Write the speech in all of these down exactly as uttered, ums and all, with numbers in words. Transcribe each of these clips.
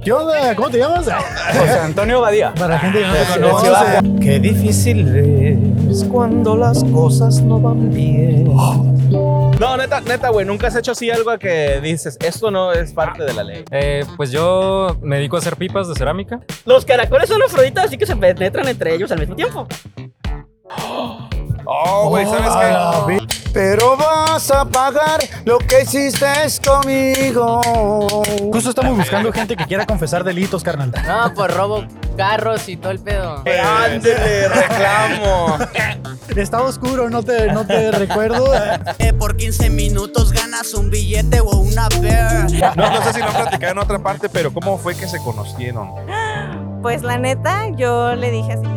¿Qué onda? ¿Cómo te llamas? José Antonio Badía. Para la gente que no te conoce. Qué difícil es cuando las cosas no van bien. No, neta, neta, güey, nunca has hecho así algo que dices, esto no es parte de la ley. Eh, pues yo me dedico a hacer pipas de cerámica. Los caracoles son afroditas, así que se penetran entre ellos al mismo tiempo. Oh, güey, ¿sabes qué? Pero vas a pagar lo que hiciste conmigo. Justo estamos buscando gente que quiera confesar delitos, carnal. No, pues robo carros y todo el pedo. ¡Ándele, reclamo! Está oscuro, no te, no te recuerdo. Por quince minutos ganas un billete o una bear. No, no sé si lo han platicado en otra parte, pero ¿cómo fue que se conocieron? Pues la neta, yo le dije así.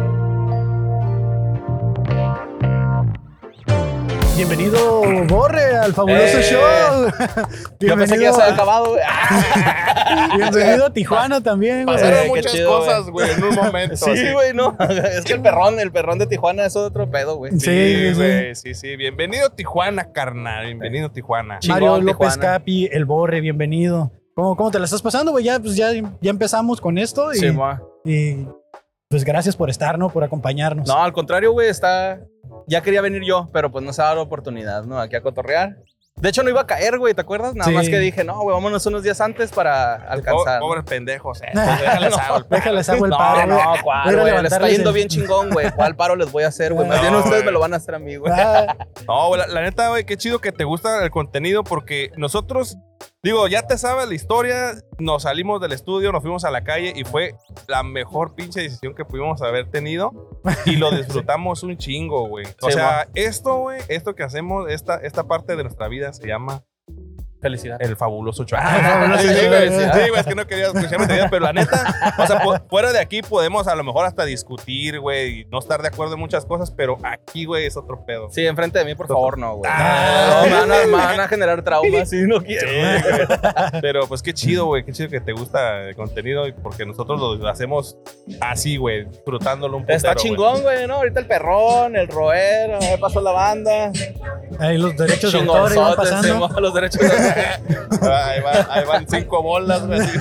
Bienvenido, Borre, al fabuloso Eh, show. Yo pensé que ya se había acabado, güey. Bienvenido a Tijuana también, güey. Pasaron qué muchas chido, cosas, güey, en un momento. Sí, así. güey, no. Es que el perrón, el perrón de Tijuana es otro pedo, güey. Sí, sí, sí. güey, sí, sí. Bienvenido Tijuana, carnal. Bienvenido Tijuana. Chingón, Mario López Tijuana. Capi, el Borre, bienvenido. ¿Cómo, cómo te la estás pasando, güey? Ya, pues ya, ya empezamos con esto y, Sí, ma. y pues gracias por estar, ¿no? Por acompañarnos. No, al contrario, güey, está... Ya quería venir yo, pero pues no se ha dado la oportunidad, ¿no? Aquí a cotorrear. De hecho, no iba a caer, güey, ¿te acuerdas? Nada Sí. más que dije, no, güey, vámonos unos días antes para alcanzar. Pobres pendejos. Eh. Déjales hago el paro. Déjales hago el No, paro. no, güey. cuál, Voy a güey, le está levantarles yendo el- bien chingón, güey. ¿Cuál paro les voy a hacer, güey? Más bien No, ustedes güey. me lo van a hacer a mí, güey. Ah, No, güey, la, la neta, güey, qué chido que te gusta el contenido porque nosotros, digo, ya te sabes la historia, nos salimos del estudio, nos fuimos a la calle y fue la mejor pinche decisión que pudimos haber tenido y lo disfrutamos un chingo, güey. O Sí, sea, esto, güey, esto que hacemos, esta, esta parte de nuestra vida se llama Felicidad. el fabuloso show. fabuloso Sí, show. güey, sí, sí, güey, es que no quería escucharme, pero la neta, o sea, fu- fuera de aquí podemos a lo mejor hasta discutir, güey, y no estar de acuerdo en muchas cosas, pero aquí, güey, es otro pedo. Sí, enfrente de mí, por favor, no, güey. Ah. No, me van, a, me van a generar traumas si no quiero. Pero pues qué chido, güey, qué chido que te gusta el contenido y porque nosotros lo hacemos así, güey, disfrutándolo un poco. Está chingón, güey, ¿no? Ahorita el perrón, el roer, me pasó la banda. ahí los derechos de autor iban Chingonzotes, pasando. sí, los derechos de autor. Ahí, va- ahí van cinco bolas, güey. así.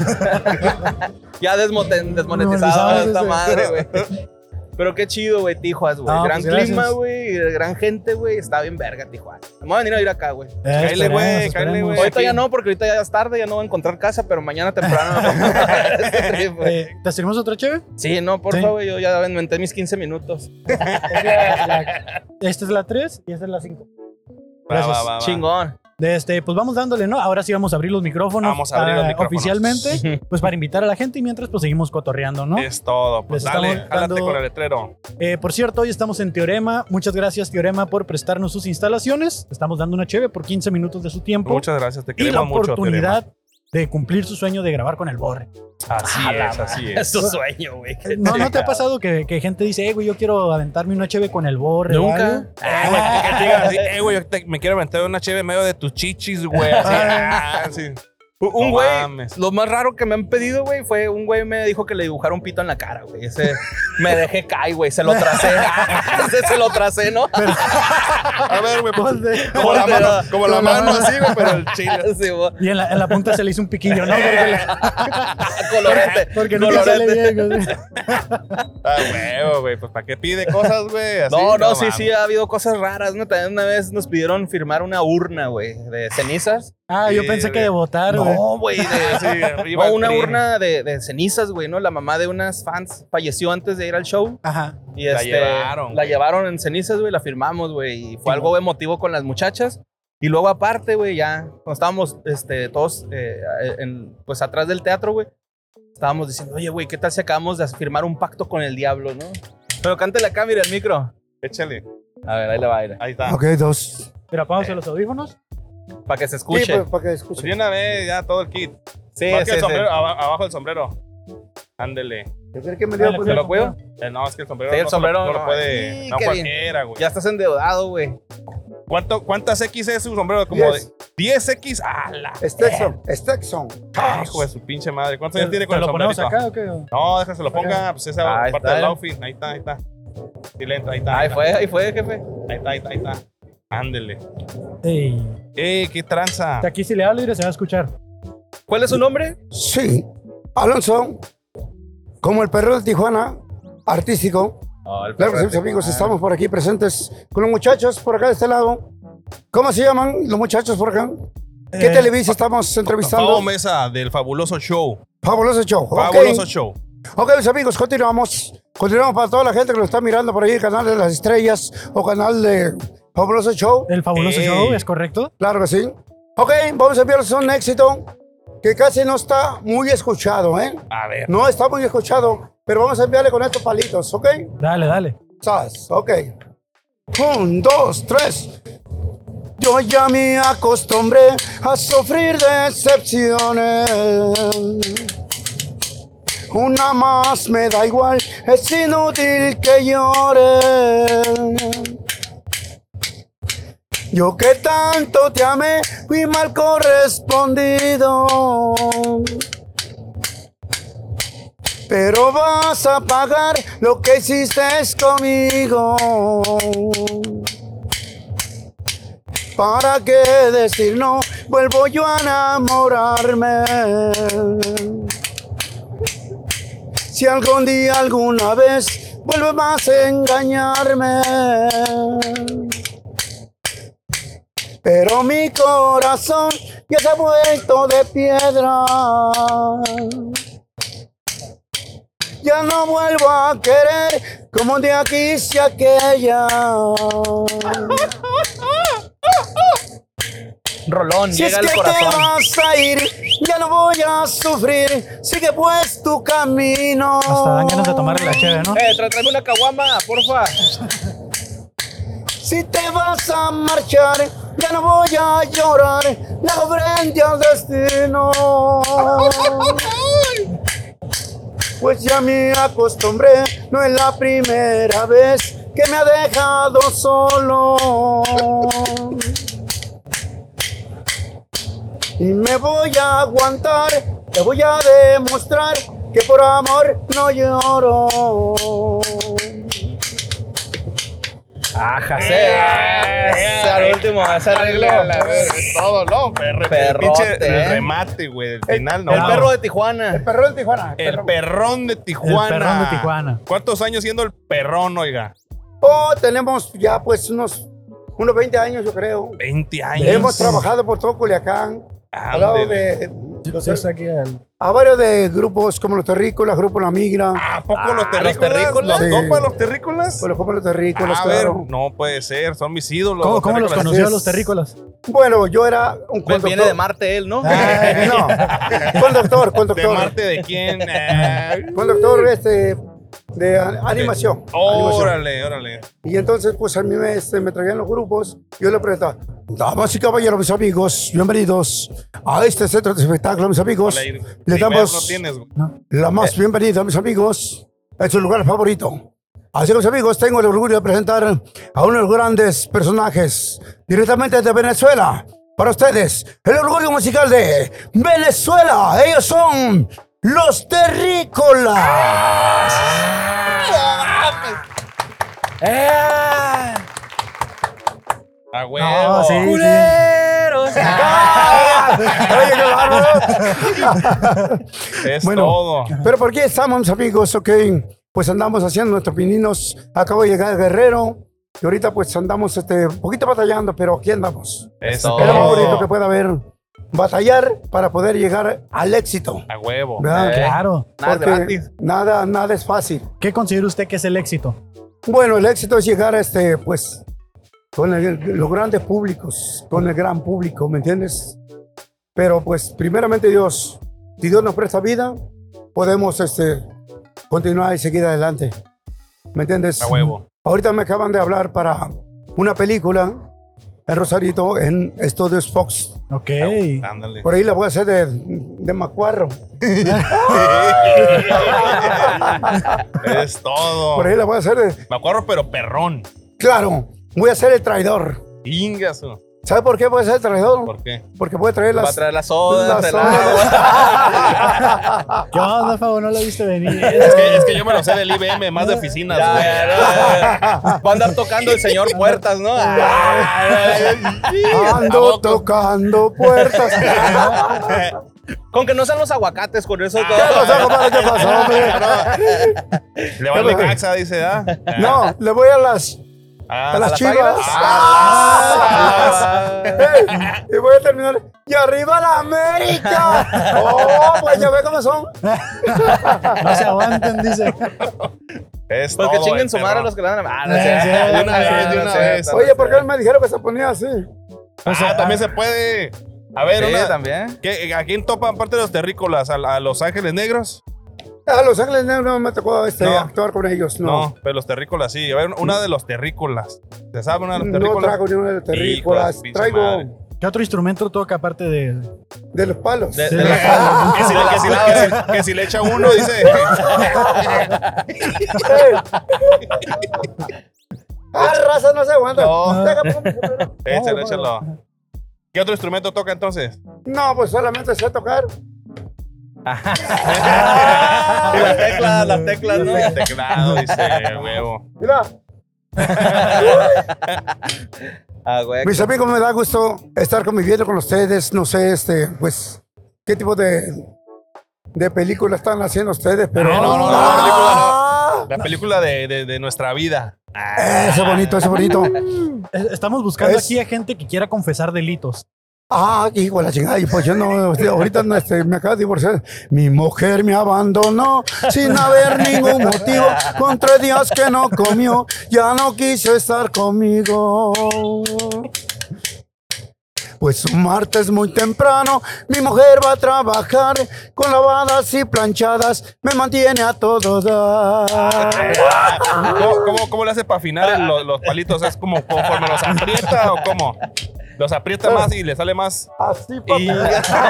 Ya desmoten- desmonetizado esta madre, güey. Pero qué chido, güey, Tijuas, güey. No, gran pues, gracias. clima, güey, y gran gente, güey. Está bien verga, Tijuana. Me voy a venir a ir acá, güey. Eh, Cáele, esperemos, güey, cáele, esperemos. güey. Ahorita aquí. ya no, porque ahorita ya es tarde, ya no voy a encontrar casa, pero mañana temprano. Este trip, güey. Eh, ¿Te servimos otra chévere? Sí, no, por Sí. favor, yo ya inventé mis quince minutos. Esta es la tres y esta es la cinco. Va, va, va, va. Chingón. De este, pues vamos dándole, ¿no? Ahora sí vamos a abrir los micrófonos. Vamos a abrir los ah, micrófonos. Oficialmente, pues para invitar a la gente y mientras pues seguimos cotorreando, ¿no? Es todo. Pues Les dale, estamos jálate dando- con el letrero. Eh, por cierto, hoy estamos en Teorema. Muchas gracias, Teorema, por prestarnos sus instalaciones. Estamos dando una cheve por quince minutos de su tiempo. Muchas gracias, te y la queremos mucho. oportunidad de cumplir su sueño de grabar con el Borre. Teorema. Así es, así Es es. su sueño, güey. Qué ¿No, ¿No te ha chingado. pasado que, que gente dice, eh, güey, yo quiero aventarme una cheve con el Borre? o algo? Nunca. Eh, güey, que te digan así, eh, güey, yo te- me quiero meter una cheve en medio de tus chichis, güey. Así, ah, así. Un No güey, mames. lo más raro que me han pedido, güey, fue un güey me dijo que le dibujara un pito en la cara, güey. Ese me dejé caer, güey. Se lo tracé. Ese se lo tracé, ¿no? A ver, güey, pues, Pues de- como la mano, como la Con la mano mano. así, güey, pero el chile. Sí, güey. Y en la, en la punta se le hizo un piquillo, ¿no? Porque, la- Colorete. porque nunca sale colorete. bien, güey. Ah, huevo, güey, pues ¿para qué pide cosas, güey? Así, No, no, sí, mames. sí, ha habido cosas raras, ¿no? También una vez nos pidieron firmar una urna, güey, de cenizas. Ah, yo Sí, pensé que güey. de votar, güey. No, güey, de... Sí, arriba No, el una P R I. urna de, de cenizas, güey, ¿no? La mamá de unas fans falleció antes de ir al show. Ajá. Y La este, llevaron, La güey. llevaron en cenizas, güey, la firmamos, güey. Y fue algo emotivo con las muchachas. Y luego aparte, güey, ya, cuando estábamos este, todos, eh, en, pues atrás del teatro, güey, estábamos diciendo, oye, güey, ¿qué tal si acabamos de firmar un pacto con el diablo, no? Pero cántale acá, mira, el micro. Échale. A ver, ahí le va a ir. Ahí está. Ok, dos. Pero apagamos los audífonos. Para que se Sí, escuche. pues, para que Pues escuche. de una vez, ya todo el kit. Sí, Más sí, que el sí. sombrero, aba- abajo el sombrero. Ándele. Yo creo que me dio Dale, pues, ¿Te lo cuido? Eh, no, es que el sombrero, Sí, el no, sombrero no, no lo no. puede. Sí, no qué cualquiera, güey. Ya estás endeudado, güey. ¿Cuánto, ¿Cuántas X es su sombrero? Como Diez. de diez X. ¡Hala! Stexon, Stexon. Hijo de su pinche madre. ¿Cuántos años ¿Te, tiene te con el lo ponemos sombrerito? acá o qué? No, déjase lo ponga. Pues esa Ahí parte está. del outfit. Ahí está, ahí está. Sí, le entra, ahí está. Ahí está. fue, ahí fue, jefe. Ahí está, ahí está, ahí está. Ándele. Ey. ¡Ey, qué tranza! Aquí si le hablo y se va a escuchar. ¿Cuál es su nombre? Sí. Alonso, como el perro de Tijuana, artístico. Oh, el Claro que sí, perro de amigos, Tijuana. estamos por aquí presentes con los muchachos por acá de este lado. ¿Cómo se llaman los muchachos por acá? ¿Qué Eh, televisa estamos entrevistando? Fabo Mesa del Fabuloso Show. Fabuloso Show. ok. Fabuloso Show. Ok, mis amigos, continuamos. Continuamos para toda la gente que lo está mirando por ahí, el canal de las estrellas o canal de Fabuloso Show. El fabuloso Ey. show, ¿es correcto? Claro que sí. Ok, vamos a enviarles un éxito que casi no está muy escuchado, ¿eh? A ver. No está muy escuchado, pero vamos a enviarle con estos palitos, ¿ok? Dale, dale. Sas, ok. Un, dos, tres. Yo ya me acostumbré a sufrir decepciones. Una más me da igual, es inútil que llore. Yo que tanto te amé, fui mal correspondido. Pero vas a pagar lo que hiciste conmigo. ¿Para qué decir no? Vuelvo yo a enamorarme. Si algún día, alguna vez, vuelve más a engañarme. Pero mi corazón ya se ha vuelto de piedra. Ya no vuelvo a querer como de aquí se aquella. Rolón, Si es llega que al te corazón. vas a ir, ya no voy a sufrir. Sigue pues tu camino. Hasta dan ganas de tomar la cheve, ¿no? Eh, tra- tráeme una caguama, porfa. Si te vas a marchar, ya no voy a llorar. Le hago frente al destino. Pues ya me acostumbré, no es la primera vez que me ha dejado solo. Y me voy a aguantar, te voy a demostrar que por amor no lloro. Ajá, ese al último, ese arreglo. Es todo, ¿no? Perre, Perrote, pinche, ¿eh? el remate, güey. El final, no. El no. perro de Tijuana. El perro de Tijuana. El perrón de Tijuana. El perrón de Tijuana. ¿Cuántos años siendo el perrón, oiga? Oh, tenemos ya pues unos, unos veinte años, yo creo. veinte años. Hemos trabajado por todo Culiacán. Al lado Ándele. de, a varios de grupos como los Terrícolas, Grupo La Migra. ¿A poco los Ah, terrícolas? ¿los terrícolas? ¿Los Sí. compas los terrícolas? Por los como los Terrícolas, A ver, claro. no puede ser, son mis ídolos. ¿Cómo, cómo los terrícolas. conoció a es- los terrícolas? Bueno, yo era un Ven, conductor. Viene de Marte él, ¿no? Ay, no, conductor, ¿De conductor. Marte de quién? Ah, Conductor este, de a- animación. animación. órale, órale. Y entonces, pues a mí me, este, me traían los grupos. Yo le preguntaba, damas y caballeros, mis amigos, bienvenidos a este centro de espectáculo, mis amigos. Hola, y Le primer damos no tienes, güey. la más bienvenida, mis amigos, en su lugar favorito. Así que, mis amigos, tengo el orgullo de presentar a uno de los grandes personajes directamente de Venezuela. Para ustedes, el orgullo musical de Venezuela. Ellos son los Terrícolas. A huevo. No, sí, sí. ¡Ah! Oye, qué bárbaro. Es Bueno. todo. Pero ¿por qué estamos, mis amigos? Ok, pues andamos haciendo nuestros pininos. Acabo de llegar Guerrero. Y ahorita pues andamos este, un poquito batallando, pero aquí andamos. Es todo. Es lo más todo. bonito que puede haber. Batallar para poder llegar al éxito. A huevo. ¿Verdad? Claro. Nada es Porque gratis. nada, nada es fácil. ¿Qué considera usted que es el éxito? Bueno, el éxito es llegar a este, pues, con el- los grandes públicos, con el gran público, ¿me entiendes? Pero pues, primeramente Dios, si Dios nos presta vida, podemos este, continuar y seguir adelante, ¿me entiendes? A huevo. Ahorita me acaban de hablar para una película en Rosarito, en Estudios Fox. Ok. Ándale. Por ahí la voy a hacer de, de macuarro. Es todo. Por ahí la voy a hacer de... Me acuerdo, pero perrón. Claro, voy a ser el traidor. Ingaso. ¿Sabe por qué voy a ser el traidor? ¿Por qué? Porque voy a traer las... Va a traer las sodas, las el sodas. agua. ¿Qué onda, Fabo? No lo viste venir. Es que, es que yo me lo sé del I B M, más de oficinas, Ya, güey. ya, ya, ya. Va a andar tocando el señor puertas, ¿no? Ando tocando puertas. Con que no sean los aguacates, con eso todo. ¿Qué pasó, compadre? ¿Qué pasó, hombre? Le va a Necaxa, dice, ¿ah? No, le voy a las... Ah, a las ¿a las chivas. águilas? Ah, Ey, y voy a terminar. ¡Y arriba la América! ¡Oh, pues ya ve cómo son! No se aguanten, dice. Es Pues que todo, chinguen el su perro. madre los que le dan a... Ah, no Sí, sé. sí, de una vez, de una vez. Oye, ¿por qué me dijeron que se ponía así? Ah, también se puede. A ver, Sí, una, también. ¿qué, ¿a quién topan aparte de los terrícolas? ¿A, a Los Ángeles Negros? A Los Ángeles Negros no me tocó este, No. actuar con ellos, No. no. pero los terrícolas sí. A ver, una de los terrícolas. ¿Se sabe una de los No, terrícolas? traigo ni una de terrícolas. Hijo de su Traigo pinche madre. ¿Qué otro instrumento toca aparte de...? de los palos. De- de de la- la- que, si, le- que si le- que si- que si le echa uno, dice. ¡Ah, raza, no se aguanta! No. Deja, ponme primero. Échalo, échalo. ¿Qué otro instrumento toca entonces? No, pues solamente sé tocar. Y las teclas, las teclas, ¿no? El teclado, dice, huevo. Mira, Ah, güey. mis amigos, me da gusto estar conviviendo con ustedes. No sé, este, pues, qué tipo de, de película están haciendo ustedes, pero... No, no, no, no, ¡Ah! la película La película de, de, de nuestra vida. Eso bonito, eso bonito. Es- Estamos buscando Es- aquí a gente que quiera confesar delitos. Ah, hijo de la chingada. Y pues yo no, este, ahorita no, este, me acabo de divorciar. Mi mujer me abandonó sin haber ningún motivo. Con tres días que no comió, ya no quiso estar conmigo. Pues un martes muy temprano, mi mujer va a trabajar con lavadas y planchadas, me mantiene a todo dar. ¿Cómo, cómo, cómo le hace para afinar el- los, los palitos? ¿Es como conforme los aprieta o cómo? Los aprieta más y le sale más. Así, papi. Y...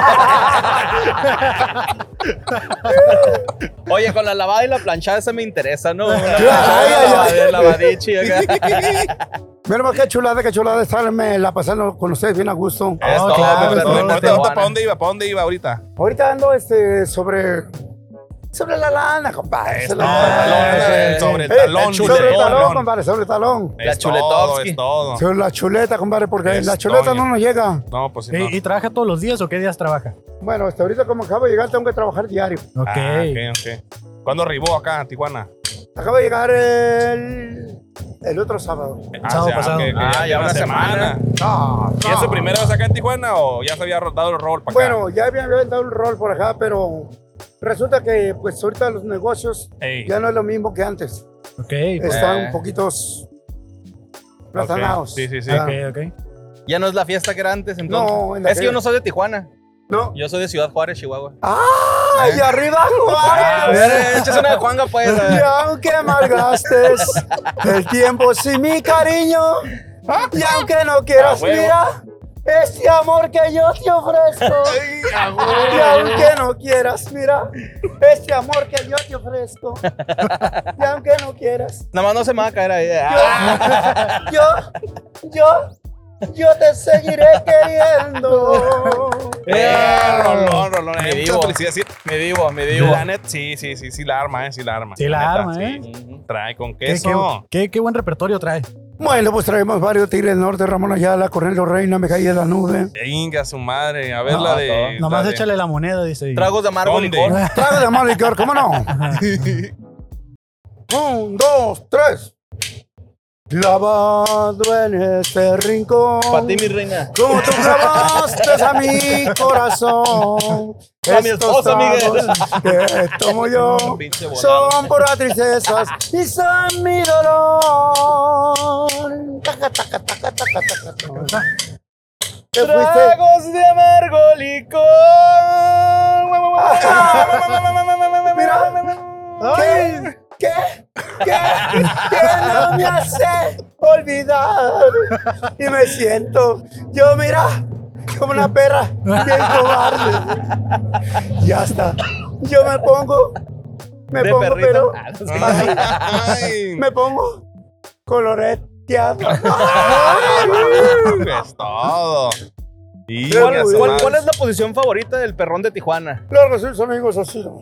Oye, con la lavada y la planchada, esa me interesa, ¿no? Una Ay, ay, ay. lavadichi acá. Mira, más qué chulada, qué chulada estarme la pasando con ustedes bien a gusto. Es Oh, todo, claro, es todo. claro. Ahorita, ahorita, ¿para dónde iba? ¿Para dónde iba ahorita? Ahorita ando este, sobre, sobre la lana, compadre. Es Se todo, la- el talón, Eh, el- sobre el eh, talón, sobre el chuletón. talón, compadre, sobre el talón. Es La todo, chuletovsky. es todo. Sobre la chuleta, compadre, porque Es la chuleta doña. no nos llega. No, pues sí, ¿Y, no. y trabaja todos los días o qué días trabaja? Bueno, hasta ahorita como acabo de llegar, tengo que trabajar diario. Ok. Ah, ok, ok. ¿Cuándo arribó acá a Tijuana? Acabo de llegar el, el otro sábado. Ah, sábado sí, pasado. ok, ok, Ah, ya una semana. Ah, ¿Y es su primera vez acá en Tijuana o ya se había dado el rol para acá? Bueno, ya me habían dado un rol por acá, pero resulta que pues ahorita los negocios Ey. ya no es lo mismo que antes. Ok. Están Eh. un poquitos Ok, platanados. sí, sí, sí. Ah, Ok, ok. Ya no es la fiesta que era antes, entonces. No, en la es que que- yo no soy de Tijuana. No. Yo soy de Ciudad Juárez, Chihuahua. ¡Ah! ¡Y arriba, A Juárez! ver, échase una de Juanga, pues. a Y ver. aunque malgastes el tiempo sin mi cariño, y aunque no quieras, A huevo. mira, este amor que yo te ofrezco. Y aunque no quieras, mira, este amor que yo te ofrezco. Y aunque no quieras, Nada más no se me va a caer ahí. Ah. yo, yo, yo te seguiré queriendo. Eh, Rolón, Rolón. Me eh, vivo. Muchas felicidades. Sí, Me vivo, me vivo. la net, sí, sí, sí, sí la arma, eh, sí la arma. Sí la neta, arma, sí. ¿eh? Trae con ¿Qué, queso. qué, qué- qué buen repertorio trae. Bueno, pues traemos varios tigres del norte, Ramón Ayala, Cornelio Reina, me caí de la nube. Venga, su madre. A ver No, la de. no. Nomás la de- échale la moneda, dice. Tragos de amargo ¿Dónde? licor. Trago de amor licor, ¿cómo no? Un, dos, tres. Clavado en este rincón. Para ti, mi reina. Como tú clavaste a mi corazón. A mi Estos esposa, Miguel. tragos que tomo yo Pinche volado. son puras tristezas y son mi dolor. Taca, taca, taca, taca, taca, taca. Te fuiste. Tragos de amargo licor. Mira. ¿Qué? ¿Qué? ¿Qué? ¿Qué no me hace olvidar? Y me siento, yo mira, como una perra, bien cobarde. Ya está. Yo me pongo, me De pongo, perrito. pero Ah, no sé. Ay, me pongo coloreteado. es todo. Y ¿Cuál, ya se cuál- va. cuál es la posición favorita del perrón de Tijuana? Los resultados amigos así, ¿no?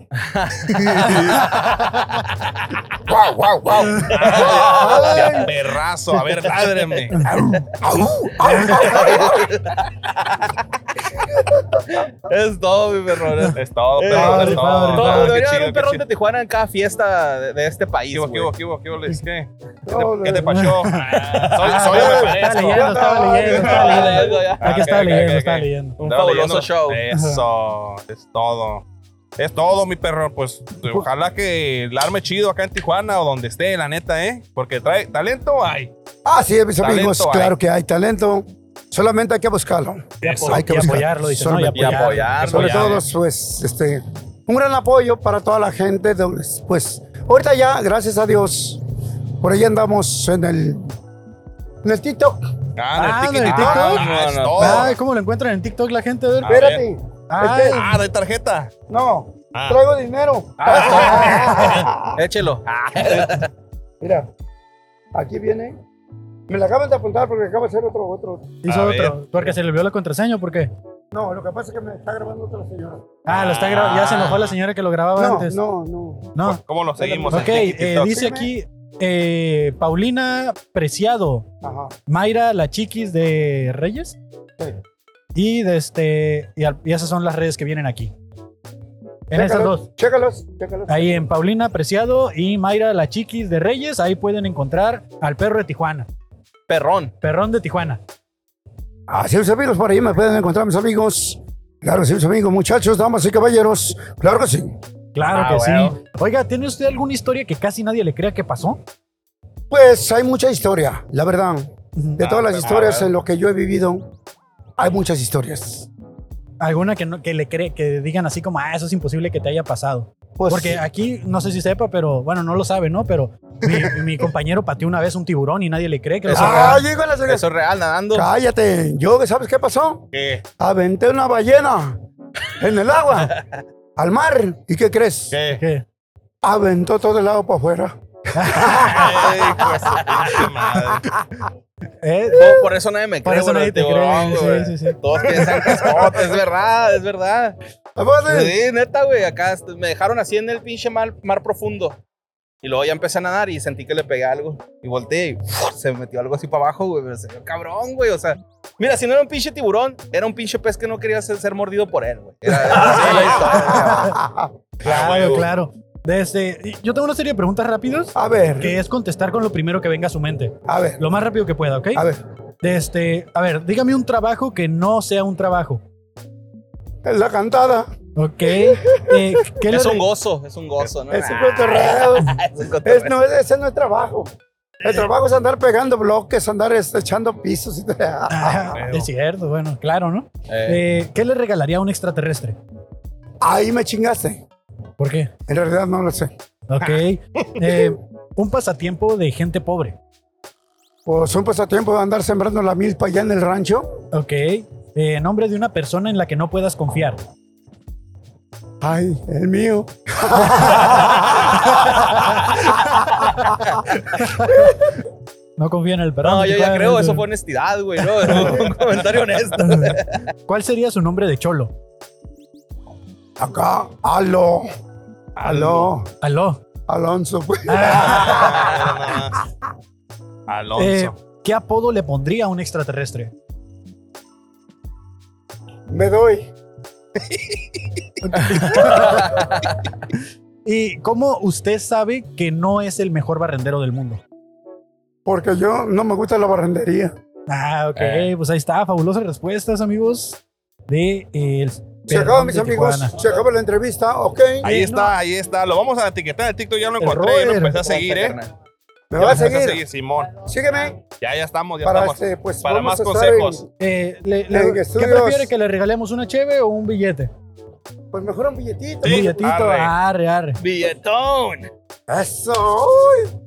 ¡Guau, guau, guau! ¡Qué perrazo! A ver, ládreme. Es todo, mi perrón. Es todo, Eh, perrón, es rifado, todo. rifado. Todo, Ah, qué debería haber chido, un qué perrón chido. de Tijuana en cada fiesta de, de este país, ¿Qué hubo, güey. qué hubo, qué hubo, qué hubo, les- ¿Qué? ¿Qué te, No, qué te no. pasó? Soy, soy yo, me Estaba parezco. leyendo, estaba leyendo, estaba Estaba leyendo. leyendo ya. Aquí Ok, estaba ok, leyendo, ok, estaba ok. leyendo. Un Estaba fabuloso leyendo. show. Eso, es todo. Es todo, mi perro. Pues ojalá que la arme chido acá en Tijuana o donde esté, la neta, ¿eh? Porque trae talento, hay. Ah, sí, mis amigos, Talento hay. claro que hay talento. Solamente hay que buscarlo. Eso. Hay que Y buscarlo. apoyarlo, dice, ¿no? Y Solamente- Y apoyarlo. Sobre ya. todo, pues, este, un gran apoyo para toda la gente. de- Pues, ahorita ya, gracias a Dios, por ahí andamos en el, en el TikTok. Ah, Ah, en ¿en el el TikTok. TikTok? Ah, es No, no. todo. Ay, ¿cómo lo encuentran en TikTok la gente? A ver. A ver. Espérate. Ay, Este, Ah, de tarjeta. no, Ah. traigo dinero. Échelo. Mira, aquí viene. Me la acaban de apuntar porque acaba de ser otro, otro. hizo A otro. Porque se le olvidó la contraseña, ¿por qué? No, lo que pasa es que me está grabando otra señora. Ah, lo está grabando. Ya se enojó la señora que lo grababa No, antes. no, no. No. ¿Cómo lo seguimos? en Ok, Tiki eh, TikTok? dice aquí eh, Paulina Preciado, Ajá. Mayra la Chiquis de Reyes. Sí. Y de este y, al- y esas son las redes que vienen aquí. En esas Chécalos, dos. Chécalos, chécalos. Ahí en Paulina Preciado y Mayra la Chiquis de Reyes, ahí pueden encontrar al perro de Tijuana, Perrón. perrón de Tijuana. Así es, amigos, por ahí me pueden encontrar mis amigos. Claro, sí, mis amigos, muchachos, damas y caballeros. Claro que sí. Claro Ah, que bueno. sí. Oiga, ¿tiene usted alguna historia que casi nadie le crea que pasó? Pues hay mucha historia, la verdad. De Ah, todas las pues, historias a ver. en lo que yo he vivido, hay muchas historias. ¿Alguna que, no, que le cree, que digan así como, ah, eso es imposible que te haya pasado? Pues, Porque aquí, no sé si sepa, pero bueno, no lo sabe, ¿no? Pero mi, mi compañero pateó una vez un tiburón y nadie le cree que lo Eso ¡Ah, llegó la señora! Eso es real, nadando. Cállate. Yo, ¿sabes qué pasó? ¿Qué? Aventé una ballena en el agua, al mar. ¿Y qué crees? ¿Qué? ¿Qué? Aventó todo el agua para afuera. Ay, pues, pinche madre. ¿Eh? Todo- por eso nadie me Por cree, eso güey, nadie el te tiburón, cree, güey. sí, sí, sí. Todos piensan que es joto, es verdad, es verdad. Aparte, Sí, neta, güey, acá est- me dejaron así en el pinche mar, mar profundo. Y luego ya empecé a nadar y sentí que le pegué algo. Y volteé y ¡uf! Se me metió algo así para abajo, güey. Pero se vio cabrón, güey. O sea, mira, si no era un pinche tiburón, era un pinche pez que no quería ser, ser mordido por él, güey. Era, era así la historia, güey. Claro, claro. Desde, y yo tengo una serie de preguntas rápidas A ver, que es contestar con lo primero que venga a su mente. a ver, Lo más rápido que pueda, ¿ok? a ver. Desde, a ver, dígame un trabajo que no sea un trabajo. Es la cantada. ¿Ok? Eh, ¿qué le Es re- un gozo, es un gozo, ¿no? Es un Ah, cotorreo. es un cotorreo. Es, no, ese no es trabajo. El trabajo es andar pegando bloques, andar este, echando pisos. Y Ah, es cierto, bueno, claro, ¿no? Eh, Eh, ¿Qué le regalaría a un extraterrestre? Ahí me chingaste. ¿Por qué? En realidad no lo sé. Ok. Eh, un pasatiempo de gente pobre. Pues un pasatiempo de andar sembrando la milpa allá en el rancho. Ok. Eh, nombre de una persona en la que no puedas confiar. Ay, el mío. No confía en el perro. no, yo ya creo, eso fue honestidad, güey, ¿no? Un comentario honesto. ¿Cuál sería su nombre de cholo? Acá, aló. Aló. Aló. Alonso. pues. Alonso. Eh, ¿Qué apodo le pondría a un extraterrestre? Me doy. ¿Y cómo usted sabe que no es el mejor barrendero del mundo? Porque yo no me gusta la barrendería. Ah, ok. Eh. Pues ahí está. Fabulosas respuestas, amigos. De eh, el Se perrón acaba, mis de amigos. Tijuana. Se acaba la entrevista, ok. Ahí eh, está, ahí está. Lo vamos a etiquetar en el TikTok. Ya lo El encontré. Ya lo Robert. empecé a seguir, ¿eh? Me Ya va a lo empecé seguir. Simón. Sígueme. Ya, ya estamos, ya Para estamos. este, pues Para vamos más a estar consejos. Eh, le- le- En ¿Qué estudios. prefiere? ¿Que le regalemos una cheve o un billete? en- Pues mejor un billetito. Un Sí, billetito. arre. Arre, arre. Billetón. Eso. uy.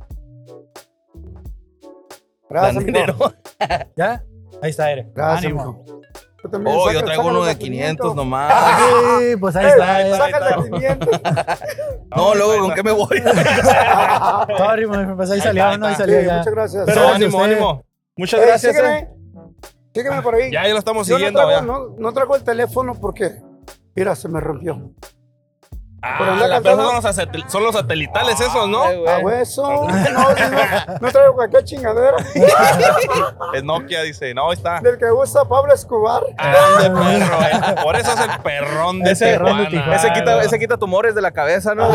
Gracias, amigo. Dinero. ¿Ya? Ahí está, Ere. Gracias, Ánimo. amigo. Tú también, Oh, saca- yo traigo sácalo uno de de quinientos quinientos. nomás. Sí, pues ahí Eh, está. Ere. Sácala de quinientos. No, luego, ¿con qué me voy? Sorry, man, pues ahí Ahí salió, está, ¿no? Ahí ahí está. salió Sí, ya. muchas gracias. Pero Gracias a ánimo, usted. ánimo. Muchas Eh, gracias. sígueme. eh. Sígueme por ahí. Ya, ya lo estamos Yo no siguiendo. traigo, ya. no, no traigo el teléfono porque, mira, se me rompió. Ah, andar la- cantando. pero son los, satel- son los satelitales esos, ¿no? Ay, güey. A hueso. No, no, no traigo cualquier chingadera. Es Nokia, dice. No, ahí está. Del que usa Pablo Escobar. Grande perro, eh. Por eso es el perrón de Ese- Tijuana. Ese quita, ese quita tumores de la cabeza, ¿no, güey?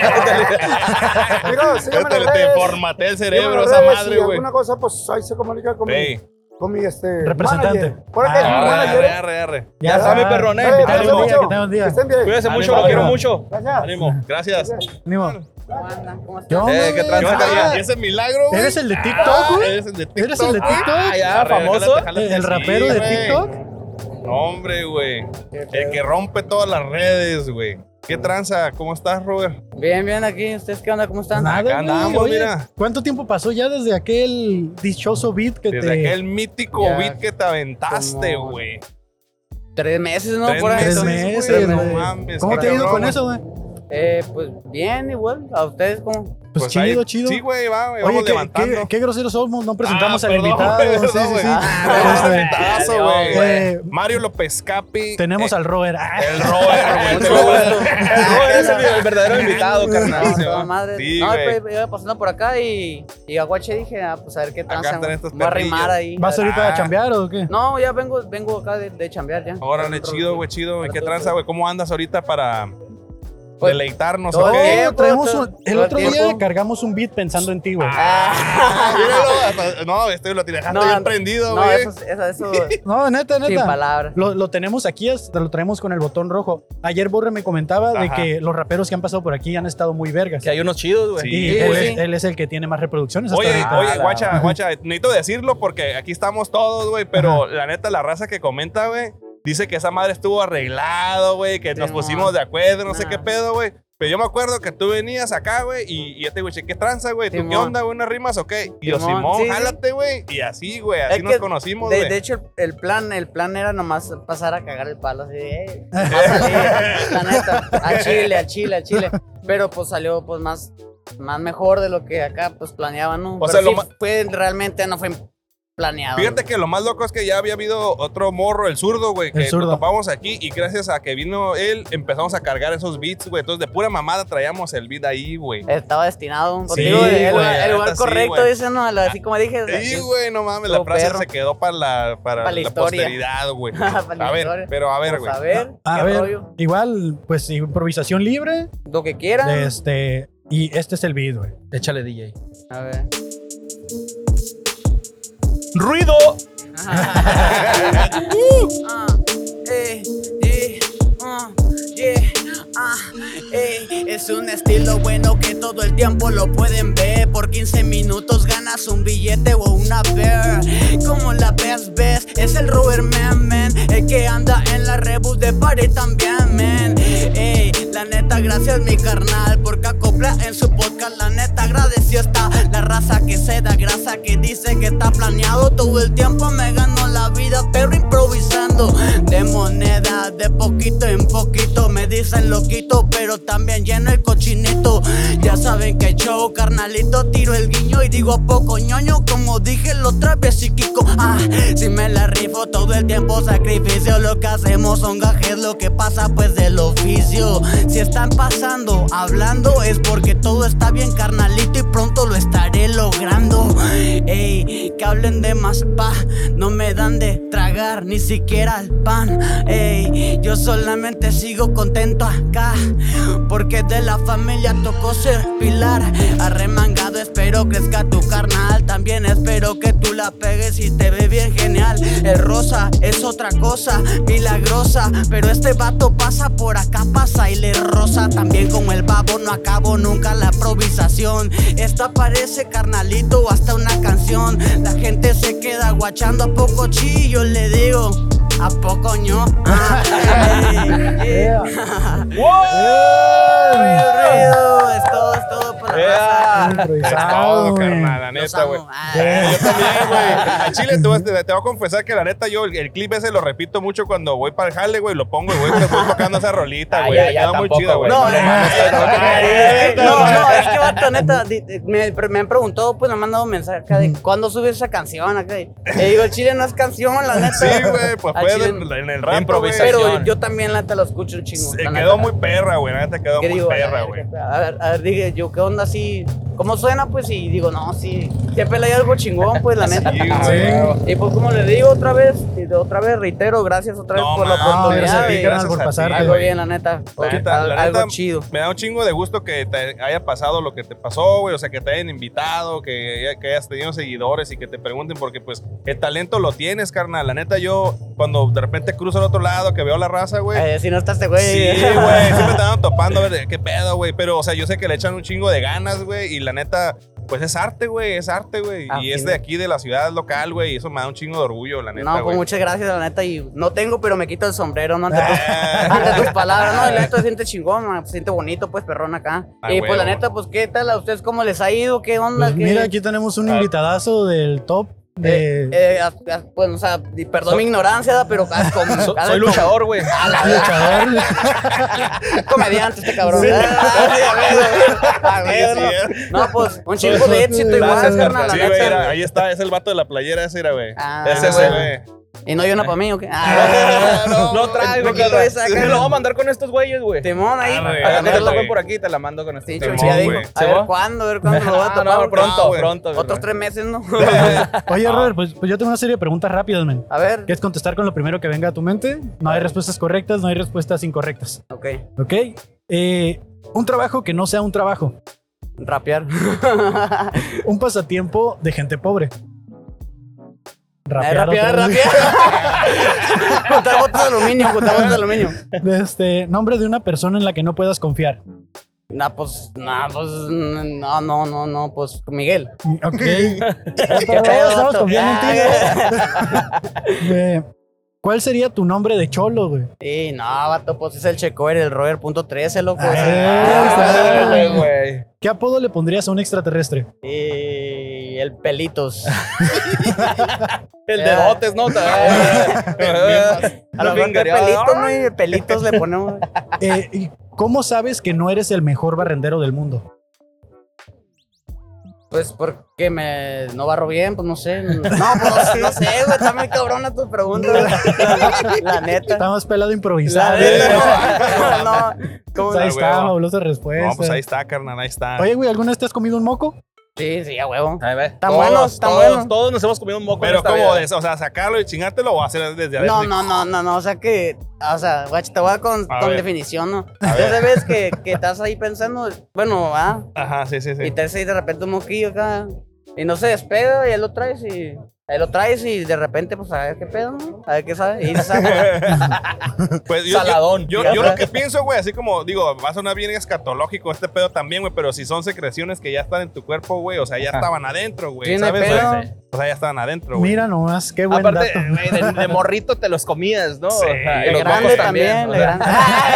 Mira, síganme Te, en las te redes. formatea el Síganme en cerebro las esa redes, madre, y güey. alguna cosa, pues ahí se comunica con Ey. mi, con mi este, Representante. manager. Por acá es mi Arre, manager. arre, arre, arre. Ya está mi perrón, eh. Eh, Que Invítale, tengan un güey. día, que tengan un día. Que estén bien. Cuídese Ánimo, mucho, lo quiero ánimo. mucho. Gracias. Ánimo, gracias. Ánimo. ¿Cómo andan? ¿Cómo ¿Qué están? onda, Eh, ¿qué güey? tranza, Ah, carnal? ¿Y ese milagro, güey? ¿Eres el de TikTok, Ah, güey? ¿Eres el de TikTok? ¿Eres el de TikTok? Ah, ya, Arre, famoso. jálate, jálate. ¿El Sí, rapero de güey. TikTok? No, hombre, güey. El que rompe todas las redes, güey. ¿Qué tranza? ¿Cómo estás, Robert? Bien, bien aquí. ¿Ustedes qué onda? ¿Cómo están? Nada, Acá güey. andamos, Oye, mira. ¿cuánto tiempo pasó ya desde aquel dichoso beat que Desde te... aquel mítico Ya, beat que te aventaste, como- güey. Tres meses, ¿no? Tres Por ahí. Tres meses, meses, güey, güey. no mames, ¿Cómo qué te ha ido cabrón, con eso, güey? Eh, pues bien, igual. ¿A ustedes cómo? Pues, ahí- chido, chido. Sí, güey, va, güey. Oye, Vamos qué, levantando. qué, qué groseros somos, no presentamos Ah, al perdón, invitado. güey, Sí, perdón, sí, güey. sí. Ah, Este, invitazo, güey. eh, Mario López Capi. tenemos eh, al Robert. Ah, El Robert, güey. Mucho gusto. El Robert es el, el verdadero invitado, No, carnal. toda madre. Sí, no, güey. pues, iba pasando por acá y, y a Guache dije, ah, pues a ver qué Acá tranza. están estos Me voy a arrimar perrillos. ahí. ¿Vas ahorita Ah. a chambear o qué? No, ya vengo, vengo acá de, de chambear ya. Órale, chido, güey, chido. ¿Y qué tranza, güey? ¿Cómo andas ahorita para Pues, deleitarnos todo o el qué? tiempo, Traemos todo- un- el todo el otro día tiempo. cargamos un beat pensando en ti, güey. Ah, míralo, hasta- no, este lo dejaste No, bien prendido, No, güey. eso, eso, eso No, neta, sin neta. palabras. Lo, lo tenemos aquí, hasta lo traemos con el botón rojo. Ayer Borre me comentaba de Ajá. que los raperos que han pasado por aquí han estado muy vergas. Que hay unos chidos, güey. Sí. Y Sí, él, sí. Es, él es el que tiene más reproducciones hasta Oye, ahorita. oye, guacha, guacha, necesito decirlo porque aquí estamos todos, güey, pero la neta, la raza que comenta, güey, dice que esa madre estuvo arreglado, güey, que Sí, nos no. pusimos de acuerdo, no sé Nah. qué pedo, güey. Pero yo me acuerdo que tú venías acá, güey, y, y yo te digo, che, ¿qué tranza, güey? ¿Tú qué Simón. onda, güey? ¿Unas rimas o qué? Y yo, Simón, Simón, sí, sí. jálate, güey. Y así, güey, así Es nos que conocimos, De, güey. de hecho, el, el plan, el plan era nomás pasar a cagar el palo así, eh, va a salir, la neta, a Chile, a Chile, a Chile. Pero pues salió pues más, más mejor de lo que acá pues planeaban, ¿no? O Pero sea, lo sí ma- fue, realmente no fue planeado. Fíjate que lo más loco es que ya había habido otro morro, el zurdo, güey, El que zurdo. lo topamos aquí y gracias a que vino él empezamos a cargar esos beats, güey. Entonces de pura mamada traíamos el beat ahí, güey. Estaba destinado. Sí, Contigo, el, güey, el la lugar neta sí, correcto, güey. dice, ¿no? Así como dije. Sí, así. güey, no mames, la Todo frase perro. se quedó para la, para Pa' la la historia. posteridad, güey. Pa' la A ver, historia. pero a ver, Pues, güey. a ver, A qué ver, rollo. igual, pues improvisación libre. Lo que quieran. Este, y este es el beat, güey. Échale, D J. A ver. ¡Ruido! Ah, eh, eh, ah, yeah, ah, eh, es un estilo bueno que todo el tiempo lo pueden ver. Por quince minutos ganas un billete o una bear. Como la ves, ves, es el Robert Man, man, el que anda en la rebus de party también, man. Ey, la neta, gracias mi carnal, porque acopla en su podcast. La neta, agradeció está la raza que se da grasa, que dice que está planeado. Todo el tiempo me gano la vida, pero improvisando. De moneda, de poquito en poquito. Me dicen loquito, pero también lleno el cochinito. Ya saben que show, carnalito, tiro el guiño y digo a poco ñoño, como dije la otra vez y Kiko. Ah, si me la rifo todo el tiempo, sacrificio. Lo que hacemos son gajes, lo que pasa pues del oficio. Si están pasando, hablando, es porque todo está bien, carnalito, y pronto lo estaré logrando. Ey, que hablen de más pa, no me dan de tragar ni siquiera el pan. Ey, yo solamente sigo contento acá, porque de la familia tocó ser pilar. Arremangado, espero crezca tu carnal. También espero que tú la pegues y te ve bien genial. El rosa es otra cosa milagrosa, pero este vato pasa por acá, pasa y le rosa. También como el babo no acabo nunca la improvisación. Esta parece, carnalito, hasta una canción. La gente se queda guachando, a poco chillo le digo, a poco ño. Ah, ey, ey. ¡Wow! Ruido, ruido, es todo, es todo por la raza. improvisado, todo, güey. carnal, la Los neta, güey. amo. Ah. Yo también, güey. Al chile te voy, a- te, te voy a confesar que la neta yo el, el clip ese lo repito mucho cuando voy para el jale, güey. Lo pongo y voy, voy tocando esa rolita, Ah, güey. ya, Me ya, queda muy tampoco, chida, güey. No, No, no, no, no, no, es que vato, neta, di- di- me, me han preguntado, pues me han mandado mensaje acá de cuándo subes esa canción acá. Y le digo, el chile no es canción, la neta. Sí, güey, pues Al fue chile- en, en el rap, improvisación. güey. Pero yo también la neta lo escucho un chingo. Se la quedó neta. muy perra, güey. La neta quedó ¿Qué muy digo? perra, A güey. ver, a ver, a ver, dije yo, ¿qué onda así? ¿Cómo suena? Pues y digo, no, sí, siempre le hay algo chingón, pues la neta. Sí, güey. Y pues como les digo otra vez, y de otra vez reitero, gracias otra vez No, por la man, oportunidad. gracias a ti, y carnal, por a ti, pasarte. algo güey. bien, la neta. La neta, Al- la algo neta, chido. Me da un chingo de gusto que te haya pasado lo que te pasó, güey. O sea, que te hayan invitado, que, que hayas tenido seguidores y que te pregunten, porque pues el talento lo tienes, carnal. La neta, yo cuando de repente cruzo al otro lado, que veo la raza, güey. Eh, si no estás este güey. Sí, güey, siempre te andan topando a ver qué pedo, güey. Pero, o sea, yo sé que le echan un chingo de ganas, güey. Y la neta, pues es arte, güey, es arte, güey. Ah, y sí, es de aquí, de la ciudad local, güey. Y eso me da un chingo de orgullo, la neta, No, pues güey. muchas gracias, la neta. Y no tengo, pero me quito el sombrero, ¿no? Ante tus, Ah. ante tus palabras, ¿no? Y la neta se siente chingón, man, se siente bonito, pues, perrón acá. Ah, y pues la huevo. neta, pues, ¿qué tal a ustedes? ¿Cómo les ha ido? ¿Qué onda? Pues ¿Qué- mira, aquí tenemos un invitadazo del top de... Eh, eh, a- a- pues, o sea, di- perdón mi ignorancia, ¿da? Pero ah, como, So- ah, soy como- luchador, güey. A la luchador. comediante este cabrón. Sí. Ah, a ver, a ver, a ver, Sí, sí, no, no, pues, un chingo de éxito igual, Gracias, carnal, la Sí, güey, neta. mira, ahí está, es el vato de la playera ese, era, güey. Ah, ese, ese, güey. ¿Y no hay una para mí o qué? Ah, No, no traigo, me quito carnal. esa, Me carnal. lo voy a mandar con estos güeyes, güey. Timón ahí. Arre, Acá arre, te lo güey. toco por aquí, te la mando con este. Simón, Sí, ya dijo. güey. A ver ¿Sí, cuándo, a ver cuándo lo voy a Ah, topar. no, pronto, No, güey. pronto. güey. Otros tres meses, ¿no? Oye, Robert, pues, pues yo tengo una serie de preguntas rápidas, men. A ver. ¿Quieres contestar con lo primero que venga a tu mente? No hay respuestas correctas, no hay respuestas incorrectas. Ok. ¿Ok? Eh, un trabajo que no sea un trabajo. Rapear. Un pasatiempo de gente pobre. Eh, Rapear, Rapear, otra vez. rapear. Juntar botas de aluminio, juntar botas de aluminio. Este, nombre de una persona en la que no puedas confiar. Nah, pues, nah, pues, no, no, no, no, pues, Miguel. Ok. ¿Qué Otra vez, pedo, estamos vato? confiando en ti. Ah, Eh, ¿Cuál sería tu nombre de cholo, güey? Sí, no, vato, pues es el Checoer, el Roger punto trece, loco. Ah, Güey, güey. ¿Qué apodo le pondrías a un extraterrestre? Y el Pelitos. El Ya. de botes, ¿no? A lo mejor que Pelitos, ¿no? Y el Pelitos le ponemos. Eh, ¿y ¿Cómo sabes que no eres el mejor barrendero del mundo? Pues porque me no barro bien, pues no sé. No, pues no sé, güey, está muy cabrona tu pregunta. La neta. Está más pelado La improvisar. neta. No, no. ¿Cómo Pues ahí Ah, está, huevo. fabulosa respuesta. No, pues ahí está, carnal, ahí está. Oye, güey, ¿alguna vez te has comido un moco? Sí, sí, a huevo. Ahí ve. Están Todos, buenos, están todos, buenos. Todos nos hemos comido un moco. en Pero esta ¿cómo vida. es? O sea, sacarlo y chingártelo o hacer desde adentro. No, no, no, no, no, o sea que, o sea, guacho, te voy a dar con, A con ver. definición, ¿no? Entonces ves que, que estás ahí pensando, bueno, ah, Ajá, sí, sí, sí. y te hace ahí de repente un moquillo acá, y no se despega, y ahí lo traes, y ahí lo traes, y de repente, pues, a ver qué pedo, ¿no? A ver qué sabe, y se sabe. Pues yo, Saladón. Yo, yo, yo lo que pienso, güey, así como digo, va a sonar bien escatológico este pedo también, güey, pero si son secreciones que ya están en tu cuerpo, güey, o sea, ya estaban adentro, güey, Sí, no hay ¿sabes? pedo. güey? O sea, ya estaban adentro, güey. Mira nomás, qué buen Aparte, dato. güey, de, de morrito te los comías, ¿no? Sí, O sea, y De los grande mocos también, o de sea.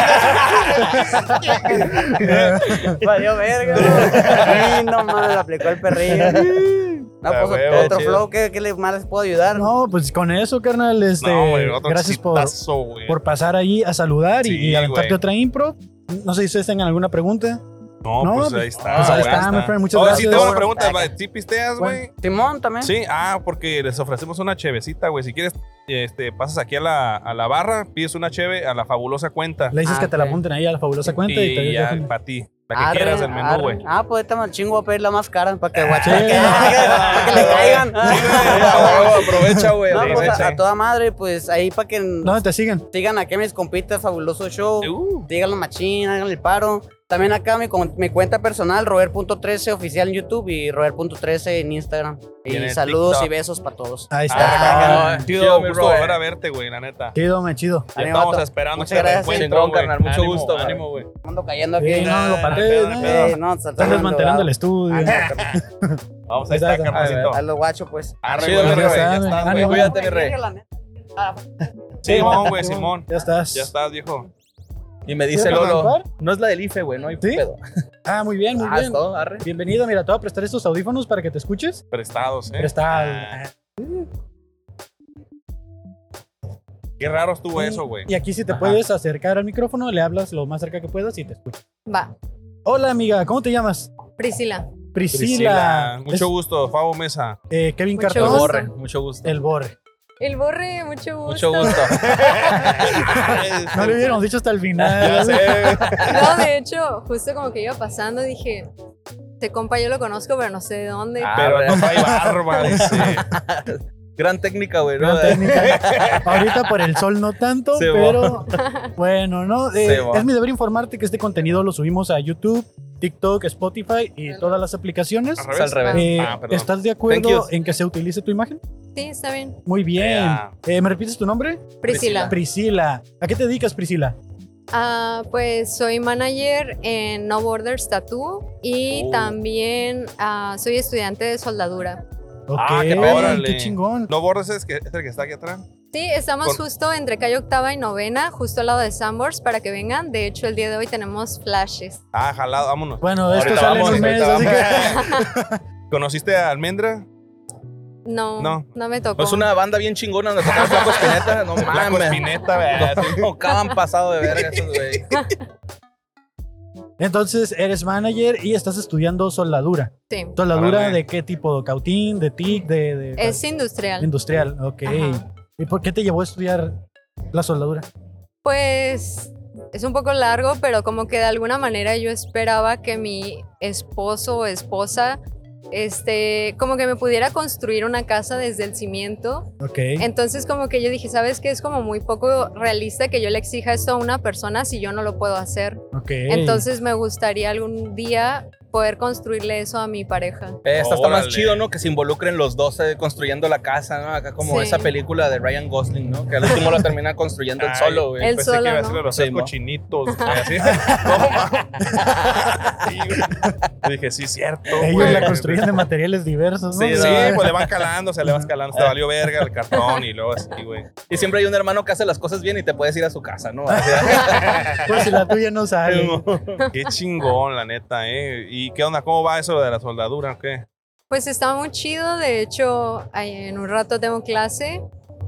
grande. Valió verga, güey. No mames, le aplicó el perrillo. No, Ah, pues huevo, otro chido. flow, ¿qué, qué le más les puedo ayudar? No, pues con eso, carnal, este, No, güey, otro gracias por, exitazo, güey. por pasar ahí a saludar y- Sí, y, aventarte güey. otra impro. No sé si ustedes tengan alguna pregunta. No, No, pues pues- ahí está. pues ahí güey, está, my friend, muchas Oye, gracias. sí, tengo una Bueno, pregunta. acá. ¿Sí pisteas, güey? Simón también. Sí, ah, porque les ofrecemos una chevecita, güey. Si quieres, este, pasas aquí a la, a la barra, pides una cheve a la fabulosa cuenta. Le dices Ah, que te la ok. apunten ahí a la fabulosa cuenta y, te Y ya, dejan. para ti. La que Arre, quieras del menú, arre. güey. Ah, pues ahorita me chingo voy a pedir la más cara para que guache, Sí. para que, para que le caigan. Ah, huevo, aprovecha, güey. No, pues aprovecha. a, a toda madre, pues ahí para que ¿Dónde te siguen? sigan aquí a mis compitas, Fabuloso Show. Uh. Díganlo machín, háganle el paro. También acá mi, con- mi cuenta personal, Robert punto trece oficial en YouTube y Robert punto trece en Instagram. Y en Y el saludos TikTok. y besos para todos. Ahí está. Ah, Ah, chido, chido, mi gusto Robert. volver a verte, güey, la neta. Chido, me chido. Ya Ánimo, estamos vato. esperando Muchas este gracias. reencuentro, Chingón, güey. carnal, mucho Ánimo, gusto, güey. Ánimo, güey. Ando cayendo aquí. Sí, no, lo no, patees, no, no. no, Eh, no, Están desmantelando el estudio. Vamos, ahí Ahí está, está, carnalcito. A los guachos, pues. Arre, Chido, güey, mi güey, rey, ya ya está, está, güey. ánimo. Cuídate, mi rey. Ah, Simón, güey, Simón. Ya estás. Ya estás, viejo. Y me dice ¿Quieres Lolo, arrancar? no es la del I F E, güey, no hay ¿Sí? pedo. Ah, muy bien, muy Ah, bien. es todo, arre. Bienvenido, mira, te voy a prestar estos audífonos para que te escuches. Prestados, ¿eh? Pero está... Ah, qué raro estuvo eso, güey. Y aquí si te Ajá. puedes acercar al micrófono, le hablas lo más cerca que puedas y te escuchas. Va, Hola, amiga, ¿cómo te llamas? Priscila. Priscila. Priscila, mucho Es, gusto, Fabo Mesa. eh, Kevin Mucho El Cartón. gusto. Borre, mucho gusto. El Borre. El Borre, mucho gusto. Mucho gusto. No le hubiéramos dicho hasta el Ya final. sé. No, de hecho, justo como que iba pasando, dije, este compa yo lo conozco, pero no sé de dónde. Ah, Pero güey. no trae barba, dice. Gran técnica, güey, ¿no? Gran técnica. Ahorita por el sol no tanto, Sí, pero bueno, ¿no? Eh, Sí, va. es mi deber informarte que este contenido lo subimos a YouTube, TikTok, Spotify y todas las aplicaciones. Al Es al revés. Eh, Ah, perdón. ¿Estás de Thank acuerdo you. en que se utilice tu imagen? Sí, está bien. Muy bien. Yeah. Eh, ¿Me repites tu nombre? Priscila. Priscila. ¿A qué te dedicas, Priscila? Ah, pues soy manager en No Borders Tattoo y Oh. también ah, soy estudiante de soldadura. Ok, Ah, qué qué, órale. chingón. ¿No bordes es, que, es el que está aquí atrás? Sí, estamos Con- justo entre calle octava y novena, justo al lado de Sambors, para que vengan. De hecho, el día de hoy tenemos flashes. Ah, jalado, vámonos. Bueno, esto Ahorita sale vamos, en un mes, ahorita así que... ¿Conociste a Almendra? No, No. no, me tocó. Es una banda bien chingona donde tocan Flaco Espineta. No Flaco mames. Espineta, ¿verdad? No, han pasado de verga esos, güey. Entonces, eres manager y estás estudiando soldadura. Sí, ¿Soldadura Órale. de qué tipo? ¿De cautín? ¿De tic? ¿De, de es industrial. industrial? Ok. Ajá. ¿Y por qué te llevó a estudiar la soldadura? Pues es un poco largo, pero como que de alguna manera yo esperaba que mi esposo o esposa, este, como que me pudiera construir una casa desde el cimiento. Ok. Entonces como que yo dije, ¿sabes qué? Es como muy poco realista que yo le exija esto a una persona si yo no lo puedo hacer. Ok. Entonces me gustaría algún día poder construirle eso a mi pareja. Eh, Esta está más Órale. chido, ¿no? Que se involucren los dos eh, construyendo la casa, ¿no? Acá como Sí. esa película de Ryan Gosling, ¿no? Que al último lo termina construyendo él Ay, solo, güey. Él Pensé solo, que iba a ¿no? ser los Sí, tres mo. cochinitos, güey, así. No, ma. Sí, güey. Dije, sí, cierto, Ellos güey. la construyen de materiales diversos, ¿no? Sí, Sí, no. pues le van calando, se le va escalando, se valió verga el cartón y luego así, güey. Y siempre hay un hermano que hace las cosas bien y te puedes ir a su casa, ¿no? Así, Pues si la tuya no sale. Qué chingón, la neta, ¿eh? ¿Y qué onda? ¿Cómo va eso de la soldadura o qué? Pues está muy chido, de hecho ahí en un rato tengo clase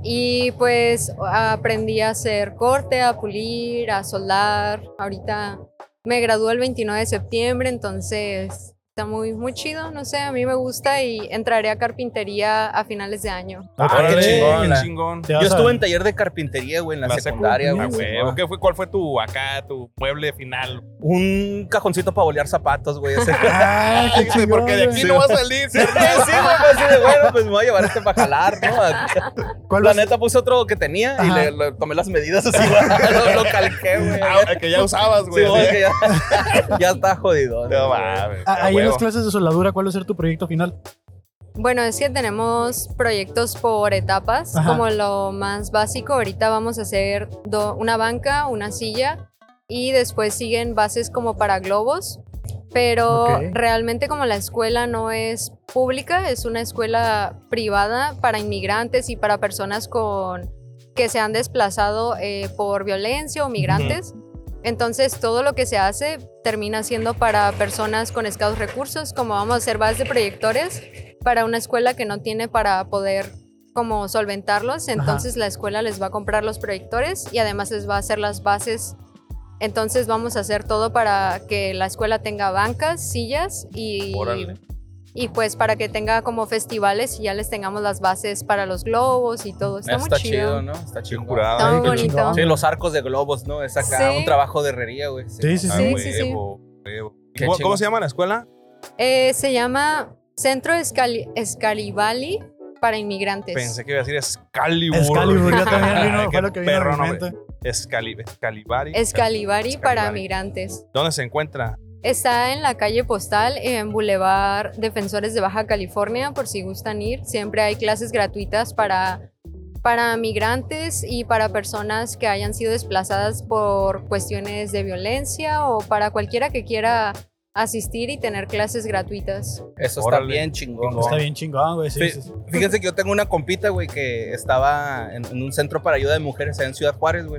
y pues aprendí a hacer corte, a pulir, a soldar. Ahorita me gradué el veintinueve de septiembre, entonces está muy, muy chido, no sé, a mí me gusta y entraré a carpintería a finales de año. Ok. Ah, qué chingón, qué la- chingón. Te Yo vas a- estuve en taller de carpintería, güey, en la, La secundaria, Ah, güey. huevo. ¿Qué fue, ¿Cuál fue tu acá, tu mueble final? Un cajoncito para bolear zapatos, güey. ese. Ah, qué Sí, chingón, porque de aquí güey. no va a salir. Sí, sí, güey, pues así de bueno, pues me voy a llevar este para jalar, ¿no? ¿Cuál La vas- neta puse otro que tenía y Ajá. le, le tomé las medidas así, güey. Lo, lo calqué, güey. Ah, el que ya usabas, Sí, güey. güey, así. que ya, ya está jodido. No güey. mames. Ah, a ahí en huevo. las clases de soldadura, ¿cuál va a ser tu proyecto final? Bueno, es que tenemos proyectos por etapas, Ajá. como lo más básico, ahorita vamos a hacer do- una banca, una silla y después siguen bases como para globos, pero Ok. realmente como la escuela no es pública, es una escuela privada para inmigrantes y para personas con que se han desplazado eh, por violencia o migrantes. Entonces todo lo que se hace termina siendo para personas con escasos recursos, como vamos a hacer bases de proyectores para una escuela que no tiene para poder como solventarlos, entonces la escuela les va a comprar los proyectores y además les va a hacer las bases. Entonces vamos a hacer todo para que la escuela tenga bancas, sillas y, Órale. y pues para que tenga como festivales y ya les tengamos las bases para los globos y todo. Está, Está muy chido, chido. ¿no? Está chido. curado. Está muy Ay, qué bonito. chingón. Sí, los arcos de globos, ¿no? Es acá Sí. un trabajo de herrería, güey. Sí, sí, A sí. Sí, sí, sí. huevo, huevo. Qué ¿Cómo, chingón. cómo se llama la escuela? Eh, se llama Centro Escali Escalivali para inmigrantes. Pensé que iba a decir Excalibur. Excalibur, yo también vino, Qué fue lo que vino a perro mi nombre. mente. Escali- Escalibari. Escalivari para Escalivari. migrantes. ¿Dónde se encuentra? Está en la calle Postal, en Boulevard Defensores de Baja California, por si gustan ir. Siempre hay clases gratuitas para, para migrantes y para personas que hayan sido desplazadas por cuestiones de violencia o para cualquiera que quiera asistir y tener clases gratuitas. Eso está Órale. bien chingón. Está bien chingón, güey. Sí, Fí- sí, sí. Fíjense que yo tengo una compita, güey, que estaba en, en un centro para ayuda de mujeres allá en Ciudad Juárez, güey.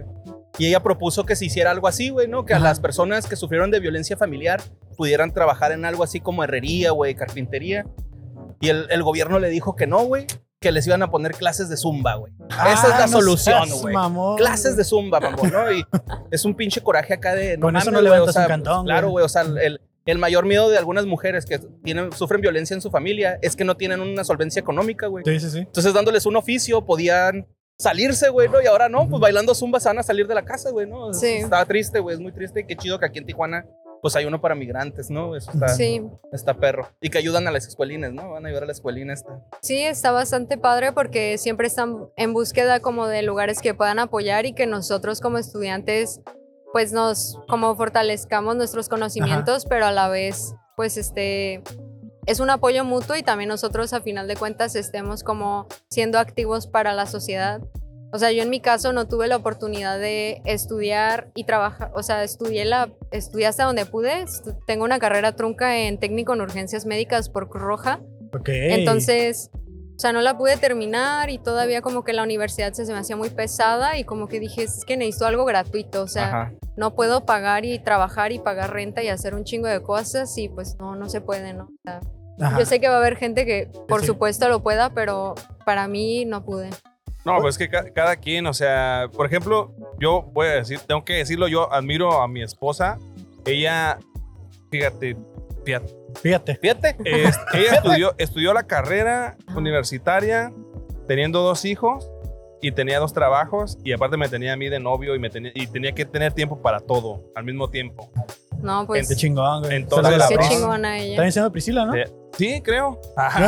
Y ella propuso que se hiciera algo así, güey, ¿no? Que Ajá. a las personas que sufrieron de violencia familiar pudieran trabajar en algo así como herrería, güey, carpintería. Y el, el gobierno le dijo que no, güey, que les iban a poner clases de zumba, güey. Ah, Esa es la no solución, seas güey. mamón, Clases güey. de zumba, mamón, ¿no? Y es un pinche coraje acá de... Con eso mames, no güey, levantas o sea, un cantón, Claro, güey. güey, o sea, el, el mayor miedo de algunas mujeres que tienen, sufren violencia en su familia es que no tienen una solvencia económica, güey. Sí, sí, sí. Entonces, dándoles un oficio, podían salirse, güey, ¿no? Y ahora no, pues bailando zumba se van a salir de la casa, güey, ¿no? Sí. Estaba triste, güey, es muy triste. Qué chido que aquí en Tijuana, pues hay uno para migrantes, ¿no? Eso está, Sí, está perro. Y que ayudan a las escuelines, ¿no? Van a ayudar a la escuelina esta. sí, está bastante padre porque siempre están en búsqueda como de lugares que puedan apoyar y que nosotros como estudiantes pues nos como fortalezcamos nuestros conocimientos, pero a la vez pues este es un apoyo mutuo y también nosotros a final de cuentas estemos como siendo activos para la sociedad. O sea, yo en mi caso no tuve la oportunidad de estudiar y trabajar, o sea, estudié, la, estudié hasta donde pude. Estu- Tengo una carrera trunca en técnico en urgencias médicas por Cruz Roja. Ok. Entonces, o sea, no la pude terminar y todavía como que la universidad se, se me hacía muy pesada y como que dije, es que necesito algo gratuito, o sea, Ajá. no puedo pagar y trabajar y pagar renta y hacer un chingo de cosas y pues no, no se puede, ¿no? O sea, Ajá. yo sé que va a haber gente que por Sí. supuesto lo pueda, pero para mí no pude. No, pues que ca- cada quien, o sea, por ejemplo, yo voy a decir, tengo que decirlo, yo admiro a mi esposa. Ella, fíjate, fíjate, Fíjate. Fíjate. es- ella estudió, estudió la carrera universitaria teniendo dos hijos y tenía dos trabajos y aparte me tenía a mí de novio y, me tenía, y tenía que tener tiempo para todo al mismo tiempo. No, pues Qué chingón, güey. Entonces, Se la- qué la- chingona ella. También se llama Priscila, ¿no? Eh, Sí, creo.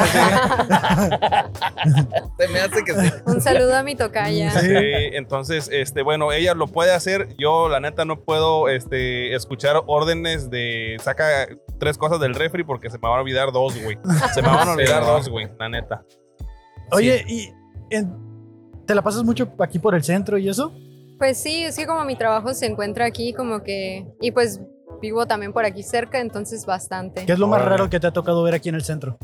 Se me hace que sí. Un saludo a mi tocaya. Sí. Sí, entonces, este, bueno, ella lo puede hacer. Yo, la neta, no puedo este, escuchar órdenes de saca tres cosas del refri porque se me van a olvidar dos, güey. Se me van a olvidar Sí, ¿no? dos, güey, la neta. Oye, ¿y en- te la pasas mucho aquí por el centro y eso? Pues sí, es que como mi trabajo se encuentra aquí, como que... Y pues vivo también por aquí cerca, entonces bastante. ¿Qué es lo más Órale. raro que te ha tocado ver aquí en el centro?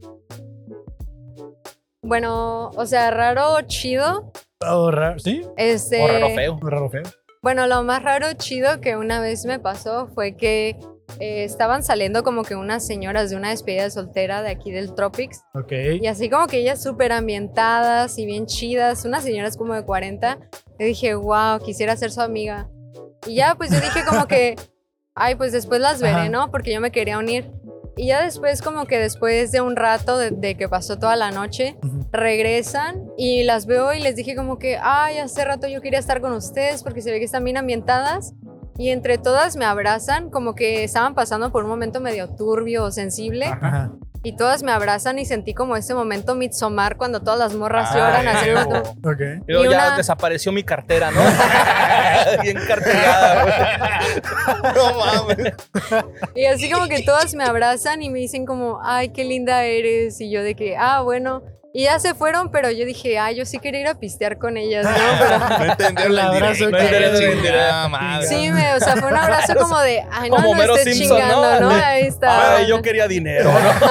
Bueno, o sea, raro, chido. Oh, raro, ¿sí? Este, O raro feo. Raro feo. Bueno, lo más raro, chido que una vez me pasó fue que eh, estaban saliendo como que unas señoras de una despedida de soltera de aquí del Tropics. Ok. Y así como que ellas súper ambientadas y bien chidas, unas señoras como de cuarenta. Yo dije, wow, quisiera ser su amiga. Y ya, pues yo dije como que, ay, pues después las veré, Ajá. ¿no? Porque yo me quería unir. Y ya después, como que después de un rato de, de que pasó toda la noche, Ujú. regresan y las veo y les dije como que, ay, hace rato yo quería estar con ustedes porque se ve que están bien ambientadas. Y entre todas me abrazan, como que estaban pasando por un momento medio turbio o sensible. Ajá. Y todas me abrazan y sentí como ese momento Midsommar cuando todas las morras Ay, lloran haciendo... huevo. Ok. Pero Y ya una- desapareció mi cartera, ¿no? Bien carteada, güey. No mames. Y así como que todas me abrazan y me dicen como, ay, qué linda eres. Y yo de que, ah, bueno. Y ya se fueron, pero yo dije, ay, yo sí quería ir a pistear con ellas, ¿no? Pero No entendieron El la abrazo indirecta, que- güey, No entendieron la chingada madre. sí, me, o sea, fue un abrazo como de, ay, no, Como no Homero estés Simpson, chingando, ¿no? ¿no? Ahí está. Ay, yo quería dinero,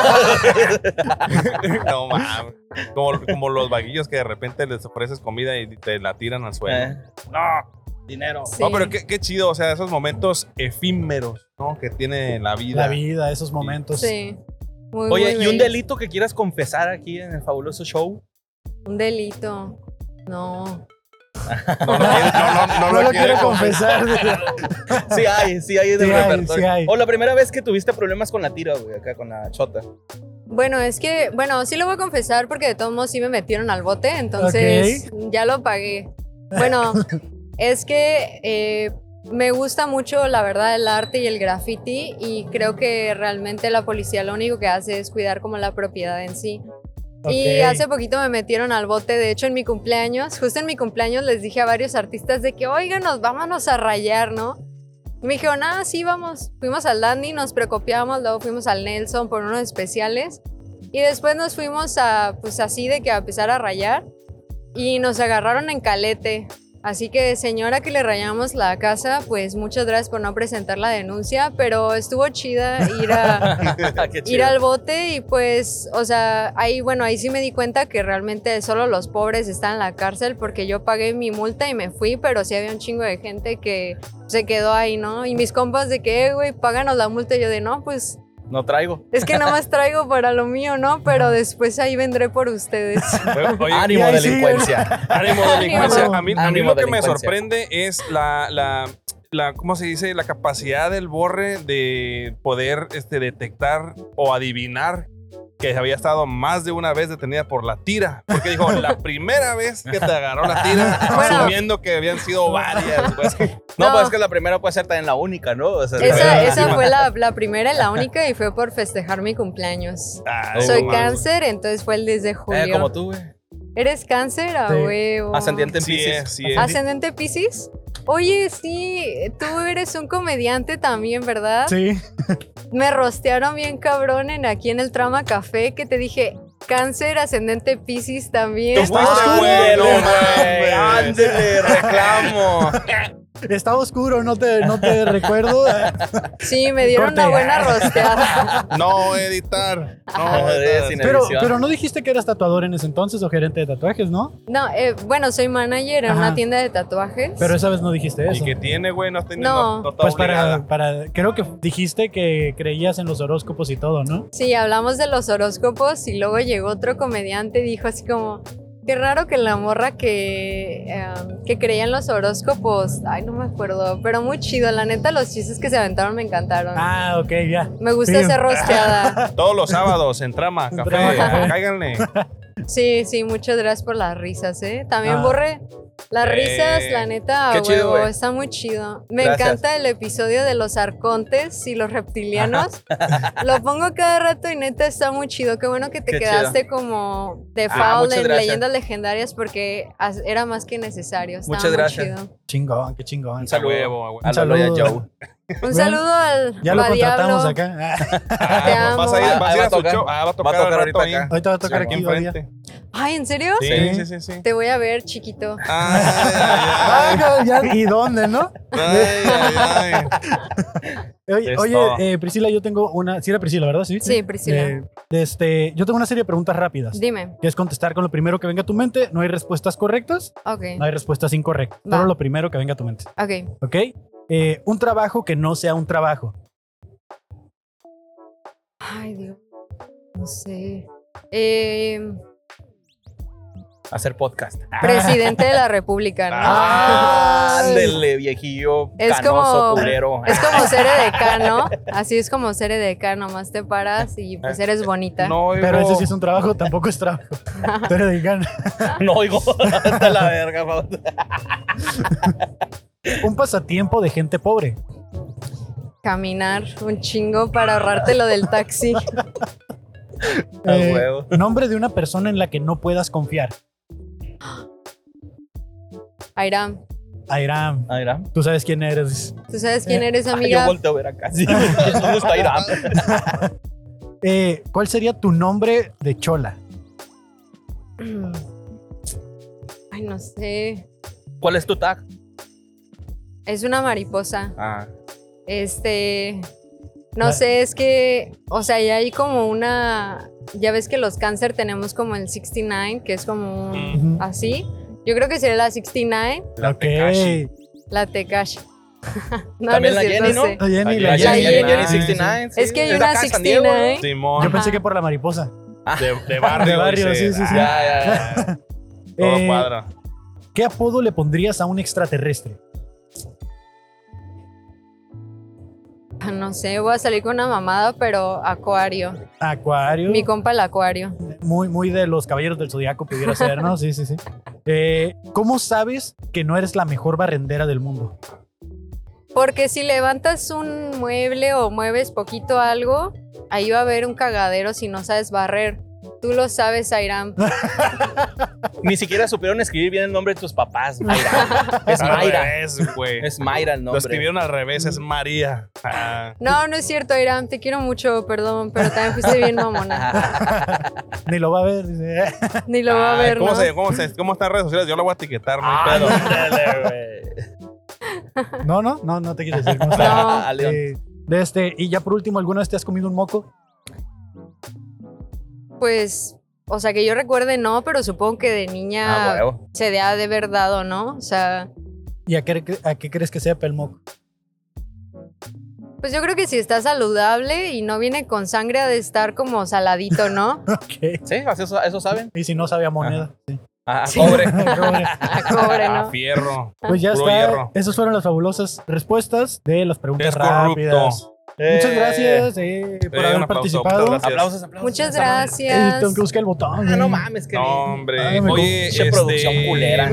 ¿no? No mames. Como, como los vaguillos que de repente les ofreces comida y te la tiran al suelo. Eh, no, dinero. Sí. No, pero qué, qué chido, o sea, esos momentos efímeros, ¿no? Que tiene la vida. La vida, esos momentos. Sí. Muy, Oye, muy ¿y un bello. delito que quieras confesar aquí en el fabuloso show? Un delito. No. No lo quiere, no, no, no No lo lo quiere quiero confesar. Sí hay, sí hay en el Sí hay, repertorio. sí hay. O la primera vez que tuviste problemas con la tira, güey, acá con la chota. Bueno, es que, bueno, sí lo voy a confesar porque de todos modos sí me metieron al bote, entonces ya lo pagué. Bueno, es que eh, me gusta mucho, la verdad, el arte y el graffiti y creo que realmente la policía lo único que hace es cuidar como la propiedad en sí. Y Ok. hace poquito me metieron al bote, de hecho en mi cumpleaños, justo en mi cumpleaños les dije a varios artistas de que, oiganos, vámonos a rayar, ¿no? Y me dijeron, ah, sí, vamos. Fuimos al Dandy, nos precopiamos, luego fuimos al Nelson por unos especiales. Y después nos fuimos a, pues así de que a empezar a rayar. Y nos agarraron en calete. Así que, señora que le rayamos la casa, pues muchas gracias por no presentar la denuncia, pero estuvo chida ir, a, ir al bote y pues, o sea, ahí, bueno, ahí sí me di cuenta que realmente solo los pobres están en la cárcel porque yo pagué mi multa y me fui, pero sí había un chingo de gente que se quedó ahí, ¿no? Y mis compas de que, eh, güey, páganos la multa y yo de, no, pues... No traigo. Es que nada más traigo para lo mío, ¿no? Pero después ahí vendré por ustedes. Oye, ánimo delincuencia. Ánimo delincuencia. A mí, a mí Ánimo lo que me delincuencia. sorprende es la, la, la, ¿cómo se dice? La capacidad del Borre de poder este, detectar o adivinar que había estado más de una vez detenida por la tira. Porque dijo, la primera vez que te agarró la tira, Bueno. asumiendo que habían sido varias. Pues. No, No. pues es que la primera puede ser también la única, ¿no? O sea, Esa, esa fue la, la primera y la única y fue por festejar mi cumpleaños. Ah, Soy no mames. cáncer, entonces fue el diez de julio. Eh, como tú, güey. ¿Eres cáncer? A Sí. huevo. Ascendiente en Sí Piscis. es, sí es. ¿Ascendente Piscis? Oye, sí, tú eres un comediante también, ¿verdad? Sí. Me rostearon bien cabrón en, aquí en el Trama Café que te dije, cáncer, ascendente Piscis también. Tú fuiste Ah, bueno, güey, mames. ándele, reclamo. Estaba oscuro, no te, no te recuerdo. Sí, me dieron Corte. una buena rosteada. No editar. No Joder, editar. sin Pero, edición. pero no dijiste que eras tatuador en ese entonces o gerente de tatuajes, ¿no? No, eh, bueno, soy manager en Ajá. una tienda de tatuajes. Pero esa vez no dijiste ¿Y eso. que tiene, güey? No, está- No. no, no está Pues para, obligada. para, creo que dijiste que creías en los horóscopos y todo, ¿no? Sí, hablamos de los horóscopos y luego llegó otro comediante y dijo así como, qué raro que la morra que, eh, que creía en los horóscopos, ay, no me acuerdo, pero muy chido, la neta los chistes que se aventaron me encantaron. Ah, ok, ya. Me gusta Sí. ser rosteada. Todos los sábados en Trama, En café. Trama Café. Cáiganle. Sí, sí, muchas gracias por las risas, ¿eh? También Ah. borré las Eh, risas, la neta, qué a chido, huevo, güey. está muy chido. Me Gracias. encanta el episodio de los arcontes y los reptilianos. Lo pongo cada rato y neta está muy chido. Qué bueno que te Qué quedaste como de Ah, foul muchas en gracias. leyendas legendarias porque as- era más que necesario. Estaba Muchas muy gracias. chido. Chingón, qué chingón. Un saludo. huevo, a huevo. A Un Lolo y a saludo. Joe. Un saludo al Ya lo a contratamos Diablo. acá. Ah, Te amo. Vas a ir, Ah, vas a, ahí ir va a a su tocar. show. Ah, va a tocar, Va a tocar al rato ahorita ahí. acá. Ahorita va a tocar Aquí aquí todavía. enfrente. Ay, ¿en serio? Sí, Sí. sí, sí, sí. Te voy a ver, chiquito. Ay, ay, Ah, ya, ¿y dónde, no? ay, ay, ay. Oye, Es oye, todo. eh, Priscila, yo tengo una... Sí era Priscila, ¿verdad? Sí, Sí, Priscila. Eh, este, yo tengo una serie de preguntas rápidas. Dime. Que es contestar con lo primero que venga a tu mente. No hay respuestas correctas, Ok, no hay respuestas incorrectas. Va. Solo lo primero que venga a tu mente. ok. ¿Ok? Eh, un trabajo que no sea un trabajo. Ay, Dios. No sé. Eh, Hacer podcast. presidente de la República, ¿no? Ah, Ay. ándele, viejillo. Es Canoso, como- culero. Es como ser edecano. Así es como ser edecano. Más te paras y pues eres bonita. No, oigo. Pero ese sí es un trabajo, tampoco es trabajo. Pero digan, No oigo. Hasta la verga, pa. un pasatiempo de gente pobre. Caminar un chingo para ahorrarte lo del taxi. A Eh, huevo. nombre de una persona en la que no puedas confiar. Airam, Airam. Ah, mira. Tú sabes quién eres. ¿tú sabes quién eres, Ah, yo amiga? volteo a ver acá. Sí, ¿dónde está Irán? Eh, ¿Cuál sería tu nombre de chola? Ay, no sé. ¿Cuál es tu tag? Es una mariposa. Ah. Este, no sé, es que, o sea, ya hay como una, ya ves que los cáncer tenemos como el sesenta y nueve, que es como un- Ujú. así. Yo creo que sería la sesenta y nueve, La Ok. Tekashi. la Tekashi. No, También no la es cierto, Jenny, no ¿no? sé. La Jenny, La la Jenny, Jenny. Jenny Ah, sí, sí. sesenta y nueve. Es que hay de una acá de San sesenta y nueve. Diego, Simón. Yo Ajá. pensé que por la mariposa. De, de barrio. De barrio, dice. sí, sí, sí. ¿no? Ya, ya, ya. Todo Eh, cuadra. ¿Qué apodo le pondrías a un extraterrestre? Ah, no sé, voy a salir con una mamada, pero acuario. Acuario. Mi compa el acuario. Muy, muy de los caballeros del zodiaco pudiera ser, ¿no? Sí, sí, sí. Eh, ¿Cómo sabes que no eres la mejor barrendera del mundo? Porque si levantas un mueble o mueves poquito algo, ahí va a haber un cagadero si no sabes barrer. tú lo sabes, Airam. Ni siquiera supieron escribir bien el nombre de tus papás, Mayra. Es Al Mayra. revés, güey. Es Mayra el Lo nombre. escribieron al revés, es María. Ah. No, no es cierto, Airam. Te quiero mucho, perdón, pero también fuiste bien mamona. Ni lo va a ver. Dice. Ni lo va a Ay, ver, ¿cómo, ¿no? se, cómo, se, ¿Cómo están en redes sociales? Yo lo voy a etiquetar, no hay pedo. No, no, no, no te quiero decir. ¿Cómo No. está? Ah, León. Eh, de este, y ya por último, ¿alguna vez te has comido un moco? Pues, o sea, que yo recuerde, no, pero supongo que de niña Ah, huevo. se de ha de haber dado, ¿no? O sea, ¿Y a qué, a qué crees que sepa el moco? pues yo creo que si está saludable y no viene con sangre, ha de estar como saladito, ¿no? Ok. Sí, así eso, eso saben. Y si no sabe a moneda. Sí. Ah, cobre. Cobre. A cobre, Ah, ¿no? fierro. Pues ya Puro está. hierro. Esas fueron las fabulosas respuestas de las preguntas Es corrupto. rápidas. Muchas gracias eh, por Eh, haber un aplauso, participado. muchas gracias. Aplausos, aplausos. Muchas Eh, gracias. tengo que buscar el botón. Ah, eh. no mames, que No, bien. hombre. Ay, me Oye, Pinche este, producción culera.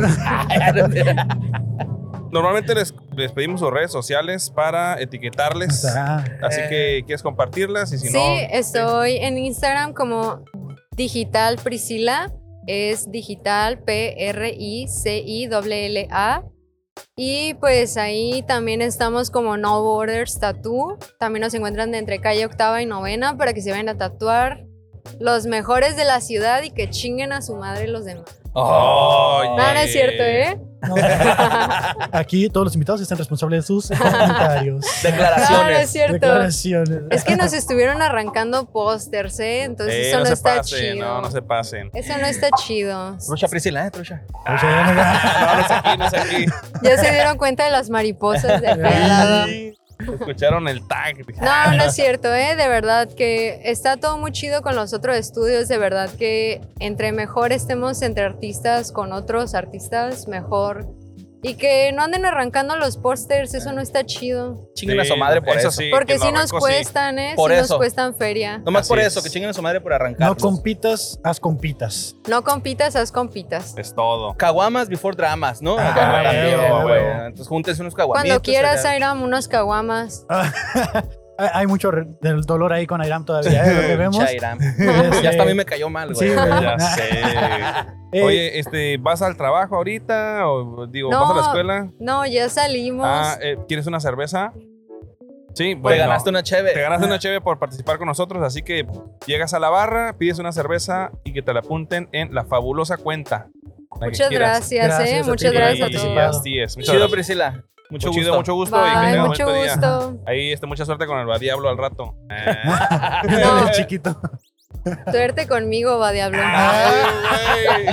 Normalmente les, les pedimos sus redes sociales para etiquetarles. Ah, Así que, ¿quieres compartirlas? Y si Sí, no, estoy en Instagram como Digital Priscila. Es digital P R I C I L L A. Y pues ahí también estamos como No Borders Tattoo. También nos encuentran de entre calle octava y novena para que se vayan a tatuar los mejores de la ciudad y que chinguen a su madre los demás. Oye. No, no es cierto, ¿eh? no. Aquí todos los invitados están responsables de sus comentarios. No, no es Declaraciones. cierto. Declaraciones. Es que nos estuvieron arrancando pósters, ¿eh? Entonces Eh, eso no no, se está pasen, chido. no, no se pasen. Eso no está chido. Trucha Priscila, ¿eh? Trucha. O sea, No, no es aquí, no es aquí. Ya se dieron cuenta de las mariposas de aquel lado. Ay, escucharon el tag. No, no es cierto, ¿eh? De verdad que está todo muy chido con los otros estudios. De verdad que entre mejor estemos entre artistas con otros artistas, mejor. Y que no anden arrancando los pósters, eso no está chido. Chinguen a su madre por eso. sí, Porque que sí no nos arrancó, sí. cuestan, ¿eh? Por sí eso. nos cuestan feria. Nomás por Así eso, es. que chinguen a su madre por arrancar. no compitas, haz compitas. No compitas, haz compitas. Es todo. Caguamas before dramas, ¿no? Ah, Acá también, huevo, güey. huevo. Entonces júntense unos caguamitos. Cuando quieras, acá. Airam, unos caguamas. Hay hay mucho re- del dolor ahí con Airam todavía, ¿eh? Lo que vemos. Chairam. Este, Ya hasta a mí me cayó mal, güey. Sí, güey. Ya sé. Eh, Oye, este, ¿vas al trabajo ahorita? O digo, No. ¿vas a la escuela? No, ya salimos. Ah, eh, ¿quieres una cerveza? Sí, Te bueno. ganaste una Te cheve. ganaste una cheve por participar con nosotros, así que llegas a la barra, pides una cerveza y que te la apunten en la fabulosa cuenta. la que Muchas quieras. gracias, Gracias ¿eh? a ti Muchas por gracias a haber todos. participado. Así es. Muchas Chido, gracias. Priscila. Mucho Muy gusto. chido, mucho gusto. y que Bye, tengas mucho bonito día. gusto. Ahí, este, mucha suerte con el Diablo al rato. Eh. No. el chiquito. Suerte conmigo, va diablo. Ay,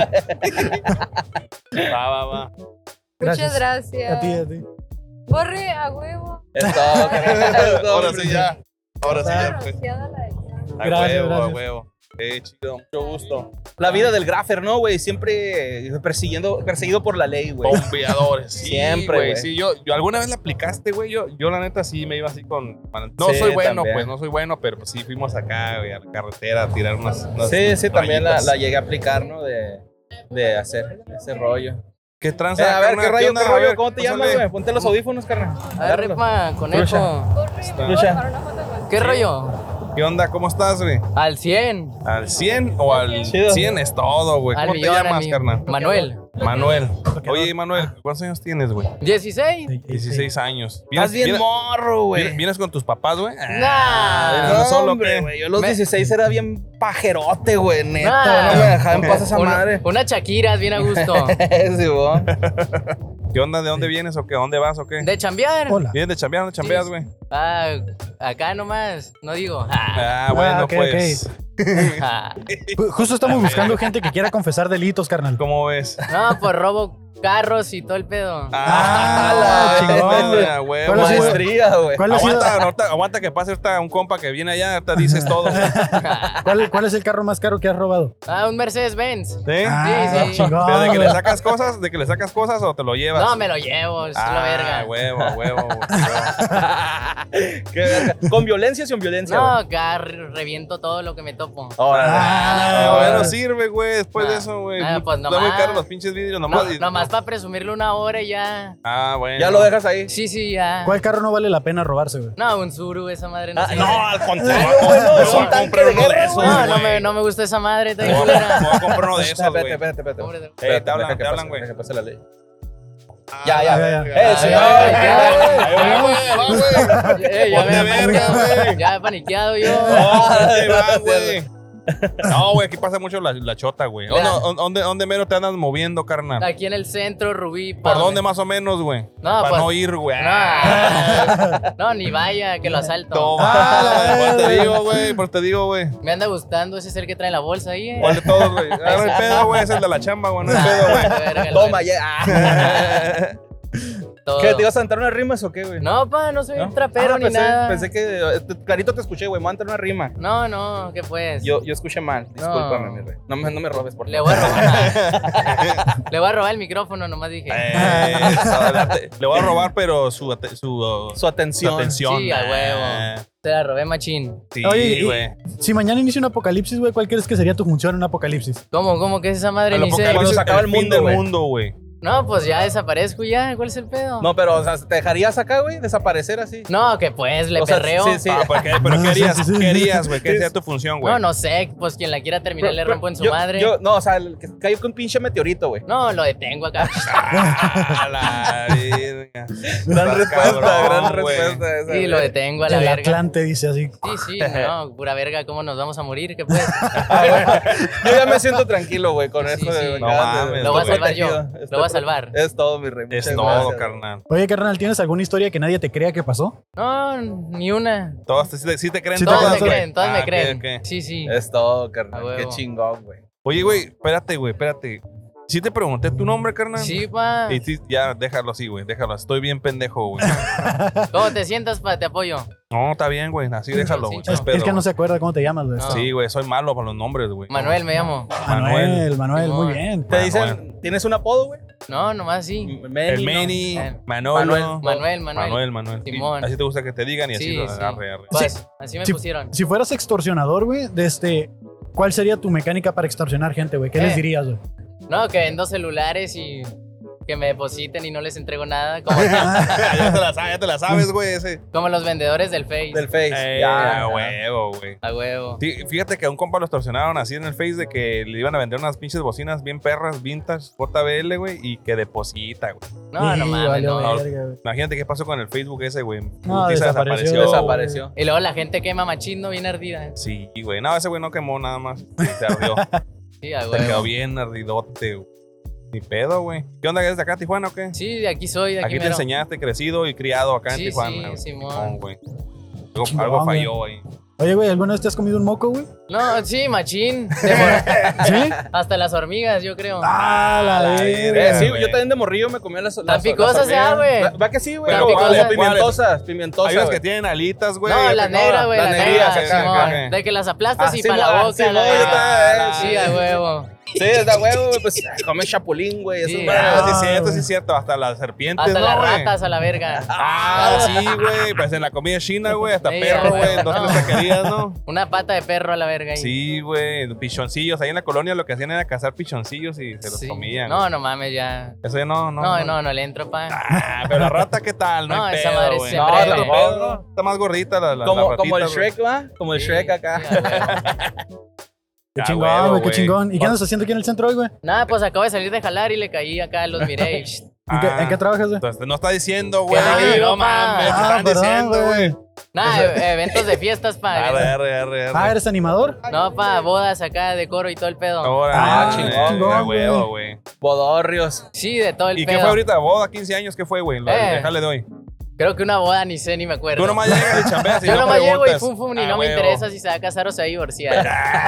güey. Va, va, va. Muchas gracias. A ti, a ti. Borre a huevo. Es todo, carnal. Es todo, Ahora sí ya. Ahora sí ya. pues. Bronceada la de- A Gracias, huevo, a gracias. huevo. Eh, chido, mucho gusto. La vida del graffer, ¿no, güey? Siempre persiguiendo, perseguido por la ley, güey. Bombeadores. Sí, Siempre, güey. güey. Sí, yo, yo alguna vez la aplicaste, güey. Yo, yo la neta sí me iba así con. No Sí, soy bueno, también. pues, no soy bueno, pero pues sí fuimos acá, güey, a la carretera a tirar unas. unas Sí, sí, también la, rayitas. la llegué a aplicar, ¿no? De, de hacer ese rollo. ¿Qué Eh, tranza? a ver, carnal? ¿qué rollo, onda? qué A rollo? ver, ¿Cómo te pásale. llamas, güey? Ponte los audífonos, carnal. Arre, pa, conejo. Trucha. ¿Qué rollo? ¿Qué onda? ¿Cómo estás, güey? Al cien. ¿Al cien o al Chido. cien es todo, güey? Al ¿Cómo te millón, llamas, al mi- carnal? Manuel. Manuel. Oye, Manuel, ¿cuántos años tienes, güey? dieciséis. dieciséis años. Estás bien vienes- morro, güey. vienes- ¿Vienes con tus papás, güey? Nah. ¿vienes No, solo o hombre, qué? güey. Yo a los Me- dieciséis era bien pajerote, güey. Neta, Nah. no me dejaba en paz esa Una- madre. Una Shakira, bien a gusto. Sí, vos. ¿Qué onda? ¿De dónde vienes o qué? ¿Dónde vas o qué? De chambear. Hola. ¿Vienes de chambear? ¿Dónde chambeas, güey? Ah, acá nomás, no digo. Ah, bueno, ok, pues. Ah. Ju- Justo estamos buscando gente que quiera confesar delitos, carnal. ¿Cómo ves? No, pues robo carros y todo el pedo. Ah, la chingón. verga, güey, ¿Cuál ha güey. sido- Maestría, güey. ¿Cuál ha sido- Aguanta, ahorita- aguanta que pase ahorita un compa que viene allá, ahorita dices todo. ¿Sí? ¿Cuál, cuál es el carro más caro que has robado? Ah, un Mercedes Benz. Ah, Sí, sí. chingón. ¿Pero de que le sacas cosas? ¿De que le sacas cosas o te lo llevas? No, me lo llevo, es ah, la verga. huevo, huevo, huevo. Qué verga. ¿Con violencia o sin violencia, güey? No, acá re- reviento todo lo que me topo. Órale. Ah, Ah, bueno, sirve, güey, después de Ah. eso, güey. Ah, pues Está nomás. muy caro los pinches vidrios, nomás. No, y- nomás para presumirlo una hora y ya. Ah, bueno. ¿Ya lo dejas ahí? Sí, sí, ya. ¿Cuál carro no vale la pena robarse, güey? No, un Zuru, esa madre no Ah, sé. no, al contrario, güey. No, es un tanque de guerra, güey. No, no me, no me gusta esa madre. Está Me bien voy culera. a me voy a comprar uno de esos, Espérate, güey. espérate, espérate. Hombre, Eh, Espérate, te hablan, deja que te hablan, pase, güey. deja que pase la ley. Ah, Ya, ya. ya, ya. Eh, sí, Ay, ya, ya, ya, Ahí va, güey, va, güey. Eh, ya Ponte me verga, güey. Ya he paniqueado yo. Ahí va, güey. No, güey, aquí pasa mucho la, la chota, güey. ¿Dónde, dónde, ¿Dónde menos te andas moviendo, carnal? Aquí en el centro, Rubí. ¿Por pa- dónde más o menos, güey? No, Para pues- no ir, güey. No, no, ni vaya, que lo asalto. Toma, por te digo, güey, por te digo, güey. Me anda gustando ese ser que trae la bolsa ahí, eh. ¿Cuál de todos, güey? Ah, no hay pedo, güey, es el de la chamba, güey, no hay pedo, güey. Verga, la Toma, verga. ya. Todo. ¿Qué? ¿Te ibas a entrar unas rimas o qué, güey? No, pa, no soy ¿No? trapero Ah, ni pensé, nada. Pensé que. eh, Clarito te escuché, güey. Me voy a entrar una rima. No, no, ¿qué pues? Yo, yo escuché mal. Discúlpame, mi rey. No me, no me robes, por Le favor. voy a robar. Le voy a robar el micrófono, nomás dije. Eh, eso, le voy a robar, pero su, ate- su, uh, Su atención. su atención. Sí, a huevo. Eh, Te la robé, machín. Sí, Oye, y- güey. Si mañana inicia un apocalipsis, güey, ¿cuál crees que sería tu función en un apocalipsis? ¿Cómo, cómo que es esa madre? El Ni sé. apocalipsis Cuando se acaba es el fin mundo, del güey. mundo, güey. No, pues ya desaparezco ya. ¿Cuál es el pedo? No, pero, o sea, ¿te dejarías acá, güey? ¿Desaparecer así? No, que pues le O sea, perreo. sí, sí. Ah, ¿por qué? ¿Pero No, qué harías? sí, sí, sí. ¿Qué harías, güey? ¿Qué sería tu función, güey? No, no sé. Pues quien la quiera terminar le Pero- rompo en su yo- madre. yo- no, o sea, el que cayó con un pinche meteorito, güey. No, lo detengo acá. A la verga. Gran Estás respuesta, cabrón, gran güey. respuesta esa. Sí, lo güey. detengo a la El verga. Atlante dice así. Sí, sí, no, pura verga, ¿cómo nos vamos a morir? ¿Qué pues? Yo ya me siento tranquilo, güey, con Sí, esto sí. de No venganza, mames, güey. Lo voy a Estoy salvar yo. protegido, estoy Lo voy a pro- salvar. Es todo, mi rey. Es Muchas todo, gracias, güey. carnal. Oye, carnal, ¿tienes alguna historia que nadie te crea que pasó? No, ni una. Todas te, sí te- sí te creen Sí te Todas todas, me creen, güey. creen, todas Ah, me ok, creen. ok. Sí, sí. Es todo, A carnal. huevo. Qué chingón, güey. Oye, güey, espérate, güey, espérate. ¿Sí te pregunté tu nombre, carnal? Sí, pa. Y sí, ya, déjalo así, güey, déjalo. Estoy bien pendejo, güey. ¿Cómo te sientas, pa? Te apoyo. No, está bien, güey, así déjalo, güey. Cincho. no Es, es pedo, es que no güey. se acuerda cómo te llamas, güey. No. Sí, güey, soy malo para los nombres, güey. Manuel me llamo. Manuel, Manuel, Simón. muy bien. Te dicen, ¿tienes un apodo, güey? No, nomás sí. Meni, El ¿no? Meni, Eh, Manolo. Manuel. Manuel, Manuel. Manuel, Manuel. Y Simón. así te gusta que te digan y así Sí, lo sí. arre, arre. Pues, así me Sí. pusieron. Si fueras extorsionador, güey, de este, ¿cuál sería tu mecánica para extorsionar gente, güey? ¿Qué Eh. les dirías, güey? No, que vendo celulares y que me depositen y no les entrego nada. Como, ya, te la sabes, ya te la sabes, güey, ese. como los vendedores del Face. Del Face. Eh, Ya, a huevo, güey. A huevo. Sí, fíjate que a un compa lo extorsionaron así en el Face de que le iban a vender unas pinches bocinas bien perras, vintage, J B L, güey, y que deposita, güey. No, no Sí, mames, valió no. verga, güey. Imagínate qué pasó con el Facebook ese, güey. No, Putiza desapareció. Desapareció. Y luego la gente quema machino bien ardida. Sí, güey. No, ese güey no quemó nada más. Sí, se ardió. Sí, a Se quedó huevo. bien ardidote, güey. Ni pedo, güey. ¿Qué onda? ¿Eres de acá, Tijuana o qué? Sí, de aquí soy, de aquí, Aquí te mero. enseñaste, crecido y criado acá en Sí, Tijuana. sí, güey. Simón. Simón, güey. Algo, Chingón, algo güey. falló ahí. Oye, güey, ¿alguna vez te has comido un moco, güey? No, sí, machín. De mor- ¿Sí? Hasta las hormigas, yo creo. Ah, la la verga. verga. Eh, sí, güey. yo también de morrillo me comía las, las, picosas las ya, hormigas. güey. Va- Va que sí, güey. Pero Pero picosas. pimientosas, pimientosas. Hay unas güey. que tienen alitas, güey. no, la negra, güey, las la negrillas negra. acá, Simón. acá. De que las aplastas Ah, y sí, para la ah, boca. sí, la no, yo verga. también, Sí, a huevo. Sí, es de huevo, güey. Pues come chapulín, güey. Sí, Eso es Ah, madre. sí, es Ah, cierto, güey. sí, es cierto. Hasta las serpientes, Hasta ¿no, las güey? ratas a la verga. Ah, sí, güey. Pues en la comida china, güey. Hasta Sí, perro, güey. güey. Dos, No. tres taquerías, ¿no? Una pata de perro a la verga ahí. Sí, güey. Pichoncillos. Ahí en la colonia lo que hacían era cazar pichoncillos y se los Sí. comían. No, no mames, ya. Eso ya no, no. No, no, no le entro, pa. Ah, pero la rata, ¿qué tal? No, No, hay esa pedo, madre güey. se No, breve. no hay pedo, ¿no? Está más gordita la, la, Como, la como el ratita, güey. Shrek, ¿va? Como el Sí, Shrek acá. sí, a huevo. Qué Ah, chingón, huevo, güey, qué güey. chingón. ¿Y qué andas haciendo aquí en el centro hoy, güey? Nada, pues acabo de salir de jalar y le caí acá, los miré. y, shh. ¿En, qué, Ah. en qué trabajas, güey? Entonces, no está diciendo, güey. Que no, No pa. mames, te Ah, están perdón, diciendo, güey. Nada, e- eventos de fiestas, pa. Arre, arre, arre, arre. Ah, ¿eres animador? No, pa, bodas acá, decoro y todo el pedo. Ahora, Ah, chingón, chingón, a güey. huevo, güey. Bodorrios. Sí, de todo el ¿Y pedo. qué fue ahorita? ¿Boda? ¿quince años? ¿Qué fue, güey? Lo- Eh. Déjale de hoy. Creo que una boda ni sé, ni me acuerdo. Tú nomás llegas y chambeas y Yo no nomás llego y preguntas. fum fum, y Ah, no me huevo. interesa si se va a casar o se va a divorciar.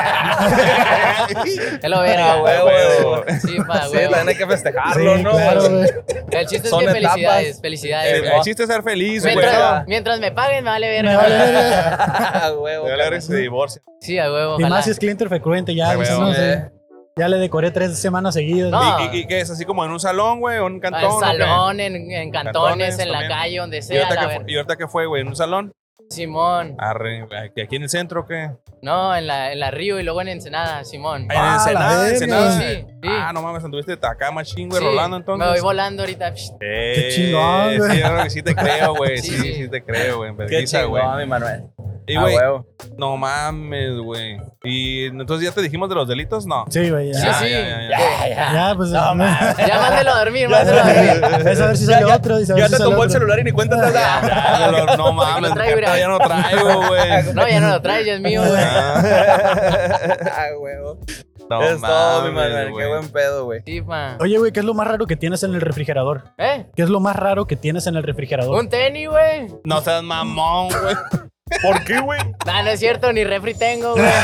Es lo Ah, verga. huevo, huevo. Sí, pa, Sí, huevo. también hay que festejarlo, Sí, ¿no? claro, güey. El chiste es Son que etapas. felicidades, felicidades. El, el chiste es ser feliz, güey. Mientras, ¿no? mientras me paguen, me vale verga. Me vale verga. Ah, huevo. De hablar y se divorcia. Sí, a huevo. Y ojalá. más si es cliente frecuente, ya, Ah, dices, huevo. no sé. Eh. Ya le decoré tres semanas seguidas. No. ¿Y, y, y qué es? ¿Así como en un salón, güey? ¿O en un cantón? En o qué? salón, en, en cantones, Cantones en la también. calle, donde ¿Y sea. ahorita, la qué verga. fue, ¿Y ahorita qué fue, güey? ¿En un salón? Simón. Arre, ¿aquí en el centro o qué? No, en la, en la Río y luego en Ensenada, Simón. Ah, en Ensenada, Ensenada. Sí, sí, sí. Ah, no mames, anduviste acá machín, güey, Sí, rolando entonces. Me voy volando ahorita. Eh, Qué chingón, güey. Sí, yo creo que sí te creo, güey. Sí, Sí, sí, sí. te creo, güey. Qué Vergüenza, güey. chingón, mi Manuel. Y, Ah, güey, huevo. no mames, güey. Y entonces ya te dijimos de los delitos, no. Sí, güey. Sí, Ya, sí. ya, ya, ya. Ya, ya. ya, pues. No, no. Ya mándelo a dormir, mándelo a dormir. Es a ver si sale Ya- otro. y a ver Ya si te sale tomó el otro. celular y ni cuenta te da. Ya, no, no mames, lo traigo, neta, mira. ya no traigo, güey. No, ya no lo traes, ya es mío, güey. Ah, huevo. No Es todo, mi mames, Manuel. güey. Qué buen pedo, güey. Sí, pa. Oye, güey, ¿qué es lo más raro que tienes en el refrigerador? ¿Eh? ¿Qué es lo más raro que tienes en el refrigerador? Un tenis, güey. No seas mamón, güey. ¿Por qué, güey? Nah, no es cierto, ni refri tengo, güey.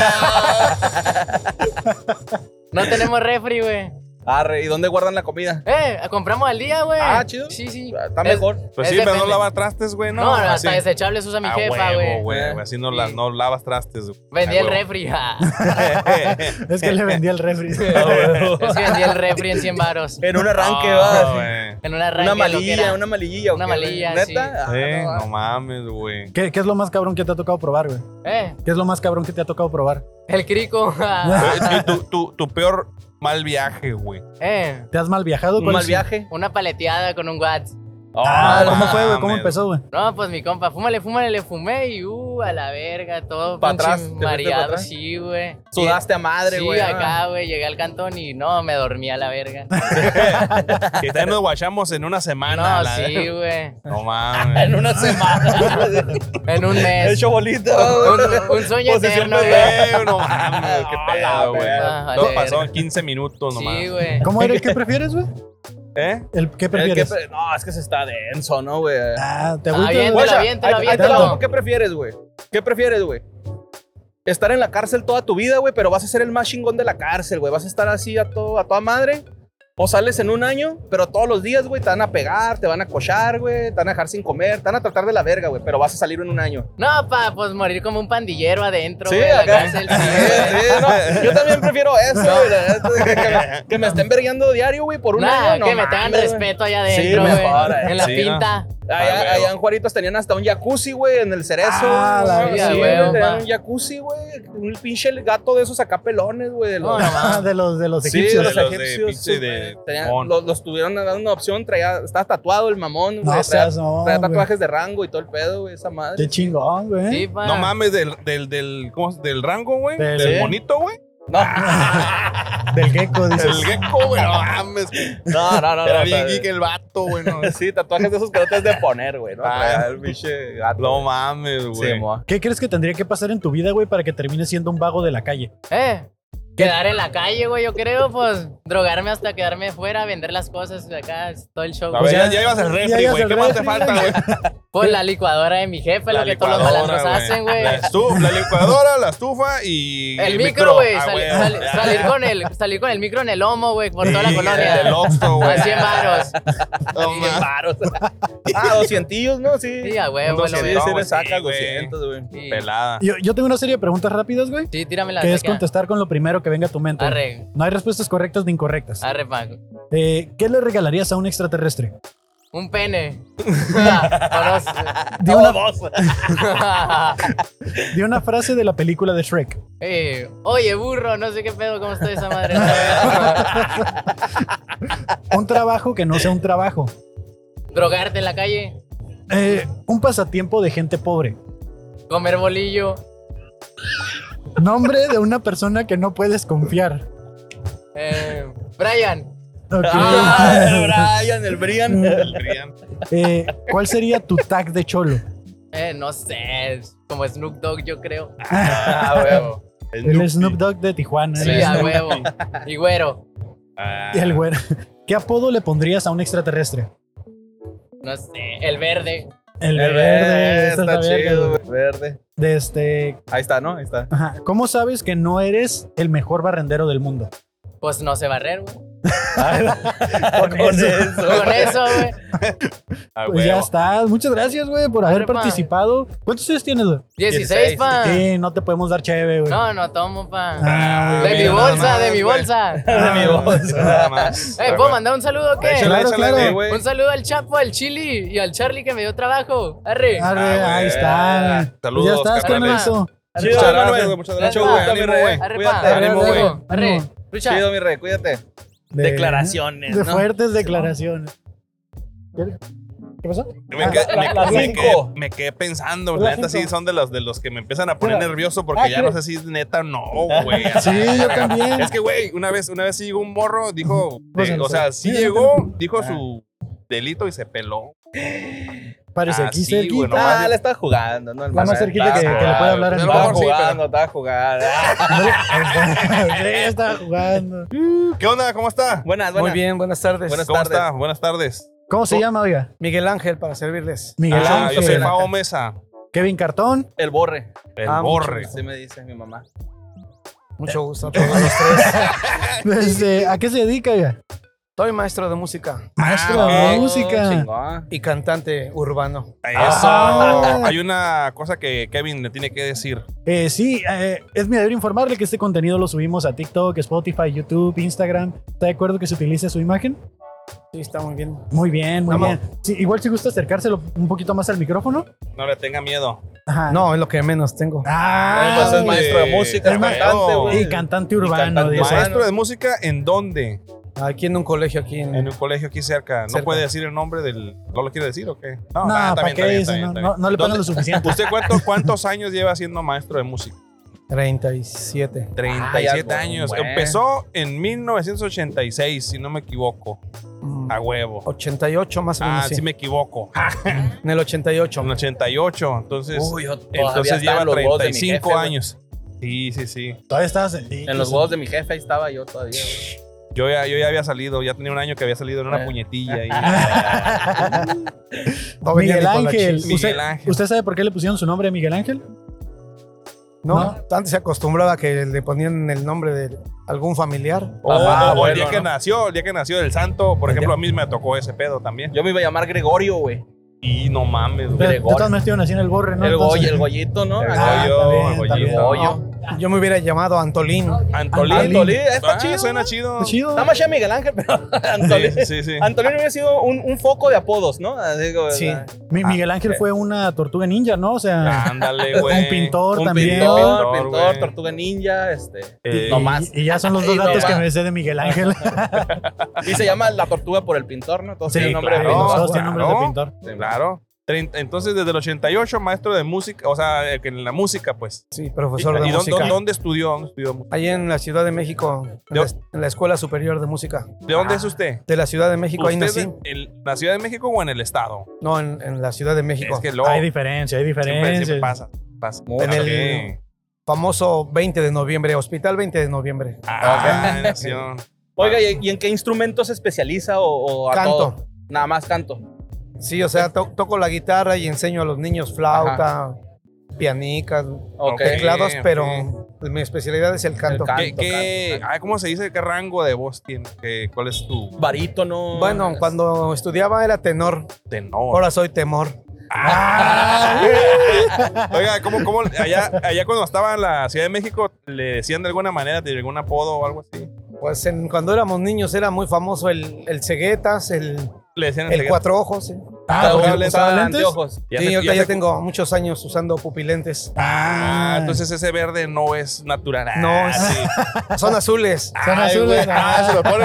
No tenemos refri, güey. Arre, ¿y dónde guardan la comida? Eh, compramos al día, güey. Ah, chido. Sí, sí. Está Es- mejor. Pues Es sí, pero no depende. lavas trastes, güey, ¿no? No, no, Así. hasta desechables usa mi A jefa, huevo, güey. güey. Así no, Sí. la- no lavas trastes, güey. Vendí A el huevo. refri. ja. Es que le vendí el refri. Es que vendí el refri en cien varos. En un arranque, Ah, va. güey. En una arranque, Una lo que malilla, era. una malilla. ¿o Una qué, güey? malilla, ¿Neta? sí. Ah, Eh, no, no mames, güey. ¿Qué, ¿Qué es lo más cabrón que te ha tocado probar, güey? Eh, ¿Qué es lo más cabrón que te ha tocado probar? el crico. Güey, tu, tu, tu peor mal viaje, güey. Eh, ¿Te has mal viajado? Un ¿Cuál mal es- viaje. una paleteada con un watts. Ah, no ¿cómo fue, güey? ¿Cómo mames. empezó, güey? No, pues mi compa, fúmale, fúmale, le fumé y uh, a la verga, todo ¿Pa' pinche atrás? ¿Te fuiste pa' mareado, atrás? sí, güey. Sudaste a madre, Sí, güey. acá, güey, llegué al cantón y no, me dormí a la verga. Que también nos guachamos en una semana. No, la- sí, güey. No mames. En una semana. En un El mes. chobolito. Un, un sueño Posición eterno, bebé. güey. Eh, no mames, qué pedo, güey. Ah, Todo vale, pasó en verga. quince minutos nomás. Sí, güey. ¿Cómo era el que prefieres, güey? ¿Eh? ¿El qué El que prefieres? pre- No, es que se está denso, ¿no, güey? Ah, ¿te Ah, agüitas, bien, güey? te la Guacha, aviento, la ahí- ahí te aviento. la hago. ¿Qué prefieres, güey? ¿Qué prefieres, güey? Estar en la cárcel toda tu vida, güey, pero vas a ser el más chingón de la cárcel, güey. Vas a estar así a, todo, a toda madre. O sales en un año, pero todos los días, güey, te van a pegar, te van a cochar, güey, te van a dejar sin comer, te van a tratar de la verga, güey, pero vas a salir en un año. No, pa, pues morir como un pandillero adentro, Sí, güey. de la acá. cárcel, sí, Sí, güey. sí, no, yo también prefiero eso, güey. la neta, que, que me, que me estén vergueando diario, güey, por un Nah, año. No que me tengan mames, güey. respeto allá Sí, adentro, güey. mejor, eh. En la Sí, pinta. Allá, Ah, huevo. allá en Juaritos tenían hasta un jacuzzi, güey, en el cerezo. Ah, la güey, verga, sí, güey, güey, tenían pa. un jacuzzi, güey. Un pinche gato de esos acá pelones, güey. de No, los- no Ah, mames. de los, de los Sí, egipcios. los de los de egipcios. pinche sí, de güey. Tenían- Mon. los, los tuvieron dando una opción, traía, estaba tatuado el mamón, No güey. Traía, seas no, traía güey. tatuajes de rango y todo el pedo, güey, esa madre. Qué chingón, güey. Sí, pa. No mames, del, del, del, ¿cómo es? Del rango, güey. Del- Del Sí. monito, güey. No, Del gecko, dices. El gecko, güey. No mames. no, no, no. Era no, bien no, geek el vato, güey. No, Sí, tatuajes de esos que no te has de poner, güey, ¿no? Ah. Traía el pinche gato. no mames, güey. Sí, mo. ¿Qué crees que tendría que pasar en tu vida, güey, para que termines siendo un vago de la calle? Eh. Quedar en la calle, güey, yo creo, pues, drogarme hasta quedarme fuera, vender las cosas de acá, todo el show. A Pues ver, ya- ya, ya ibas al ya refri, ibas güey. al ¿Qué más te refri, falta, güey. güey? Pues la licuadora de mi jefe, lo que todos los malandros hacen, güey. La, estu- la licuadora, la estufa y El micro, güey. Ah, sali- güey. sali- salir, con el, salir con el micro en el lomo, güey, por toda la Sí, colonia. el Oxxo, güey. A cien varos. No Bien mames. varos. Ah, doscientillos, ¿no? Sí. Sí, a huevo, Un lo Sí, veo. sí güey, le sacas sí, güey. doscientos, güey. Sí. Pelada. Yo, yo tengo una serie de preguntas rápidas, güey, Sí, tírame la que es seca. contestar con lo primero que venga a tu mente. Arre, No hay respuestas correctas ni incorrectas. arre, Paco. Eh, ¿Qué le regalarías a un extraterrestre? Un pene. Conoce. Di una, di una frase de la película de Shrek. Eh, oye, burro, no sé qué pedo, cómo está esa madre. Un trabajo que no sea un trabajo. Drogarte en la calle. Eh, un pasatiempo de gente pobre. Comer bolillo. Nombre de una persona que no puedes confiar. Eh, Brian. Ok. Ah, el Brian, el Brian. El Brian. Eh, ¿Cuál sería tu tag de cholo? Eh, no sé, es como Snoop Dogg, yo creo. Ah, huevo. El Snoop Dogg de Tijuana. Sí, el a Snoop- huevo. Y güero. Ah, Y el güero. ¿Qué apodo le pondrías a un extraterrestre? No sé, el verde. El, El verde. verde, esta está es la verga, chido, güey. güey. Verde. De este. Ahí está, ¿no? Ahí está. Ajá. ¿Cómo sabes que no eres el mejor barrendero del mundo? Pues no sé barrer, güey. Con eso. Con eso, güey. Ah, Pues ya huevo. está. Muchas gracias, güey, por haber Arre, pa. participado. ¿Cuántos años tienes, güey? dieciséis, pa. Sí, no te podemos dar cheve, güey. No, no tomo, pa. Ah, muy de mi bien, bolsa, nada de más, mi güey. bolsa. De mi bolsa. Nada más. Eh, ¿puedo mandar un saludo o qué? Échale, Claro, échale, claro. güey. Un saludo al Chapo, al Chili y al Charlie que me dio trabajo. Arre. Arre, Ah, ahí güey. está. Saludos, Ya estás, carnales. carnalito. Chido, Muchas Manuel. gracias, güey. Muchas gracias, Mucho güey. gusto, mi Ánimo, rey. güey. Arre, Cuídate, pa. ánimo, Arre, güey. luego. Arre. Ánimo. Lucha. Chido, mi rey, cuídate. De- Declaraciones, De ¿no? fuertes declaraciones. ¿Qué ¿Qué pasó? Me, quedé, me- la me cinco. quedé- me quedé pensando, La la neta sí cinco. son de los, de los que me empiezan a poner Mira. nervioso porque Ah, ya ¿qué? no sé si es neta o no, güey. Sí, yo también. Es que, güey, una vez, una vez sí llegó un morro, dijo, Pues, eh, no o sé. sea, sí Sí, llegó, dijo su delito y se peló. Parece Ah, aquí sí, güey, cerquita. nomás Ah, le estaba jugando, ¿no? El La más Manuel. cerquita que, que le puede hablar a mi A lo Estaba mejor sí, jugando, estaba jugando. Sí, estaba jugando. ¿Qué onda? ¿Cómo está? Buenas, Muy buenas. bien, buenas tardes. Buenas ¿Cómo tardes. está? Buenas tardes. ¿Cómo se llama, oiga? Miguel Ángel, para servirles. Miguel Ah, yo soy Ángel. Fao Mesa, Kevin Cartón. El borre. el Ah, borre. Así me dice mi mamá. Mucho gusto a todos los tres. Este, ¿a qué se dedica, oiga? Soy maestro de música Maestro Ah, de ok. música. Chingón. y cantante urbano. Eso. Ah. Hay una cosa que Kevin le tiene que decir. Eh, sí, eh, es mi deber informarle que este contenido lo subimos a TikTok, Spotify, YouTube, Instagram. ¿Está de acuerdo que se utilice su imagen? Sí, está muy bien. Muy bien, muy Vamos. bien. Sí, igual si gusta acercárselo un poquito más al micrófono. No le tenga miedo. Ajá. No, es lo que menos tengo. Ah, Pues es güey. maestro de música, Es es ma- cantante, güey. Y cantante urbano. cantante dice. urbano. ¿Maestro de música en dónde? Aquí en un colegio, aquí en... En un colegio aquí cerca. ¿No Cerca. puede decir el nombre del... ¿No lo quiere decir o qué? No, nada, está ¿para bien, qué está bien, dice? está bien, No, está no, bien. no le ponen lo ¿Dónde- suficiente. ¿Usted cuánto- cuántos años lleva siendo maestro de música? treinta y siete. treinta y siete Ah, ya, años. bueno. Empezó en mil novecientos ochenta y seis, si no me equivoco. Mm, A huevo. ochenta y ocho más o menos, Ah, sí. sí me equivoco. En el ochenta y ocho. En ochenta y ocho. Entonces, Uy, yo todavía entonces estaba lleva en los huevos de mi treinta y cinco jefe, güey. años. Sí, sí, sí. Todavía estás en, En los huevos de mi jefe ahí estaba yo todavía, güey. Yo ya, yo ya había salido, ya tenía un año que había salido en una Eh. puñetilla. ahí. No venía Miguel ni con la Ángel. chis. Miguel ¿Usted, Ángel. ¿Usted sabe por qué le pusieron su nombre a Miguel Ángel? No, ¿No? antes se acostumbraba que le ponían el nombre de algún familiar. O, Ah, o el bueno, día que ¿no? nació, el día que nació del santo, por El ejemplo, día- a mí me tocó ese pedo también. Yo me iba a llamar Gregorio, güey. Y no mames, güey. De Gregorio. todas maneras te iban así en el borre, ¿no? El Entonces- Goyo, el Goyito, ¿no? El Acá. Ah, Goyo, está bien, el está bien. Goyito. Goyo. Yo me hubiera llamado Antolín. Antolín. Antolín, está Ah, chido. Suena chido. Está chido. Está más chido Miguel Ángel, pero Antolín. Sí, sí, sí. Antolín hubiera sido un, un foco de apodos, ¿no? Así como, Sí. Mi- Miguel Ángel fue una tortuga ninja, ¿no? O sea, Ándale, güey. un pintor Un también. pintor, Pintor, pintor, güey. tortuga ninja, este. Eh, no más. Y, y ya son los dos Y no datos que más. me sé de Miguel Ángel. Y se llama la tortuga por el pintor, ¿no? Todos Sí, tienen nombre de claro. pintor. Todos tienen nombres de claro. pintor. Sí, Claro. Treinta- Entonces, desde el ochenta y ocho, maestro de música, o sea, eh, que en la música, pues. Sí, ¿Y, profesor de y dónde, música. dónde estudió? ¿Dónde estudió música? Ahí en la Ciudad de México, en ¿De- la, en la Escuela Superior de Música. ¿De dónde es usted? De la Ciudad de México, ahí ¿Usted nací. en la Ciudad de México o en el estado? No, en, en la Ciudad de México. Es que luego Hay diferencia, hay siempre, diferencia. siempre pasa. pasa. Muy En el- Ok. Famoso veinte de noviembre, Hospital veinte de noviembre. Ah, nación. Oiga, ¿y, y en qué instrumento se especializa o, o a Canto. todo? Nada más canto. Sí, o sea, to- toco la guitarra y enseño a los niños flauta, pianicas, Ok. teclados, ok. pero mi especialidad es el canto. El canto. ¿Qué, qué, canto. ah, ¿Cómo se dice? ¿Qué rango de voz tiene? ¿Qué- ¿Cuál es tu Barítono. Bueno, cuando estudiaba era tenor, tenor? ahora soy temor. Ah, Oiga, ¿cómo, cómo allá, allá cuando estaba en la Ciudad de México le decían de alguna manera, de algún apodo o algo así? Pues en- cuando éramos niños era muy famoso el, el ceguetas, el, Le decían el enseguida. cuatro ojos. Sí, Ah, ¿porque ¿porque usaba usaba lentes? lentes? Anteojos. Ya Sí, se- ahorita ya ya se- tengo muchos años usando pupilentes. Ah, Ah, entonces ese verde no es natural. Ah, No, es- sí. Son azules. Son Ay, azules, güey. ah. Ah, se lo pone.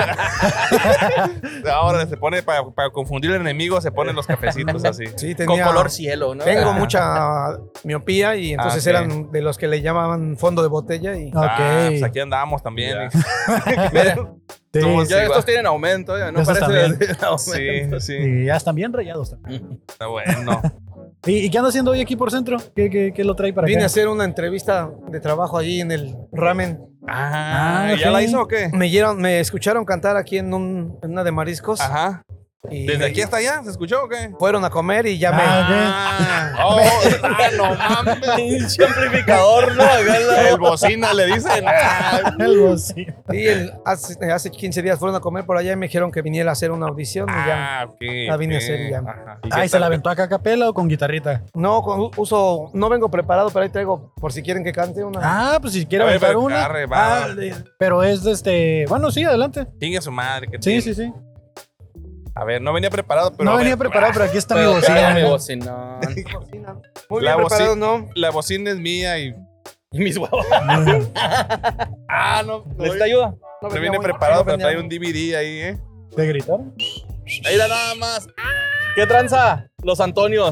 Ahora se pone para, para confundir al enemigo, se ponen los cafecitos así. Sí, Con tenía, color cielo, ¿no? tengo Ah. mucha miopía y entonces Ah, ok. eran de los que le llamaban fondo de botella y ok. Ah, pues aquí andamos también. Mira, Sí, somos- sí, ya sí, estos va. tienen aumento, ya, no Estos parece también. que tienen aumento. Sí, sí. y ya están bien rayados también. Está bueno. ¿Y, y qué anda haciendo hoy aquí por centro? ¿Qué, qué, qué lo trae para vine a acá? hacer una entrevista de trabajo allí en el ramen. Ah, Ah, ¿ya ok. la hizo o qué? Me, dieron, me escucharon cantar aquí en, un, en una de mariscos Ajá. Y ¿Desde me- aquí hasta allá? ¿Se escuchó o qué? Fueron a comer y ya Ah, oh, ah, no mames. Pinche amplificador, ¿no? El bocina le dicen. Ah, El bocina. me... Y el- hace, hace quince días fueron a comer por allá y me dijeron que viniera a hacer una audición y ya. ah, ok. La vine a ok. hacer y ya. Ajá. ¿Y qué Ay, ¿se tal? la aventó acá a capela o con guitarrita? No, con- uso, no vengo preparado, pero ahí traigo, por si quieren que cante una. Ah, pues si quiere A ver, aventar pero una. arre, va, Ah, va. de- pero es de este. Bueno, sí, adelante. Chingue su madre. que Sí, tiene. sí, sí. A ver, no venía preparado, pero. No a ver. venía preparado, pero aquí está mi Pero bocina. mi bocina. Muy La bien preparado, boci- ¿no? La bocina es mía y. Y mis huevos. Ah, no. ¿Necesita ayuda? No No venía viene muy- preparado, no pero venía- trae un D V D ahí, ¿eh? ¿Te gritaron? Ahí da nada más. ¿Qué tranza? Los Antonios.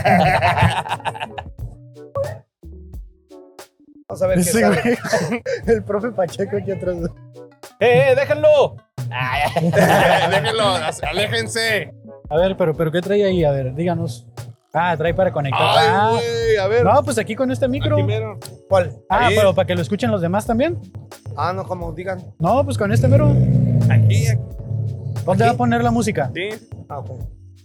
Vamos a ver qué Ese sale. güey. El profe Pacheco aquí atrás. ¡Eh, eh, déjenlo! Déjenlo, aléjense. A ver, pero, pero ¿qué trae ahí? A ver, díganos. Ah, trae para conectar. Ay, Ah, güey, a ver. no, pues aquí con este micro. Aquí mero. ¿Cuál? Ah, Ahí. pero para que lo escuchen los demás también. Ah, no, como digan. No, pues con este mero. Aquí, aquí. ¿Dónde va a poner la música? Sí. Ah, ok.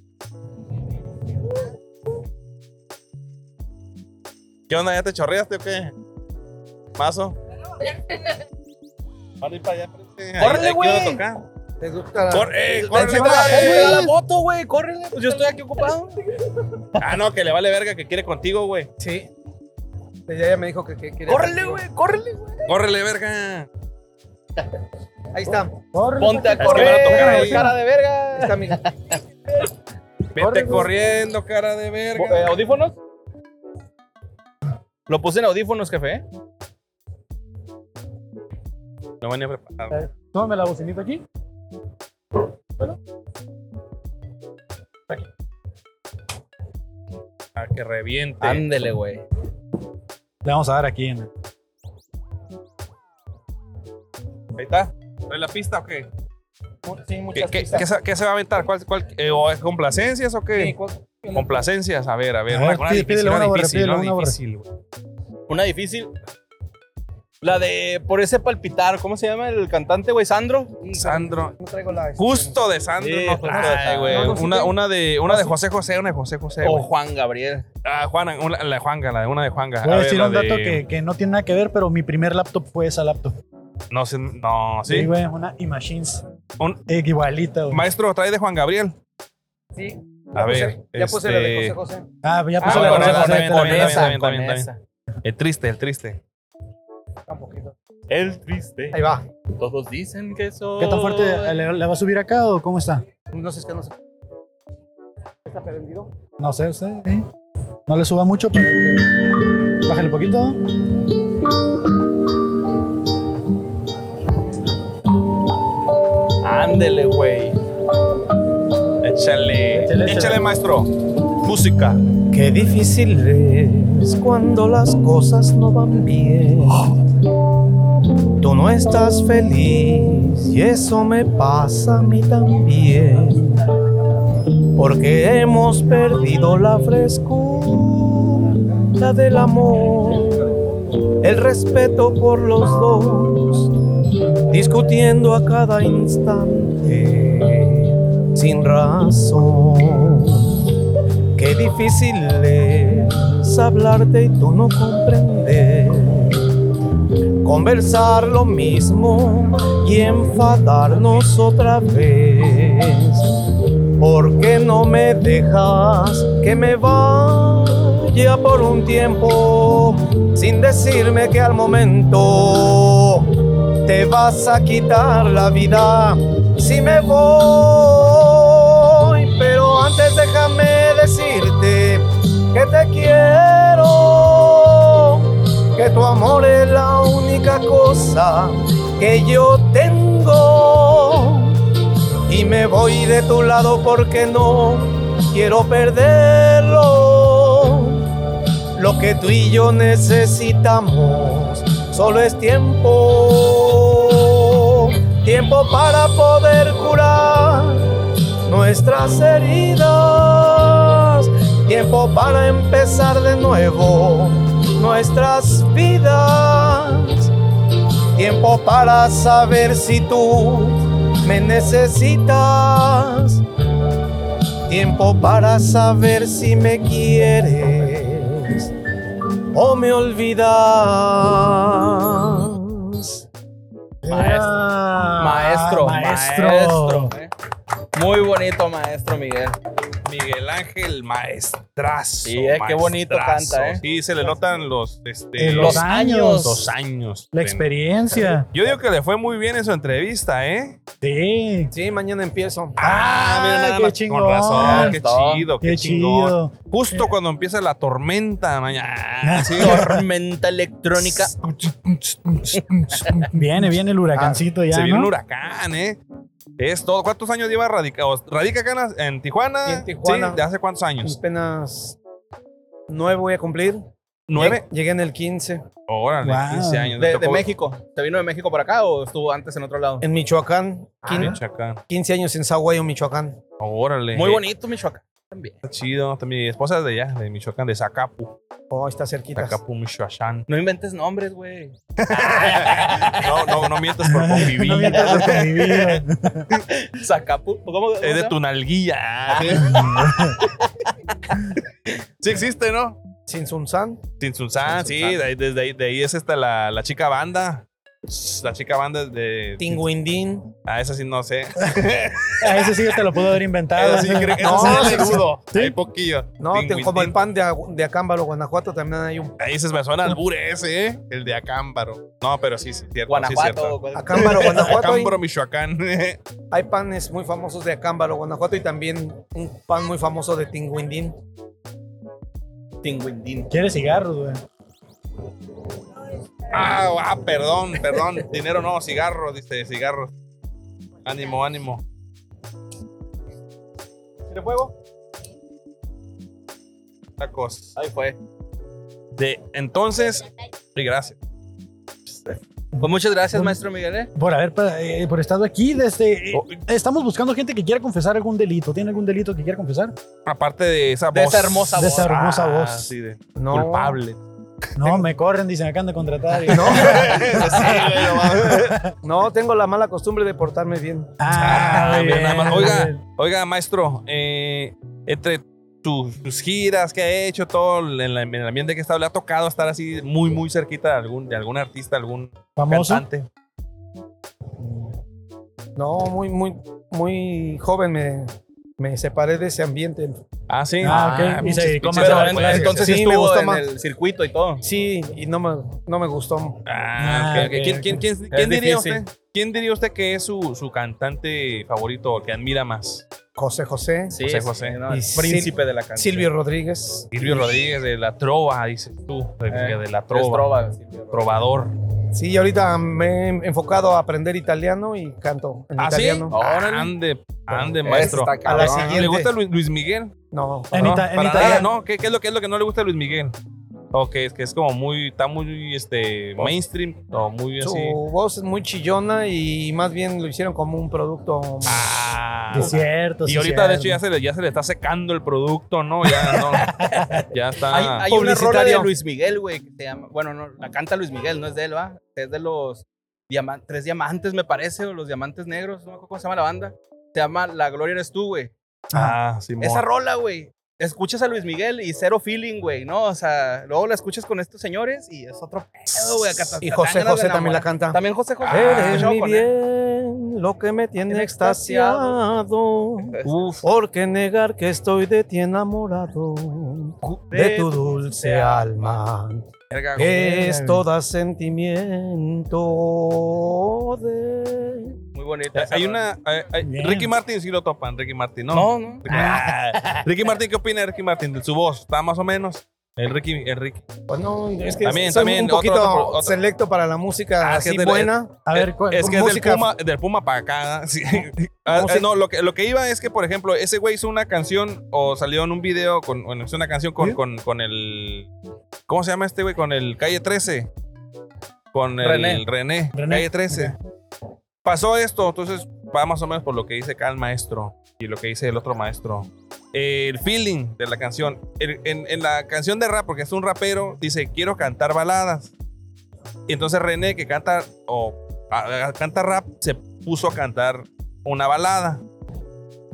¿Qué onda? ¿Ya te chorreaste o qué? ¿Mazo? Vale, ir para allá, espérate. Ahí- ¡Córrele, ahí güey! quiero tocar. ¿Te gusta la- Cor- eh, Ven, córrele, súbela, güey. ¡Eh, güey. la moto, güey! ¡Córrele! Pues yo estoy aquí ocupado. Ah, no, que le vale verga que quiere contigo, güey. Sí. Ella ya me dijo que, que quería. ¡Córrele, contigo. güey! ¡Córrele, güey! Córrele, verga. Ahí está. Ponte a Es que correr, van a tocar ahí. cara de Ahí verga. está mi. Vete corriendo, cara de Eh, verga. ¿Audífonos? Lo puse en audífonos, jefe, ¿eh? No venía preparado. Eh, Tómame la bocinita aquí. A que reviente. Ándele, güey. Le vamos a dar aquí en. Ahí está. ¿Trae la pista o qué? Sí, ¿Qué, muchas qué- pistas. qué se, qué se va a aventar? ¿Cuál, cuál, eh, o es ¿Complacencias o Sí, qué? ¿cuál- Complacencias, a ver, a ver. A Una, ver, una pide- difícil, pídele una una, borre, difícil, pídele una una, borre. difícil, güey. Una difícil. La de Por ese palpitar. ¿Cómo se llama el cantante, güey? ¿Sandro? Sandro. No traigo la. Justo de Sandro. Sí, no justo de trae, Sandro. güey. No, no, sí una, trae. una de, una de José José, una de José José. O güey. Juan Gabriel. Ah, Juana, una- la de Juanga, la de una de Juanga. Voy a ver, decir la un dato de- que, que no tiene nada que ver, pero mi primer laptop fue esa laptop. No sé, no, Sí, sí. güey, una iMachines. Un- Eh, igualita, güey. Maestro, trae de Juan Gabriel. Sí. A Ya puse- ver, Ya puse la de este- José José. Ah, ya Ah, puso Ah, la bueno, José está José, bien, te la está bien, vi. está bien, está con bien, está esa. bien. El triste, el triste. Un poquito. El triste. Ahí va. Todos dicen que soy. ¿Qué tan fuerte? ¿Le, le va a subir acá o cómo está? No sé, es que no sé. ¿Está prendido? No sé, usted. ¿eh? No le suba mucho, pero que- bájale un poquito. Ándele, güey. Échale. Échale, Échale, maestro. Música. Qué difícil es cuando las cosas no van bien. Tú no estás feliz y eso me pasa a mí también. Porque hemos perdido la frescura del amor, el respeto por los dos, discutiendo a cada instante sin razón. Qué difícil es hablarte y tú no comprender, conversar lo mismo y enfadarnos otra vez. ¿Por qué no me dejas que me vaya por un tiempo sin decirme que al momento te vas a quitar la vida si me voy? Pero antes déjame decirte que te quiero, que tu amor es la única cosa que yo tengo. Y me voy de tu lado porque no quiero perderlo. Lo que tú y yo necesitamos solo es tiempo. Tiempo para poder curar nuestras heridas. Tiempo para empezar de nuevo nuestras vidas. Tiempo para saber si tú me necesitas tiempo para saber si me quieres o me olvidas. Maestro, maestro, maestro. maestro, eh. Muy bonito, maestro Miguel. Miguel Ángel, maestrazo. Sí, eh, qué bonito maestrazo. canta, ¿eh? Sí, se le notan los, este, Eh, los años. Los años. La experiencia. Yo digo que le fue muy bien en su entrevista, ¿eh? Sí. Sí, mañana empiezo. Ah, mira, nada qué más. chingón. Con razón, qué Todo. chido, qué, Qué chingón. chido. Justo cuando empieza la tormenta mañana. Sí. Tormenta electrónica. Viene, viene el huracancito ya, Se viene ¿no? un huracán, ¿eh? Es todo. ¿Cuántos años lleva radicado? ¿Radica acá en, en Tijuana? Sí, en Tijuana. Sí, ¿de hace cuántos años? Apenas nueve voy a cumplir. ¿Nueve? Llegué, llegué en el quince. Órale, Wow. quince años. De, ¿Te de tocó? México. ¿Te vino de México para acá o estuvo antes en otro lado? En Michoacán. Ah, quin- Michoacán. quince años en Sahuayo, Michoacán. Órale. Muy bonito, Michoacán. También. Está chido. Mi esposa es de allá, de Michoacán, de Zacapu. Oh, está cerquita. Zacapu, Michoacán. No inventes nombres, güey. No, no, no mientas por convivir. No mientas por convivir. Zacapu. ¿Cómo, Es de tu nalguilla. Sí existe, ¿no? Sin Sunsan. Sin Sunsan, sí. De ahí, desde ahí, de ahí es esta la, la chica banda. La chica banda de... Tinguindín. Ah, esa sí no sé. A ese sí te lo pudo haber inventado. Esa sí, creo que No, esa sí sí, le sí. dudo. ¿Sí? Hay poquillo. No, te- Tinguindín. como el pan de, Agu- de Acámbaro, Guanajuato, también hay un Ahí se me suena albur ese, ¿eh? El de Acámbaro. No, pero sí, sí, cierto. Sí, Guanajuato. cierto. ¿cuál? Acámbaro, Guanajuato. hay, Acámbaro, Michoacán. hay panes muy famosos de Acámbaro, Guanajuato y también un pan muy famoso de Tinguindín. Tinguindín. Quiere cigarros, güey. Ah, ah, perdón, perdón. Dinero no, cigarros, dice, cigarros. Ánimo, ánimo. ¿Tiene fuego? Tacos. Ahí fue. De entonces, sí, gracias. Pues muchas gracias, maestro Miguel. ¿eh? Por haber eh, por estado aquí. Desde, eh, estamos buscando gente que quiera confesar algún delito. ¿Tiene algún delito que quiera confesar? Aparte de esa De voz. esa hermosa De voz. esa hermosa Ah, voz. sí, de No. culpable. No, me corren, dicen, me acaban de contratar. No, Sí, güey, no mames. no, tengo la mala costumbre de portarme bien. Ah, muy Mira, bien, nada más. muy Oiga, bien. oiga, maestro, eh, entre tus, tus giras que ha hecho, todo en, la- en el ambiente que está, ¿le ha tocado estar así muy, muy cerquita de algún, de algún artista, algún ¿Famoso? cantante? No, muy, muy, muy joven me, me separé de ese ambiente. Ah, sí. Ah, ok. Y se pinches- dedicó pinches más a la aventuras. Entonces Sí, me estuvo gustó en más. el circuito y todo. Sí, y no me, no me gustó. Ah, Ah, ok, ok. ok, ¿Quién, ok. quién- quién- quién diría difícil. usted? ¿Quién diría usted que es su, su cantante favorito o que admira más? José José, Sí, José sí, José. no, el Y príncipe de la canción. Silvio Rodríguez. Silvio Rodríguez de la trova, dices tú, de, Eh, de la Es trova. trova, Silvio. Trovador. Sí, ahorita me he enfocado a aprender italiano y canto en ¿Ah, sí? italiano. Órale. Ande, ande, Ese maestro. está A la cabrón. siguiente. ¿Le gusta Luis, Luis Miguel? No, En, No, ita- en para italiano. nada, ¿no? ¿Qué, qué es lo que es lo que no le gusta a Luis Miguel? O que es que es como muy, está muy este mainstream, o muy su así. voz es muy chillona y más bien lo hicieron como un producto. Ah, Sí, es cierto. y sí, ahorita de cierto. hecho ya se, le, ya se le está secando el producto, ¿no? Ya no. Ya está. Hay, hay una rola de Publicitario. Luis Miguel, güey, que se llama. Bueno, no, la canta Luis Miguel, no es de él, ¿va? Es de los diaman- tres diamantes, me parece, o los diamantes negros, no me acuerdo cómo se llama la banda. Se llama La Gloria Eres Tú, güey. Ah, sí, Esa rola, güey. Escuchas a Luis Miguel y cero feeling, güey, ¿no? O sea, luego la escuchas con estos señores y es otro pedo, güey. acá te- Y te José dan ganas de José también la enamorar. canta. También José José. Eres escuchado mi con él. bien, lo que me tiene Tiene extasiado. Uf. ¿Por qué negar que estoy de ti enamorado? De tu dulce alma, Verga, que es toda sentimiento de... Muy bonita. Eh, esa Hay rola. una. hay- hay- Bien. Ricky Martin sí lo topan, Ricky Martin, ¿no? No, no. Ricky, Ah, Ricky Martin, ¿qué opina de Ricky Martin? De su voz, ¿está más o menos? El Ricky, el Ricky. Bueno, es que También, soy también, un poquito otro- otro- otro. selecto para la música Ah, es que así es del- buena. A ver, ¿cuál- Es que es del música- Puma, del Puma para acá. Sí. Ah, Música- eh, no, lo que, lo que iba es que, por ejemplo, ese güey hizo una canción o salió en un video con, bueno, hizo una canción con, ¿Sí? con, con el. ¿Cómo se llama este güey? Con el Calle trece. Con el René. René. René. Calle trece. Pasó esto, entonces va más o menos por lo que dice acá el maestro y lo que dice el otro maestro. El feeling de la canción. El- en, en la canción de rap, porque es un rapero, dice: quiero cantar baladas. Y entonces René, que canta o a- a- canta rap, se puso a cantar una balada.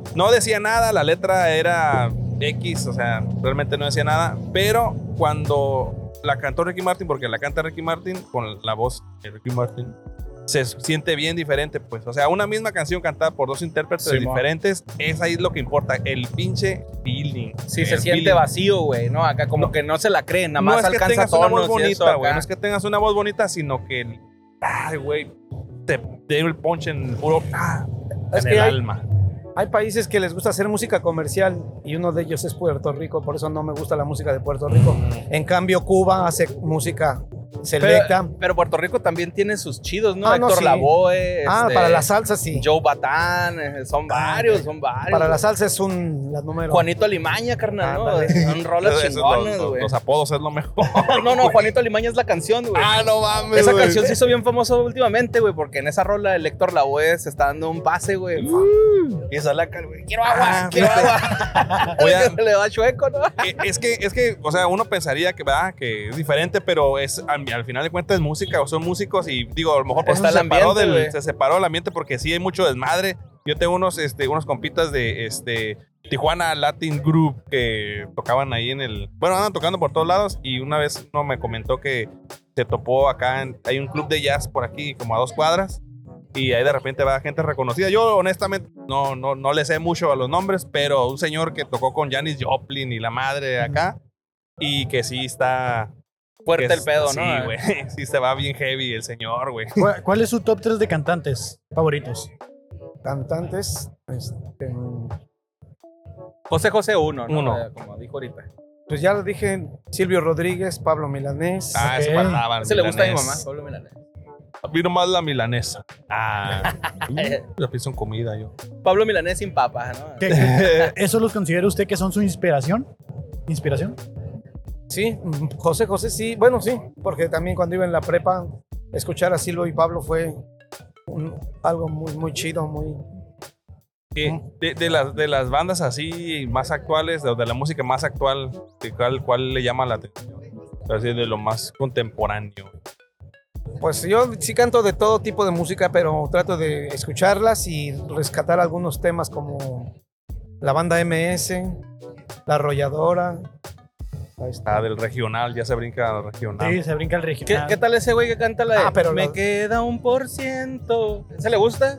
no decía nada, la letra era X, o sea, realmente no decía nada, pero cuando la cantó Ricky Martin, porque la canta Ricky Martin con la voz de Ricky Martin, se siente bien diferente, pues. O sea, una misma canción cantada por dos intérpretes Sí, diferentes, es ahí lo que importa, el pinche feeling. Sí, el se siente feeling. vacío, güey, ¿no? Acá como No. que no se la creen, nada No más es que alcanza tengas una voz tonos y eso bonita, güey. acá. No es que tengas una voz bonita, sino que el- ay, güey, te dé el punch en el puro ah, Es en que el hay- alma. Hay países que les gusta hacer música comercial y uno de ellos es Puerto Rico, por eso no me gusta la música de Puerto Rico. En cambio, Cuba hace música selecta. Pero, pero Puerto Rico también tiene sus chidos, ¿no? Ah, no, Héctor sí. Lavoe. Ah, este, para la salsa sí. Joe Batán, eh, son varios, son varios. Para la güey. salsa es un la número. Juanito Alimaña, carnal, ¿no? Ándale. Son rolas Esos- esos- chingones, los, güey. los apodos es lo mejor. No, no, Juanito Alimaña es la canción, güey. Ah, no mames, Esa güey. canción se hizo bien famosa últimamente, güey, porque en esa rola el Héctor Lavoe se está dando un pase, güey. Y sale acá, güey, quiero agua, Ah, quiero fíjate. agua. Oye, Se le va chueco, ¿no? Eh, es que, es que, o sea, uno pensaría que, ¿verdad? que es diferente, pero es al, al final de cuentas es música, o son músicos y digo, a lo mejor por eso Está se el separó, ambiente, del, güey. se separó el ambiente porque sí hay mucho desmadre. Yo tengo unos, este, unos compitas de este, Tijuana Latin Group que tocaban ahí en el... Bueno, andan tocando por todos lados y una vez uno me comentó que se topó acá, en, hay un club de jazz por aquí como a dos cuadras y ahí de repente va gente reconocida. Yo honestamente no, no, no le sé mucho a los nombres, pero un señor que tocó con Janis Joplin y la madre de acá y que sí está... Fuerte que el es- pedo, sí, ¿no? güey. Sí, se va bien heavy el señor, güey. ¿Cuál, cuál es su top tres de cantantes favoritos? Cantantes. Este, José José uno, ¿no? Uno. Eh, Como dijo ahorita. pues ya lo dije, Silvio Rodríguez, Pablo Milanés. Ah, se Ok. faltaba. Ese le gusta a mi milanés. mamá, Pablo Milanés. A mí nomás la milanesa. Ah. Yo pienso en comida, yo. Pablo Milanés sin papas, ¿no? ¿Qué- qué- ¿Eso los considera usted que son su inspiración? ¿Inspiración? Sí, mm, José José sí, bueno sí, porque también cuando iba en la prepa, escuchar a Silvio y Pablo fue un- algo muy, muy chido, muy... Eh, de, de las, de las bandas así más actuales, o de la música más actual, ¿de ¿cuál, cuál le llama la atención? Así de lo más contemporáneo. Pues yo sí canto de todo tipo de música, pero trato de escucharlas y rescatar algunos temas como la banda M S, La Arrolladora. Ahí está. Ah, del regional, ya se brinca al regional. Sí, se brinca el ¿Qué, regional. qué tal ese güey que canta la de Ah, pero Me la- queda un por ciento? ¿Ese le gusta?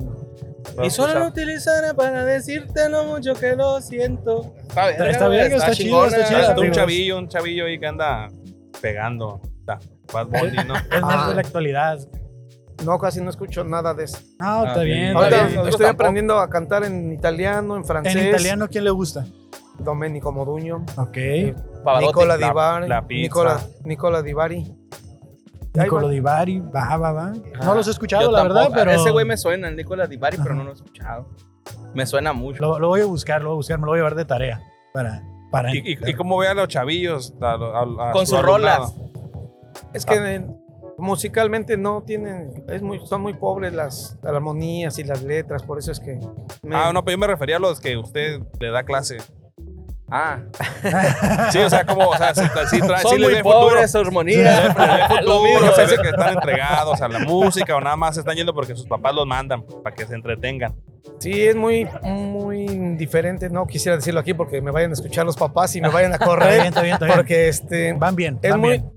No, Y solo lo escucha. utilizaré para decirte lo mucho que lo siento. Está, Está- está güey, bien, está chido, chingona. está chido. Está un amigos. chavillo, un chavillo ahí que anda pegando. Está Bad Bunny, ¿no? Es más Ah. de la actualidad. No, casi no escucho nada de eso. Ah, está Ah, bien. bien. está Ahorita bien. nosotros estoy tampoco. aprendiendo a cantar en italiano, en francés. En italiano, ¿quién le gusta? Domenico Modugno. Ok. Pavarotti. Nicola la- Di Bari. la pizza. Nicola, Nicola Di Bari. Ahí Nicolo va. Di Bari, va, va, va. Ah, No los he escuchado, yo la verdad, tampoco. pero Ese güey me suena, el Nicolas Di Bari, pero no lo he escuchado. Me suena mucho. lo, lo voy a buscar, lo voy a buscar, me lo voy a llevar de tarea para... para Y, y, y cómo ve a los chavillos. A, a- a Con su sus rolas. alumnado. Es que eh, musicalmente no tienen, es muy, son muy pobres las armonías y las letras, por eso es que... me- Ah, no, pero yo me refería a los que usted le da clase. Ah, Sí, o sea, como, o sea, sí, sí, trae- son sí le muy ve futuro. pobres su armonía. Le ve Lo futuro, mismo. se ve que están entregados a la música o nada más están yendo porque sus papás los mandan para que se entretengan. Sí, es muy, muy diferente, no quisiera decirlo aquí porque me vayan a escuchar los papás y me vayan a correr. Está bien, está bien, está bien. Porque este... Van bien, Es van muy- bien.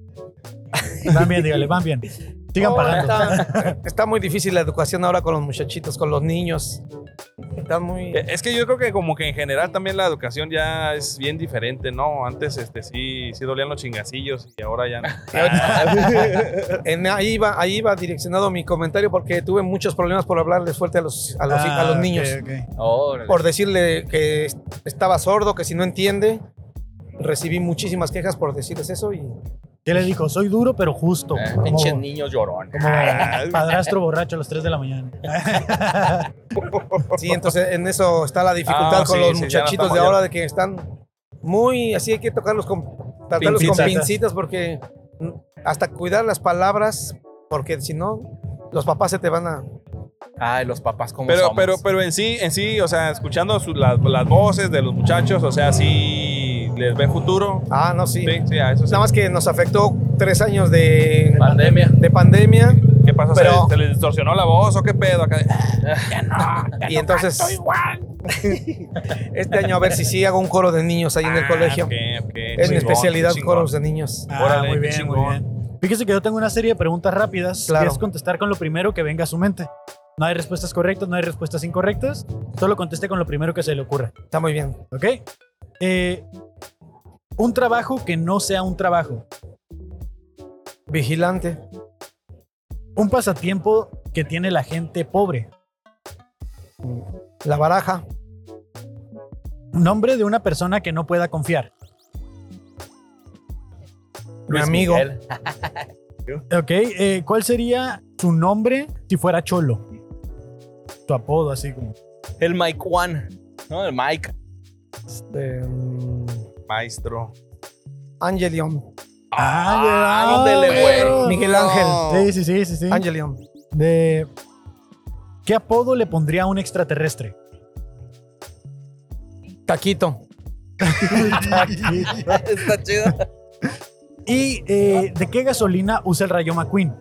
Van bien, dígale, van bien. Sigan No, pagando. Está, está muy difícil la educación ahora con los muchachitos, con los niños. Está muy... Eh, Es que yo creo que como que en general también la educación ya es bien diferente, ¿no? Antes este sí, sí dolían los chingacillos y ahora ya no. En- ahí, va, ahí va direccionado mi comentario porque tuve muchos problemas por hablarles fuerte a los, a los, Ah, a los ok, niños. ok. Órale. Por decirle que est- estaba sordo, que si no entiende. Recibí muchísimas quejas por decirles eso y... ¿Qué le dijo? Soy duro, pero justo. Eh, Como, pinches niños llorones. como padrastro borracho a las tres de la mañana. Sí, entonces en eso está la dificultad Ah, con sí, los sí, ya no muchachitos estamos de ya- ahora de que están muy... Así hay que tocarlos con, tratarlos con Pincitas. pincitas porque mm, hasta cuidar las palabras porque si no los papás se te van a... Ay, los papás como Pero, somos. pero, pero en sí, en sí, o sea, escuchando su- las, las voces de los muchachos, o sea, sí les ven futuro. Ah, no, sí. Sí, sí, a eso sí. Nada más que nos afectó tres años de Pandemia. de pandemia ¿Qué pasó? pero- ¿Se, ¿Se les distorsionó la voz o qué pedo? Acá? y entonces Este año a ver si sí hago un coro de niños ahí en el Ah, colegio. ok, ok. Es mi Chingón, especialidad, chingón. coros de niños. Ah, Órale, muy qué bien, chingón. muy bien. Fíjese que yo tengo una serie de preguntas rápidas. Claro. Que es contestar con lo primero que venga a su mente. No hay respuestas correctas, no hay respuestas incorrectas. Solo conteste con lo primero que se le ocurra. Está muy bien. ¿Ok? Eh, un trabajo que no sea un trabajo. Vigilante. Un pasatiempo que tiene la gente pobre. La baraja. Nombre de una persona que no pueda confiar. Mi amigo. Miguel. Ok, eh, ¿cuál sería su nombre si fuera Cholo? Tu apodo, así como. El Mike One. ¿No? El Mike. Este, mm, Maestro. Angelion. Ah, ándele, güey. pero- Miguel Ángel. Sí, sí, sí, sí, sí. Angelion. De... ¿Qué apodo le pondría a un extraterrestre? Taquito. Está chido. ¿Y eh, de qué gasolina usa el Rayo McQueen?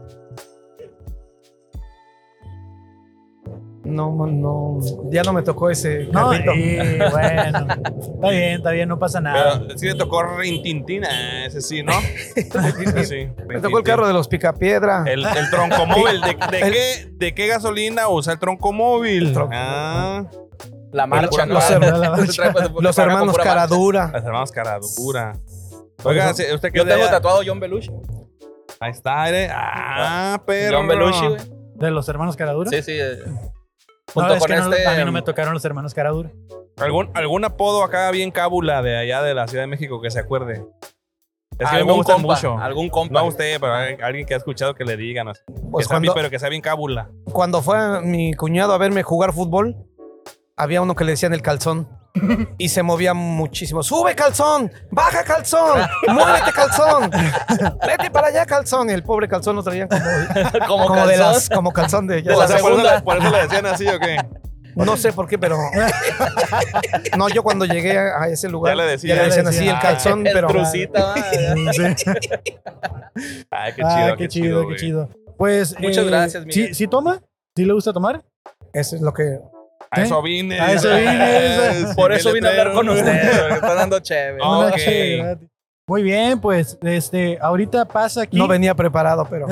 No, no. Ya no me tocó ese No, carrito. y bueno. Está bien, está bien, no pasa nada. Pero sí le tocó Rintintín, ah, ese sí, ¿no? Ese sí, Me tocó el carro de los Picapiedra. El, el troncomóvil. ¿De, de El- qué, ¿De qué gasolina usa el troncomóvil? El tronco- Ah, La marcha, Los- ¿no? los her- La marcha. Los hermanos Caradura. las hermanas Caradura. Oiga, ¿usted qué Yo es de tengo allá? tatuado John Belushi. Ahí está, ¿eh? Ah, pero. John Belushi, güey. ¿De los hermanos Caradura? Sí, sí. eh, No, Junto es con que no- este. a mí no me tocaron los hermanos Caradura. ¿Algún, ¿Algún apodo acá bien cábula de allá de la Ciudad de México que se acuerde? Es que a mí me algún gustan compa, mucho. Algún compa. No a usted, pero a alguien que ha escuchado que le digan así. Pues que sea bien, cuando, pero que sea bien cábula. cuando fue mi cuñado a verme jugar fútbol, había uno que le decían el calzón. Y se movía muchísimo. ¡Sube, calzón! ¡Baja, calzón! ¡Muévete, calzón! ¡Vete para allá, calzón! Y el pobre calzón lo traían como, Como, como de calzón. las, como calzón de, ya De la O sea, sabes. por, eso, segunda. le- por eso le decían así, ¿o qué? No sé por qué, pero. No, yo cuando llegué a ese lugar. Ya le decían. ya le decían así Ya el le calzón, El pero. trucito, va. Sí. Ay, qué chido, Ah, qué chido, qué güey. chido. Pues. Muchas eh, gracias, Miguel. ¿sí, ¿Sí toma? ¿Sí le gusta tomar? Eso es lo que. A ¿Eh? eso vine. A eso vine, Sí, Por qué eso vine a hablar con letrero. ustedes. porque Está dando chévere. Ah, Una ok. chévere gratis. Muy bien, pues este, ahorita pasa aquí. No venía preparado, pero.